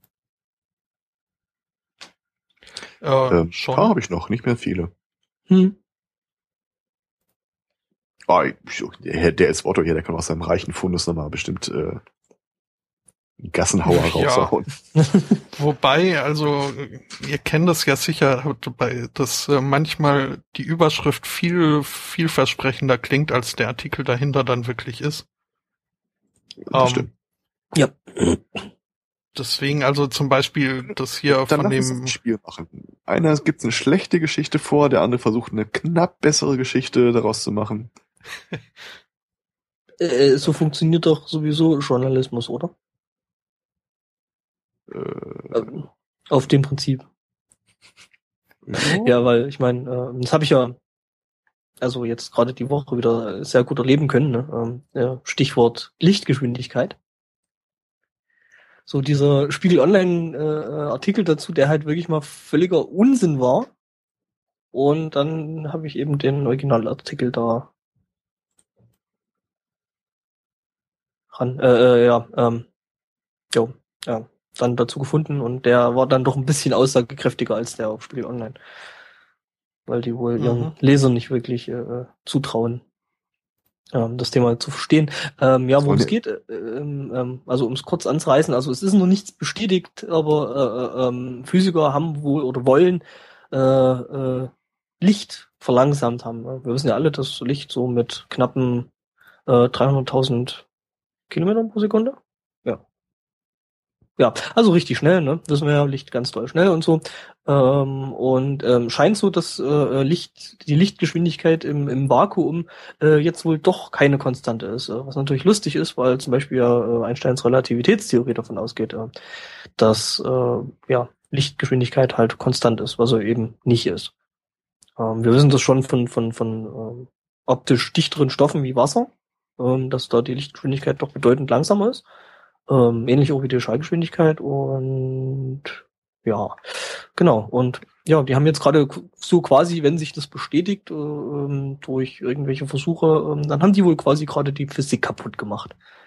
Äh, ähm, schon. Paar habe ich noch, nicht mehr viele. Hm. Oh, der, der ist Otto hier, der kann aus seinem reichen Fundus nochmal bestimmt äh, einen Gassenhauer raushauen. Ja. Wobei, also ihr kennt das ja sicher, dass äh, manchmal die Überschrift viel vielversprechender klingt, als der Artikel dahinter dann wirklich ist. Das ähm, stimmt. Ja. Deswegen also zum Beispiel das hier Dann von lass uns dem ein Spiel machen. Einer gibt eine schlechte Geschichte vor, der andere versucht eine knapp bessere Geschichte daraus zu machen. äh, so funktioniert doch sowieso Journalismus, oder? Äh, Auf dem Prinzip. ja. Ja, weil ich meine, äh, das habe ich ja also jetzt gerade die Woche wieder sehr gut erleben können. Ne? Ähm, ja, Stichwort Lichtgeschwindigkeit. So dieser Spiegel Online äh, Artikel dazu, der halt wirklich mal völliger Unsinn war. Und dann habe ich eben den Originalartikel da ran, äh, äh, ja, ähm, jo, ja, dann dazu gefunden und der war dann doch ein bisschen aussagekräftiger als der auf Spiegel Online. Weil die wohl ihren Mhm. Lesern nicht wirklich äh, zutrauen, ähm, das Thema zu verstehen. Ähm, ja, worum es geht, äh, ähm, also um es kurz anzureißen, also es ist noch nichts bestätigt, aber äh, ähm, Physiker haben wohl oder wollen äh, äh, Licht verlangsamt haben. Wir wissen ja alle, dass Licht so mit knappen äh, dreihunderttausend Kilometern pro Sekunde. Ja. Ja, also richtig schnell, ne? Wissen wir ja, Licht ganz doll schnell und so. Ähm, und ähm, scheint so, dass äh, Licht, die Lichtgeschwindigkeit im, im Vakuum äh, jetzt wohl doch keine Konstante ist. Äh, was natürlich lustig ist, weil zum Beispiel ja äh, Einsteins Relativitätstheorie davon ausgeht, äh, dass äh, ja Lichtgeschwindigkeit halt konstant ist, was er eben nicht ist. Ähm, wir wissen das schon von von von ähm, optisch dichteren Stoffen wie Wasser, ähm, dass da die Lichtgeschwindigkeit doch bedeutend langsamer ist. Ähm, ähnlich auch wie die Schallgeschwindigkeit und ja, genau. Und ja, die haben jetzt gerade so quasi, wenn sich das bestätigt, ähm, durch irgendwelche Versuche, ähm, dann haben die wohl quasi gerade die Physik kaputt gemacht.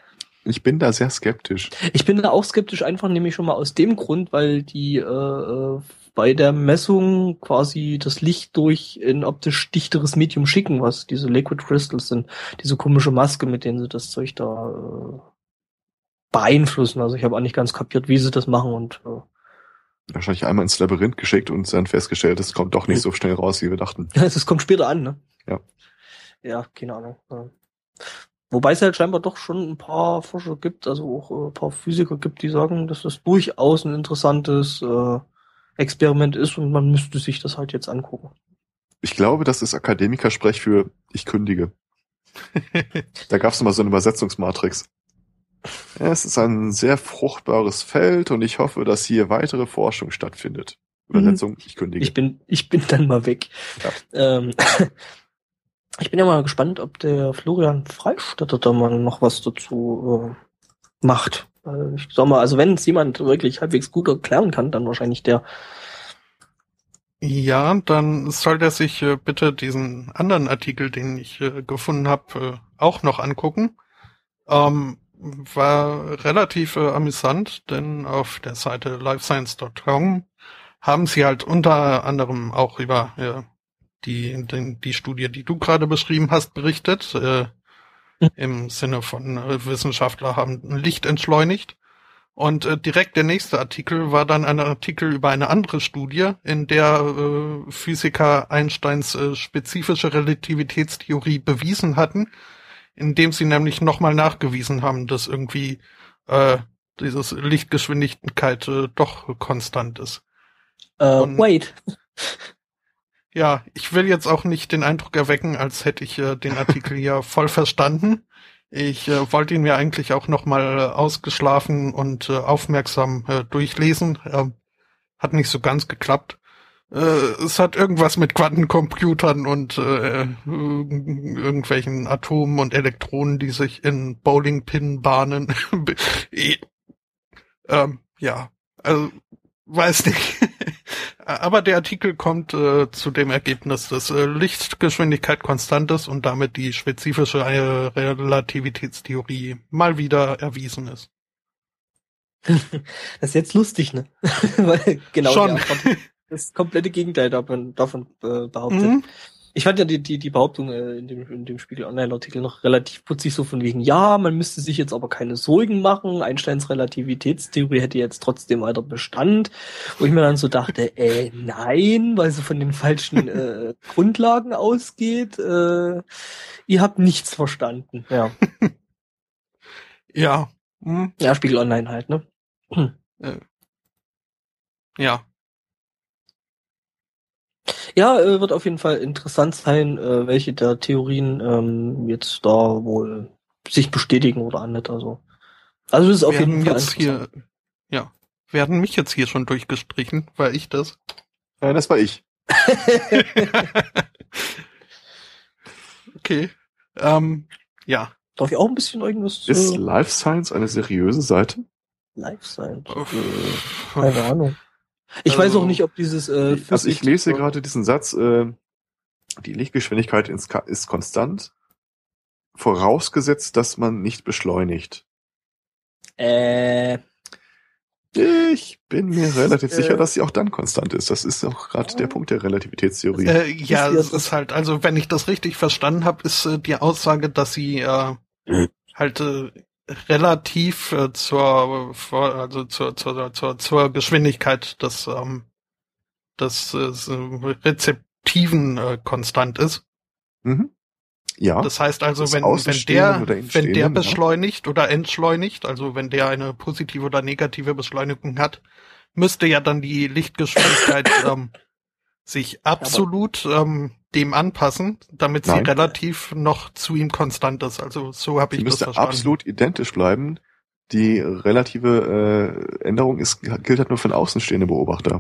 Ich bin da sehr skeptisch. Ich bin da auch skeptisch, einfach nämlich schon mal aus dem Grund, weil die äh, bei der Messung quasi das Licht durch ein optisch dichteres Medium schicken, was diese Liquid Crystals sind, diese komische Maske, mit denen sie das Zeug da äh, beeinflussen. Also ich habe auch nicht ganz kapiert, wie sie das machen und äh, Wahrscheinlich einmal ins Labyrinth geschickt und dann festgestellt, es kommt doch nicht so schnell raus, wie wir dachten. es kommt später an, ne? Ja. Ja, keine Ahnung. Ja. Wobei es halt scheinbar doch schon ein paar Forscher gibt, also auch äh, ein paar Physiker gibt, die sagen, dass das durchaus ein interessantes äh, Experiment ist und man müsste sich das halt jetzt angucken. Ich glaube, das ist Akademikersprech für ich kündige. Da gab es mal so eine Übersetzungsmatrix. Ja, es ist ein sehr fruchtbares Feld und ich hoffe, dass hier weitere Forschung stattfindet. Übersetzung, ich kündige. Ich bin, ich bin dann mal weg. Ja. Ähm, ich bin ja mal gespannt, ob der Florian Freistetter da mal noch was dazu äh, macht. Äh, ich sag mal, also wenn es jemand wirklich halbwegs gut erklären kann, dann wahrscheinlich der. Ja, dann soll der sich äh, bitte diesen anderen Artikel, den ich äh, gefunden habe, äh, auch noch angucken. Ähm, war relativ äh, amüsant, denn auf der Seite lifescience Punkt com haben sie halt unter anderem auch über äh, die, die die Studie, die du gerade beschrieben hast, berichtet. Äh, hm. Im Sinne von äh, Wissenschaftler haben Licht entschleunigt. Und äh, direkt der nächste Artikel war dann ein Artikel über eine andere Studie, in der äh, Physiker Einsteins äh, spezifische Relativitätstheorie bewiesen hatten, indem sie nämlich nochmal nachgewiesen haben, dass irgendwie äh, dieses Lichtgeschwindigkeit äh, doch konstant ist. Uh, Und, wait. Ja, ich will jetzt auch nicht den Eindruck erwecken, als hätte ich äh, den Artikel ja voll verstanden. Ich äh, wollte ihn mir eigentlich auch nochmal äh, ausgeschlafen und äh, aufmerksam äh, durchlesen. Äh, hat nicht so ganz geklappt. Äh, es hat irgendwas mit Quantencomputern und äh, irgendwelchen Atomen und Elektronen, die sich in Bowlingpin bahnen. ähm, ja, also weiß nicht. Aber der Artikel kommt äh, zu dem Ergebnis, dass äh, Lichtgeschwindigkeit konstant ist und damit die spezifische äh, Relativitätstheorie mal wieder erwiesen ist. Das ist jetzt lustig, ne? Weil genau Schon. das komplette Gegenteil davon, davon äh, behauptet. Mhm. Ich fand ja die, die, die Behauptung äh, in dem, in dem Spiegel-Online-Artikel noch relativ putzig, so von wegen, ja, man müsste sich jetzt aber keine Sorgen machen, Einsteins Relativitätstheorie hätte jetzt trotzdem weiter Bestand, wo ich mir dann so dachte, äh, nein, weil sie von den falschen äh, Grundlagen ausgeht, äh, ihr habt nichts verstanden, ja. Ja. Hm. Ja, Spiegel-Online halt, ne? Hm. Äh. Ja. Ja, äh, wird auf jeden Fall interessant sein, äh, welche der Theorien ähm, jetzt da wohl sich bestätigen oder nicht. Also, also das ist auf werden jeden Fall jetzt hier, ja, werden mich jetzt hier schon durchgestrichen, war ich das? Ja, das war ich. Okay, ähm, ja. Darf ich auch ein bisschen irgendwas? Ist äh, Life Science eine seriöse Seite? Life Science? Äh, keine Ahnung. Ich also, weiß auch nicht, ob dieses äh, Also ich lese hier gerade diesen Satz, äh, die Lichtgeschwindigkeit ist konstant, vorausgesetzt, dass man nicht beschleunigt. Äh, ich bin mir relativ äh, sicher, dass sie auch dann konstant ist. Das ist auch gerade äh, der Punkt der Relativitätstheorie. Äh, ja, es ist halt, also wenn ich das richtig verstanden habe, ist äh, die Aussage, dass sie äh, halt äh, relativ äh, zur, vor, also zur, zur, zur, zur Geschwindigkeit des, ähm, des äh, Rezeptiven äh, konstant ist. Mhm. Ja. Das heißt also, das wenn, wenn der, wenn der beschleunigt ja. oder entschleunigt, also wenn der eine positive oder negative Beschleunigung hat, müsste ja dann die Lichtgeschwindigkeit ähm, sich absolut ähm, dem anpassen, damit sie Nein. relativ noch zu ihm konstant ist. Also so habe ich das verstanden. Sie müsste absolut identisch bleiben. Die relative äh, Änderung ist, gilt halt nur für einen außenstehenden Beobachter.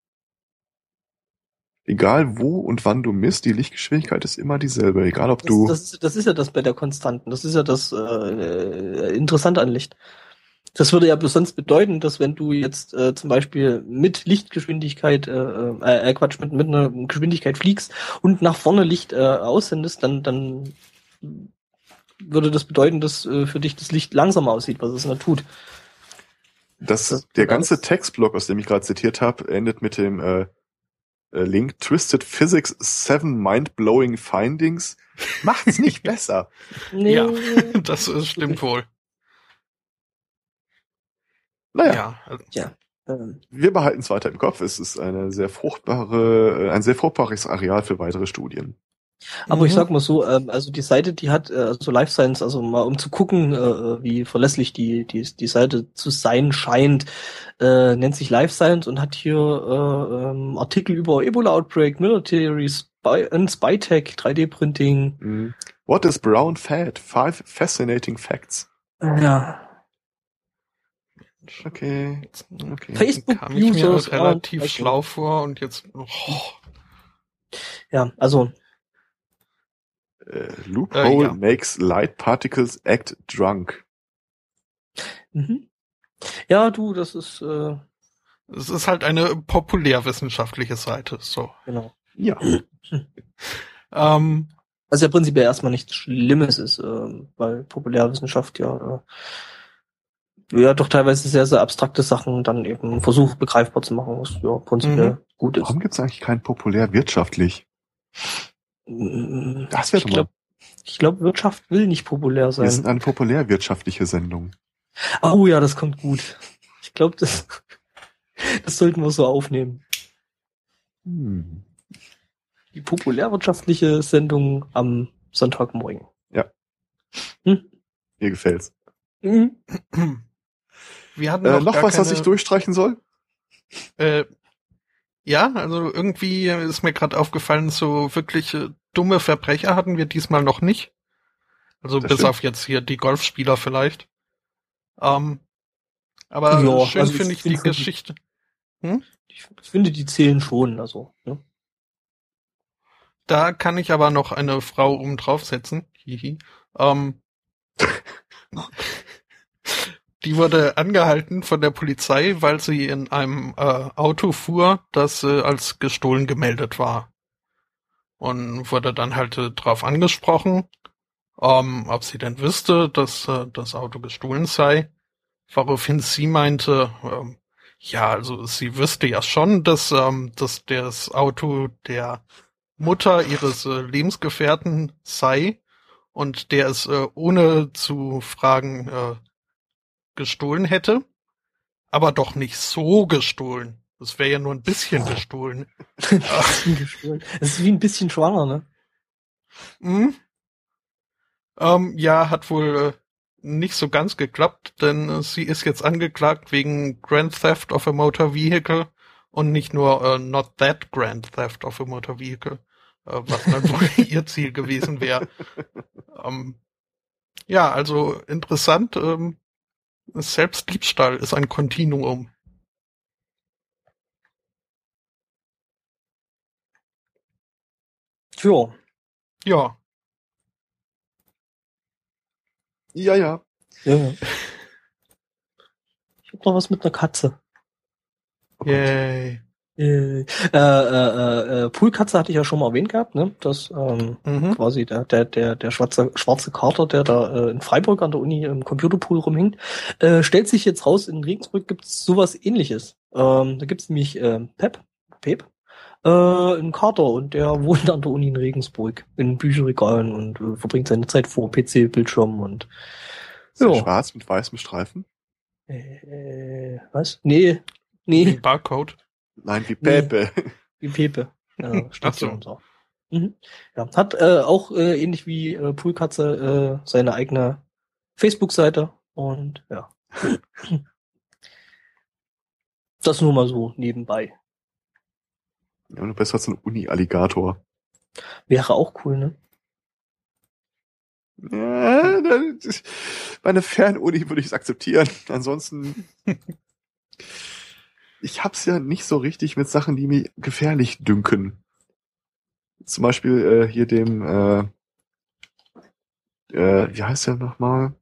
Egal wo und wann du misst, die Lichtgeschwindigkeit ist immer dieselbe, egal ob das, du... Das, das ist ja das bei der Konstanten, das ist ja das äh, Interessante an Licht. Das würde ja sonst bedeuten, dass wenn du jetzt äh, zum Beispiel mit Lichtgeschwindigkeit, äh, äh, Quatsch, mit, mit einer Geschwindigkeit fliegst und nach vorne Licht äh, aussendest, dann, dann würde das bedeuten, dass äh, für dich das Licht langsamer aussieht, was es da tut. Das, Das- der das- ganze Textblock, aus dem ich gerade zitiert habe, endet mit dem äh, äh, Link Twisted Physics Seven Mind-Blowing Findings. Macht's nicht besser. Nee, Ja, das äh, stimmt wohl. Naja, Ja, also, ja. Ähm, wir behalten es weiter im Kopf. Es ist eine sehr fruchtbare, äh, ein sehr fruchtbares Areal für weitere Studien. aber ich mhm. sag mal so, ähm, also die Seite, die hat, äh, also Life Science, also mal um zu gucken, äh, wie verlässlich die, die, die Seite zu sein scheint, äh, nennt sich Life Science und hat hier äh, ähm, Artikel über Ebola Outbreak, Military Spy and Spy-Tech, drei D Printing. Mhm. What is brown fat? Five fascinating facts. Ja. Okay. Jetzt Okay. Facebook kam ich mir Users relativ are- schlau vor und jetzt, oh, Ja, also Äh, Loophole Äh, ja. makes light particles act drunk. mhm. Ja, du, das ist äh, es ist halt eine populärwissenschaftliche Seite, so. genau. Ja. Ähm, Was ja prinzipiell erstmal nichts Schlimmes ist, ähm, weil Populärwissenschaft ja äh, ja doch teilweise sehr, sehr abstrakte Sachen dann eben versucht begreifbar zu machen, was ja prinzipiell Mhm. gut ist. Warum gibt's eigentlich kein populär wirtschaftlich? Mm, Das wäre Ich schon glaube, ich glaub, Wirtschaft will nicht populär mal. Wir sind sein. eine populärwirtschaftliche Sendung. Oh ja, das kommt gut. Ich glaube, das, das sollten wir so aufnehmen. Hm. Die populärwirtschaftliche Sendung am Sonntagmorgen. Ja. Hm? Mir gefällt's. Mhm. wir hatten Äh, noch, noch gar was, keine, was ich durchstreichen soll? Äh, ja, also irgendwie ist mir gerade aufgefallen, so wirklich äh, dumme Verbrecher hatten wir diesmal noch nicht. Also Das bis stimmt. auf jetzt hier die Golfspieler vielleicht. Ähm, aber Ja, schön also ich finde ich find die schon die- Geschichte. Hm? Ich finde, die zählen schon, also. Ne? Da kann ich aber noch eine Frau oben draufsetzen. Hihi. Ähm, die wurde angehalten von der Polizei, weil sie in einem äh, Auto fuhr, das äh, als gestohlen gemeldet war. Und wurde dann halt äh, drauf angesprochen, ähm, ob sie denn wüsste, dass äh, das Auto gestohlen sei. Woraufhin sie meinte, ähm, ja, also sie wüsste ja schon, dass, ähm, dass das Auto der Mutter ihres äh, Lebensgefährten sei und der es äh, ohne zu fragen äh, gestohlen hätte, aber doch nicht so gestohlen. Das wäre ja nur ein bisschen gestohlen. Bisschen gestohlen. Es ist wie ein bisschen schwanger, ne? Hm? Ähm, ja, hat wohl äh, nicht so ganz geklappt, denn äh, sie ist jetzt angeklagt wegen Grand Theft of a Motor Vehicle und nicht nur äh, Not That Grand Theft of a Motor Vehicle, äh, was dann wohl ihr Ziel gewesen wäre. Ähm, ja, also interessant. Ähm, Selbstdiebstahl ist ein Kontinuum. Tja. Ja, Ja, ja. Ja, ja. Ich hab noch was mit einer Katze. Oh Gott. yay. Äh, äh, äh, äh, Poolkatze hatte ich ja schon mal erwähnt gehabt, ne? Das ähm, Mhm. quasi der der der der schwarze schwarze Kater, der da äh, in Freiburg an der Uni im Computerpool rumhängt, äh, stellt sich jetzt raus, in Regensburg gibt's sowas Ähnliches. Ähm, da gibt's nämlich äh, Pep, Pep, äh, einen Kater und der wohnt an der Uni in Regensburg in Bücherregalen und äh, verbringt seine Zeit vor P C-Bildschirm und Ist der ja. schwarz mit weißem Streifen? Äh, was? Nee, Wie nee, ein Barcode. Nein, wie Nee. Pepe. wie Pepe. Ja, steht Ach so. hier unter. Mhm. Ja, hat äh, auch äh, ähnlich wie äh, Poolkatze äh, seine eigene Facebook-Seite und ja. Das nur mal so nebenbei. Ja, du bist halt so ein Uni-Alligator. Wäre auch cool, ne? Ja, das- bei einer Fernuni würde ich es akzeptieren. Ansonsten, ich hab's ja nicht so richtig mit Sachen, die mir gefährlich dünken. Zum Beispiel äh, hier dem, äh, äh, wie heißt der nochmal?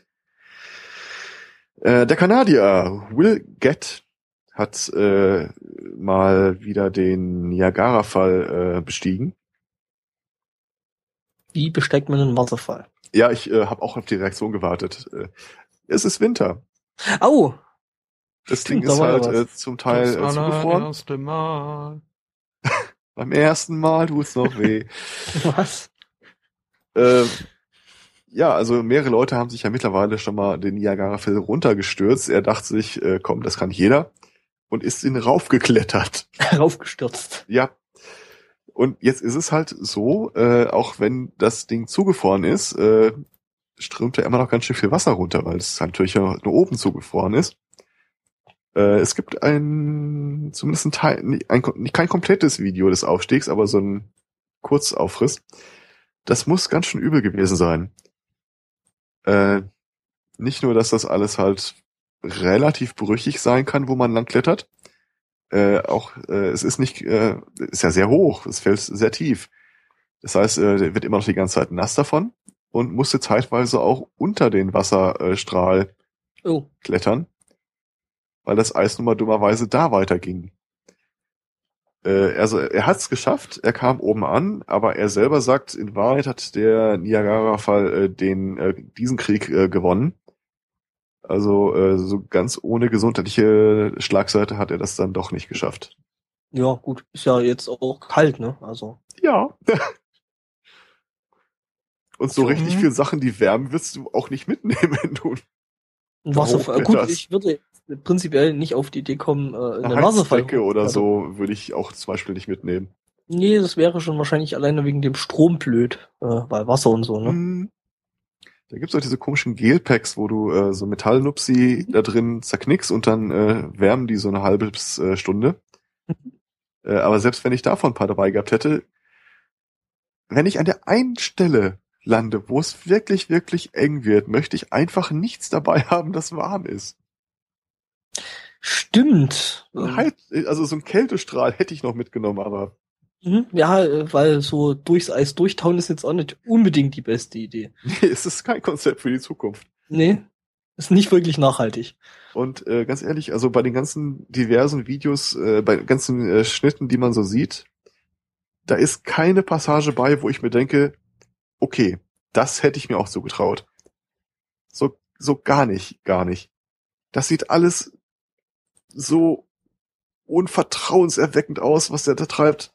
Äh, der Kanadier Will Gett hat äh, mal wieder den Niagara-Fall äh, bestiegen. Wie besteigt man einen Wasserfall? Ja, ich äh, habe auch auf die Reaktion gewartet. Äh, es ist Winter. Au! Das Stimmt, Ding da ist war ja halt was. äh, zum Teil Das äh, zugefroren. allererste Mal. Beim ersten Mal tut's noch weh. Was? äh, ja, also mehrere Leute haben sich ja mittlerweile schon mal den Niagara-Fell runtergestürzt. Er dachte sich, äh, komm, das kann jeder. Und ist ihn raufgeklettert. Raufgestürzt. Ja. Und jetzt ist es halt so, äh, auch wenn das Ding zugefroren ist, äh, strömt da immer noch ganz schön viel Wasser runter, weil es natürlich ja nur oben zugefroren ist. Äh, es gibt ein, zumindest ein Teil, ein, ein, kein komplettes Video des Aufstiegs, aber so ein Kurzaufriss. Das muss ganz schön übel gewesen sein. Äh, nicht nur, dass das alles halt relativ brüchig sein kann, wo man lang klettert. Äh, auch äh, es ist nicht, äh, ist ja sehr hoch, es fällt sehr tief. Das heißt, äh, der wird immer noch die ganze Zeit nass davon und musste zeitweise auch unter den Wasserstrahl Oh. klettern, weil das Eis nun mal dummerweise da weiterging. Äh, also er hat es geschafft, er kam oben an, aber er selber sagt, in Wahrheit hat der Niagara-Fall äh, den äh, diesen Krieg äh, gewonnen. Also äh, so ganz ohne gesundheitliche Schlagseite hat er das dann doch nicht geschafft. Ja, gut. Ist ja jetzt auch kalt, ne? Also. Ja. Und so Mhm. richtig viele Sachen, die wärmen, wirst du auch nicht mitnehmen, wenn du Ein Wasserfall. Gut, hochkletterst. ich würde prinzipiell nicht auf die Idee kommen, äh, in eine den Wasserfall. Heizdecke oder Also, so würde ich auch zum Beispiel nicht mitnehmen. nee, das wäre schon wahrscheinlich alleine wegen dem Strom blöd, äh, weil Wasser und so, ne? Hm. Da gibt's auch diese komischen Gelpacks, wo du äh, so Metallnupsi da drin zerknickst und dann äh, wärmen die so eine halbe äh, Stunde. äh, aber selbst wenn ich davon ein paar dabei gehabt hätte, wenn ich an der einen Stelle lande, wo es wirklich, wirklich eng wird, möchte ich einfach nichts dabei haben, das warm ist. Stimmt. Ein Ähm, Heiz- Also so ein Kältestrahl hätte ich noch mitgenommen, aber mhm. Ja, äh, weil so durchs Eis durchtauen ist jetzt auch nicht unbedingt die beste Idee. nee, es ist kein Konzept für die Zukunft. Nee, ist nicht wirklich nachhaltig. Und äh, ganz ehrlich, also bei den ganzen diversen Videos, äh, bei den ganzen äh, Schnitten, die man so sieht, da ist keine Passage bei, wo ich mir denke, okay, das hätte ich mir auch zugetraut. So, so gar nicht, gar nicht. Das sieht alles so unvertrauenserweckend aus, was der da treibt.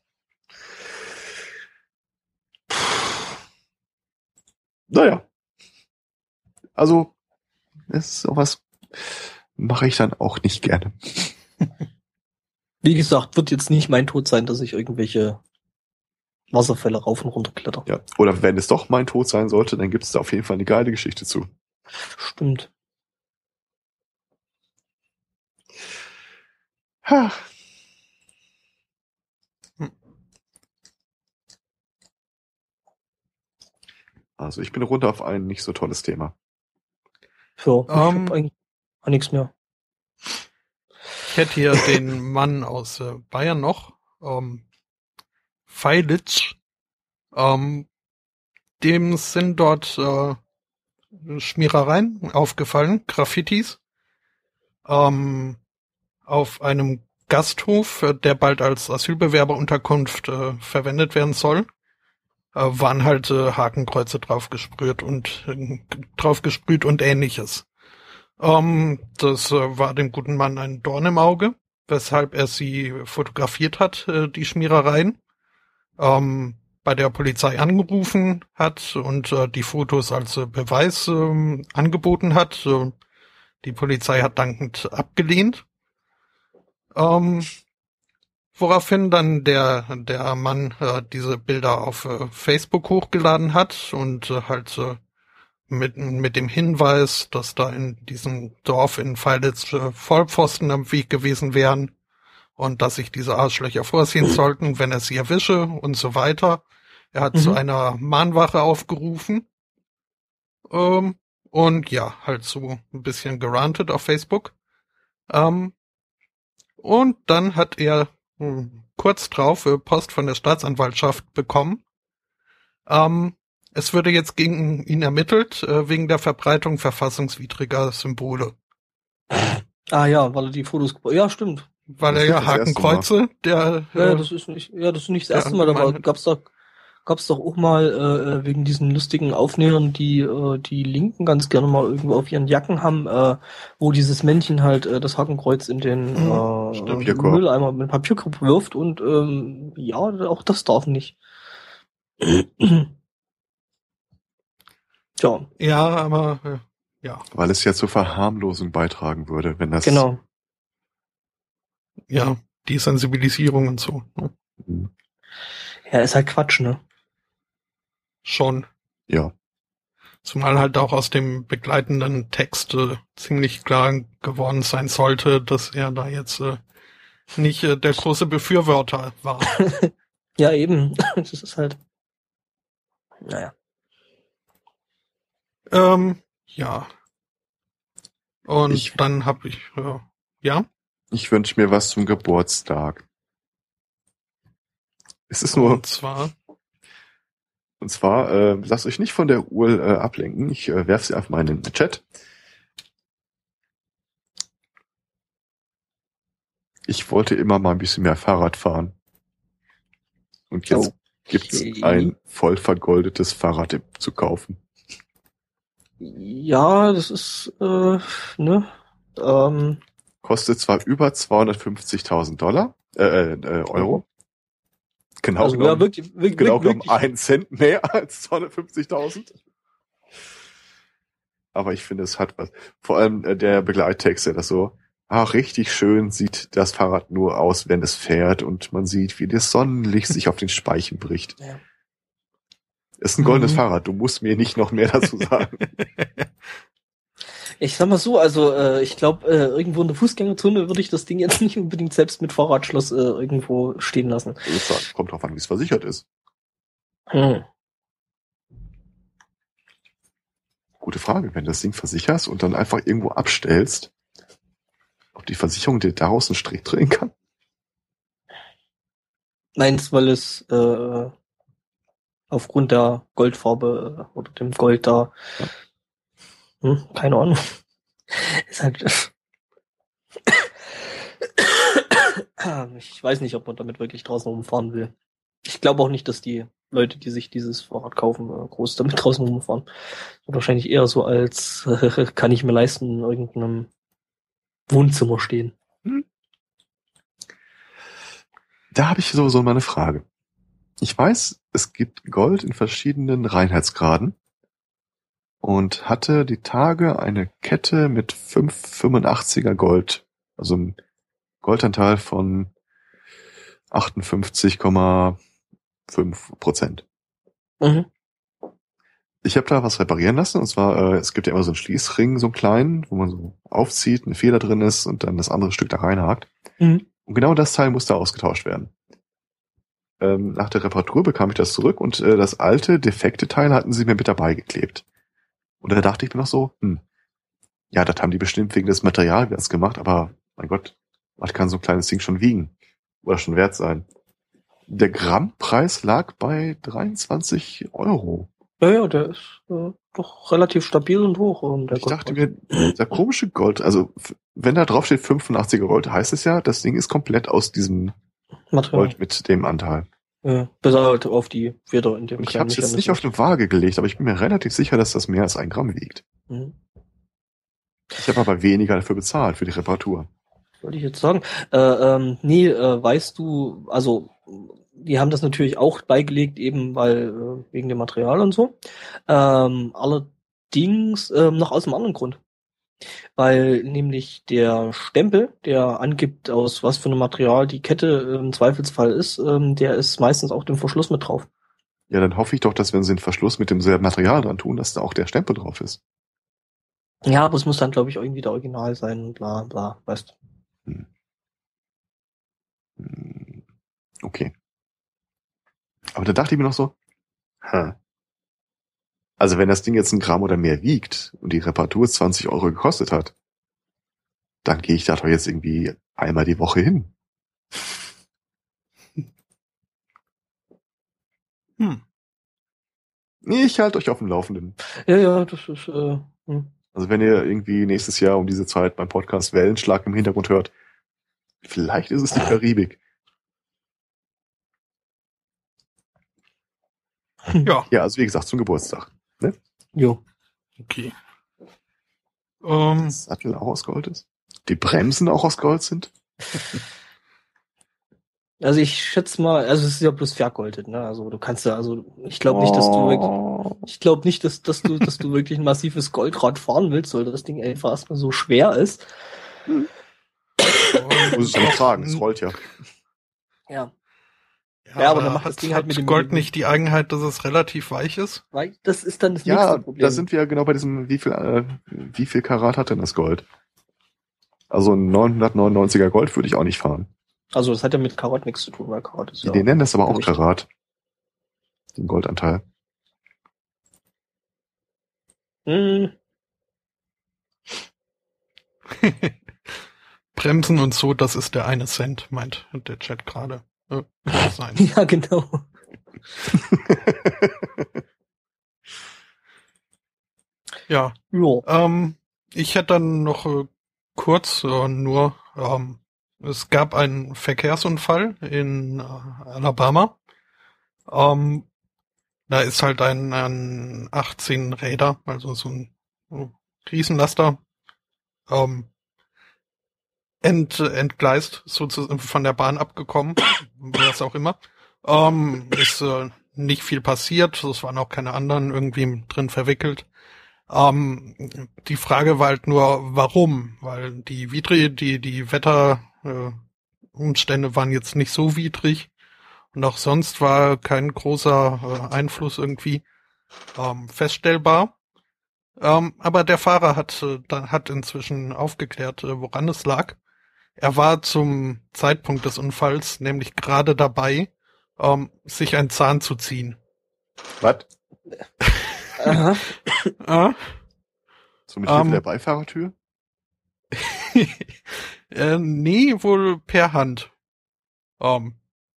Naja. Also, das ist sowas mache ich dann auch nicht gerne. Wie gesagt, wird jetzt nicht mein Tod sein, dass ich irgendwelche Wasserfälle rauf und runter kletter. Ja. Oder wenn es doch mein Tod sein sollte, dann gibt es da auf jeden Fall eine geile Geschichte zu. Stimmt. Ha. Also ich bin runter auf ein nicht so tolles Thema. Ja, ich Ähm, hab eigentlich auch nichts mehr. Ich hätte hier den Mann aus äh, Bayern noch, ähm, Feilitsch. Ähm, dem sind dort äh, Schmierereien aufgefallen, Graffitis, ähm, auf einem Gasthof, äh, der bald als Asylbewerberunterkunft äh, verwendet werden soll, äh, waren halt äh, Hakenkreuze draufgesprüht und äh, draufgesprüht und ähnliches. Ähm, das äh, war dem guten Mann ein Dorn im Auge, weshalb er sie fotografiert hat, äh, die Schmierereien, ähm, bei der Polizei angerufen hat und äh, die Fotos als äh, Beweis äh, angeboten hat. Äh, die Polizei hat dankend abgelehnt. Ähm, woraufhin dann der der Mann äh, diese Bilder auf äh, Facebook hochgeladen hat und äh, halt äh, mit mit dem Hinweis, dass da in diesem Dorf in Feilitz äh, Vollpfosten am Weg gewesen wären und dass sich diese Arschlöcher vorsehen sollten, wenn er sie erwische und so weiter. Er hat Mhm. zu einer Mahnwache aufgerufen ähm, und ja, halt so ein bisschen gerantet auf Facebook. Ähm, und dann hat er hm, kurz drauf äh, Post von der Staatsanwaltschaft bekommen. Ähm, es würde jetzt gegen ihn ermittelt, äh, wegen der Verbreitung verfassungswidriger Symbole. Ah ja, weil er die Fotos geba- Ja, stimmt. Weil Das er ist ja das erste Hakenkreuze, der Ja, äh, das ist nicht, ja, das ist nicht das Ja, erste Mal, da war, meine- gab's da, gab's doch auch mal äh, wegen diesen lustigen Aufnähern, die äh, die Linken ganz gerne mal irgendwo auf ihren Jacken haben, äh, wo dieses Männchen halt äh, das Hakenkreuz in den Mhm. äh, Mülleimer mit Papierkorb wirft und ähm, ja, auch das darf nicht. Tja. Ja, aber äh, ja. Weil es ja zur Verharmlosung beitragen würde, wenn das... Genau. Ja, die Sensibilisierung und so. Ne? Mhm. Ja, ist halt Quatsch, ne? Schon. Ja. Zumal halt auch aus dem begleitenden Text äh, ziemlich klar geworden sein sollte, dass er da jetzt äh, nicht äh, der große Befürworter war. Ja, eben. Das ist halt... Naja. Ähm, ja. Und Ich- dann hab ich, äh, ja, Ich wünsche mir was zum Geburtstag. Es ist nur, und zwar, und zwar, äh, lasst euch nicht von der Uhr äh, ablenken. Ich äh, werfe sie einfach mal in den Chat. Ich wollte immer mal ein bisschen mehr Fahrrad fahren. Und jetzt Okay. gibt's ein voll vergoldetes Fahrrad im- zu kaufen. Ja, das ist, äh, ne? Ähm, Kostet zwar über zweihundertfünfzigtausend Dollar, äh, äh, Euro. Genau also ja, genommen, wirklich, wirklich, genau genommen wirklich. einen Cent mehr als zweihundertfünfzigtausend. Aber ich finde, es hat was. Vor allem äh, der Begleittext, der das so, ah, richtig schön sieht das Fahrrad nur aus, wenn es fährt und man sieht, wie das Sonnenlicht sich auf den Speichen bricht. Ja. Ist ein goldenes Mhm. Fahrrad, du musst mir nicht noch mehr dazu sagen. Ich sag mal so, also äh, ich glaube, äh, irgendwo in der Fußgängerzone würde ich das Ding jetzt nicht unbedingt selbst mit Fahrradschloss äh, irgendwo stehen lassen. Ich würde sagen, kommt drauf an, wie es versichert ist. Hm. Gute Frage, wenn du das Ding versicherst und dann einfach irgendwo abstellst, ob die Versicherung dir daraus einen Strick drehen kann? Meins, weil es äh, aufgrund der Goldfarbe äh, oder dem Gold da, hm, keine Ahnung, ist halt. Ich weiß nicht, ob man damit wirklich draußen rumfahren will. Ich glaube auch nicht, dass die Leute, die sich dieses Fahrrad kaufen, äh, groß damit draußen rumfahren. Wird wahrscheinlich eher so als äh, kann ich mir leisten, in irgendeinem Wohnzimmer stehen. Da habe ich sowieso mal eine Frage. Ich weiß, es gibt Gold in verschiedenen Reinheitsgraden und hatte die Tage eine Kette mit fünf fünfundachtziger Gold, also ein Goldanteil von achtundfünfzig Komma fünf Prozent. Mhm. Ich habe da was reparieren lassen, und zwar, äh, es gibt ja immer so einen Schließring, so einen kleinen, wo man so aufzieht, eine Feder drin ist und dann das andere Stück da reinhakt. Mhm. Und genau das Teil musste ausgetauscht werden. Ähm, nach der Reparatur bekam ich das zurück und äh, das alte, defekte Teil hatten sie mir mit dabei geklebt. Und da dachte ich mir noch so, hm, ja, das haben die bestimmt wegen des Materialwerts gemacht, aber mein Gott, was kann so ein kleines Ding schon wiegen? Oder schon wert sein? Der Grammpreis lag bei dreiundzwanzig Euro. Ja, ja, der ist äh, doch relativ stabil und hoch. Und der Ich dachte Goldpreis. mir, der komische Gold, also f- wenn da drauf steht fünfundachtziger Gold, heißt es ja, das Ding ist komplett aus diesem Material. Gold mit dem Anteil. Ja, bis halt auf die Feder in dem Und ich kleinen habe es jetzt nicht Mechanismus. auf eine Waage gelegt, aber ich bin mir relativ sicher, dass das mehr als ein Gramm wiegt. Mhm. Ich habe aber weniger dafür bezahlt, für die Reparatur. Wollte ich jetzt sagen. Äh, ähm, nee, äh, weißt du, also die haben das natürlich auch beigelegt, eben weil äh, wegen dem Material und so. Ähm, allerdings ähm, noch aus einem anderen Grund. Weil nämlich der Stempel, der angibt, aus was für einem Material die Kette äh, im Zweifelsfall ist, ähm, der ist meistens auch dem Verschluss mit drauf. Ja, dann hoffe ich doch, dass wenn sie den Verschluss mit demselben Material dran tun, dass da auch der Stempel drauf ist. Ja, aber es muss dann, glaube ich, irgendwie der Original sein und bla bla, weißt du. Hm. Hm. Okay. Aber da dachte ich mir noch so, hm. Also wenn das Ding jetzt ein Gramm oder mehr wiegt und die Reparatur zwanzig Euro gekostet hat, dann gehe ich da doch jetzt irgendwie einmal die Woche hin. Hm. Nee, ich halte euch auf dem Laufenden. Ja, ja, das ist, äh, hm. Also wenn ihr irgendwie nächstes Jahr um diese Zeit beim Podcast Wellenschlag im Hintergrund hört, vielleicht ist es die Karibik. Ja. Ja, also wie gesagt, zum Geburtstag. Ne? Jo. Okay. Ähm, Das Sattel auch aus Gold ist. Die Bremsen auch aus Gold sind. Also ich schätze mal, also es ist ja bloß vergoldet, ne? Also du kannst ja, also ich glaube nicht, dass du wirklich, ich glaube nicht, dass, dass du, dass du wirklich ein massives Goldrad fahren willst, weil das Ding einfach erstmal so schwer ist. Hm. Muss ich ja nicht tragen, es rollt ja. Ja. Ja, Ja, aber aber dann macht hat, das Ding halt hat mit dem- Gold mit dem- nicht die Eigenheit, dass es relativ weich ist? Weil das ist dann das Ja, nächste Problem. da sind wir ja genau bei diesem, wie viel, äh, wie viel Karat hat denn das Gold? Also ein neunhundertneunundneunziger Gold würde ich auch nicht fahren. Also das hat ja mit Karat nichts zu tun, weil Karat ist Die ja... nennen das aber auch Gewicht. Karat. Den Goldanteil. Hm, Bremsen und so, das ist der eine Cent, meint der Chat gerade. Äh, kann das sein. ja, genau. Ja. Jo. Ähm, ich hätte dann noch äh, kurz äh, nur, ähm, es gab einen Verkehrsunfall in äh, Alabama. Ähm, da ist halt ein, ein achtzehn Räder, also so ein äh, Riesenlaster, ähm, ent, entgleist, sozusagen von der Bahn abgekommen, was auch immer. Ähm, ist äh, nicht viel passiert, es waren auch keine anderen irgendwie drin verwickelt. Ähm, die Frage war halt nur, warum? Weil die widrig, die, die Wetterumstände äh, Umstände waren jetzt nicht so widrig und auch sonst war kein großer äh, Einfluss irgendwie ähm, feststellbar. Ähm, aber der Fahrer hat, äh, dann hat inzwischen aufgeklärt, äh, woran es lag. Er war zum Zeitpunkt des Unfalls nämlich gerade dabei, ähm, sich einen Zahn zu ziehen. Was? Aha. Ah? So mit Hilfe Ähm, der Beifahrertür? äh, nee, wohl per Hand. Ähm,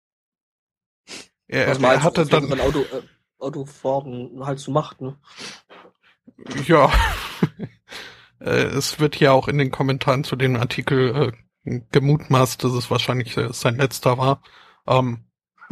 er, Was man er halt hatte so dann, dann Auto, äh, Autofahren halt so macht, ne? ja, äh, es wird ja auch in den Kommentaren zu dem Artikel äh, gemutmaßt, dass es wahrscheinlich äh, sein letzter war. Ähm,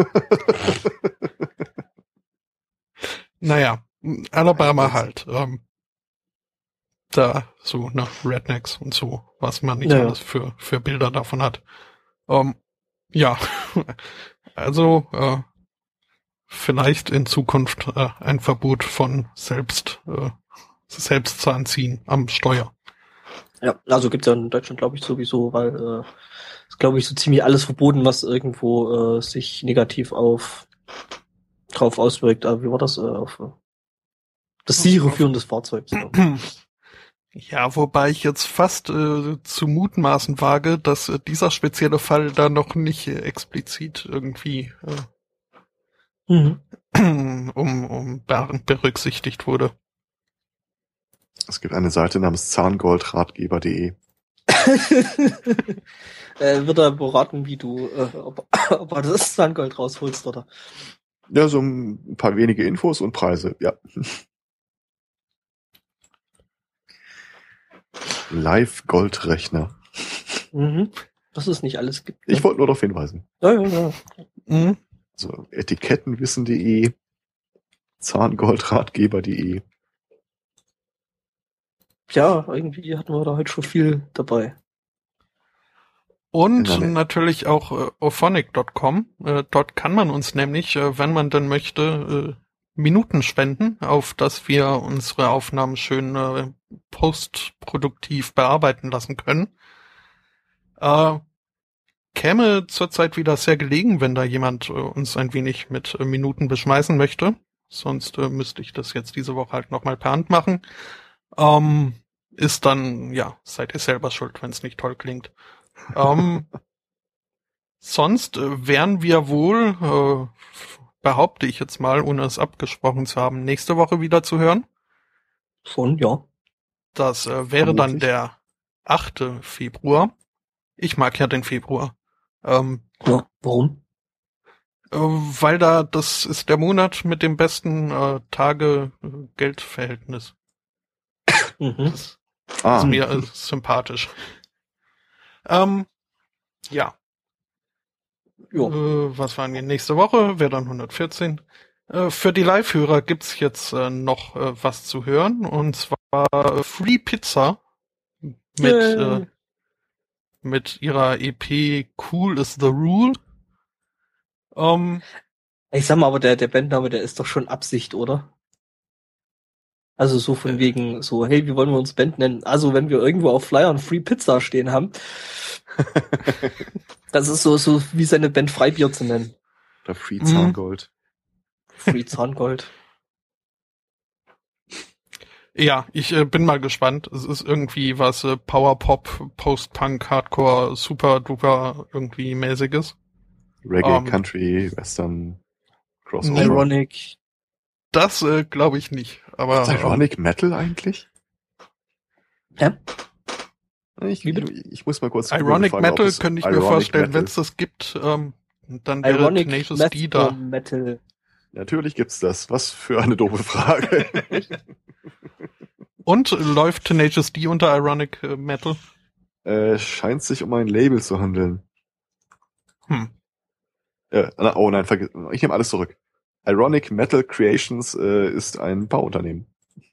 naja, Alabama halt. Ähm, da so, ne, Rednecks und so, was man nicht Ja, ja. alles für, für Bilder davon hat. Ähm, ja, also äh, vielleicht in Zukunft äh, ein Verbot von selbst äh, Selbstzahnziehen am Steuer. Ja, also gibt's ja in Deutschland, glaube ich, sowieso, weil äh, ist, glaube ich, so ziemlich alles verboten, was irgendwo äh, sich negativ auf drauf auswirkt. Aber wie war das? Äh, auf äh, das sichere Führen des Fahrzeugs. Ja. Ja, wobei ich jetzt fast äh, zu mutmaßen wage, dass äh, dieser spezielle Fall da noch nicht äh, explizit irgendwie äh, Mhm. um, um ber- berücksichtigt wurde. Es gibt eine Seite namens zahngoldratgeber punkt de. äh, wird er beraten, wie du, äh, ob, ob er das Zahngold rausholst, oder? Ja, so ein paar wenige Infos und Preise, ja. Live-Goldrechner. Mhm. Dass es nicht alles gibt. Ich Ne? wollte nur darauf hinweisen. Ja, ja, ja. Mhm. So, etikettenwissen punkt de, zahngoldratgeber punkt de. Ja, irgendwie hatten wir da heute schon viel dabei. Und Ja, ne. natürlich auch äh, ophonic Punkt com. Äh, dort kann man uns nämlich, äh, wenn man denn möchte, äh, Minuten spenden, auf dass wir unsere Aufnahmen schön äh, postproduktiv bearbeiten lassen können. Äh, käme zurzeit wieder sehr gelegen, wenn da jemand äh, uns ein wenig mit äh, Minuten beschmeißen möchte. Sonst äh, müsste ich das jetzt diese Woche halt nochmal per Hand machen. Ähm, ist dann, ja, seid ihr selber schuld, wenn es nicht toll klingt. ähm, sonst äh, wären wir wohl, äh, behaupte ich jetzt mal, ohne es abgesprochen zu haben, nächste Woche wieder zu hören. Schon, ja. Das äh, wäre dann Vermutlich. der achte Februar. Ich mag ja den Februar. Ähm, Ja, warum? äh, weil da, das ist der Monat mit dem besten äh, Tage-Geldverhältnis. Mhm. Das Ah, ist mir äh, sympathisch. Ähm, ja. Ja. Äh, was waren wir nächste Woche? Wäre dann hundertvierzehn. Äh, für die Live-Hörer gibt's jetzt äh, noch äh, was zu hören, und zwar äh, Free Pizza mit, äh, mit ihrer E P Cool is the Rule. Ähm, Ich sag mal, aber der, der Bandname, der ist doch schon Absicht, oder? Also so von Äh. wegen so, hey, wie wollen wir uns Band nennen? Also wenn wir irgendwo auf Flyern Free Pizza stehen haben, das ist so, so wie seine Band Freibier zu nennen. Oder Free Zahngold. Free Zahngold. Ja, ich äh, bin mal gespannt. Es ist irgendwie was äh, Power-Pop, Post-Punk, Hardcore, super-duper irgendwie mäßiges. Reggae, Um, Country, Western, Crossover. Ironic. Das äh, glaube ich nicht. Aber Ist Ironic um, Metal eigentlich? Ja. Ich, ich, ich muss mal kurz Ironic fragen, Metal könnte ich mir vorstellen, wenn es das gibt, ähm, dann wäre Ironic Tenacious D da. Metal. Natürlich gibt's das. Was für eine doofe Frage. Und äh, läuft Tenacious D unter Ironic äh, Metal? Äh, scheint sich um ein Label zu handeln. Hm. Äh, oh nein, vergiss, ich nehme alles zurück. Ironic Metal Creations äh, ist ein Bauunternehmen.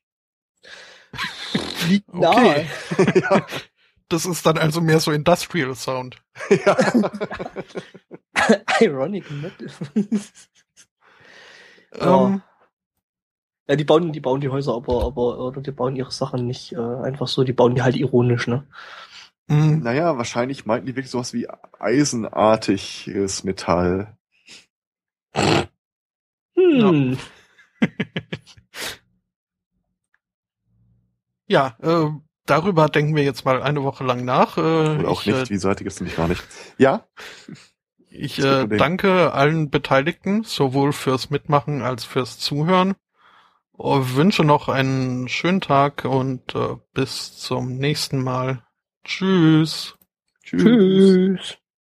Liegt nahe. Okay. Ja. Das ist dann also mehr so Industrial Sound. Ja. Ironic Metal. ähm, ja, die bauen, die bauen die Häuser, aber, aber, oder die bauen ihre Sachen nicht äh, einfach so, die bauen die halt ironisch, ne? mh. Naja, wahrscheinlich meinten die wirklich sowas wie eisenartiges Metall. Hm. Ja, äh, darüber denken wir jetzt mal eine Woche lang nach. Äh, Oder auch ich, nicht, äh, wie seitig ist nämlich gar nicht. Ja? Ich äh, danke allen Beteiligten, sowohl fürs Mitmachen als fürs Zuhören. Ich wünsche noch einen schönen Tag und äh, bis zum nächsten Mal. Tschüss. Tschüss. Tschüss.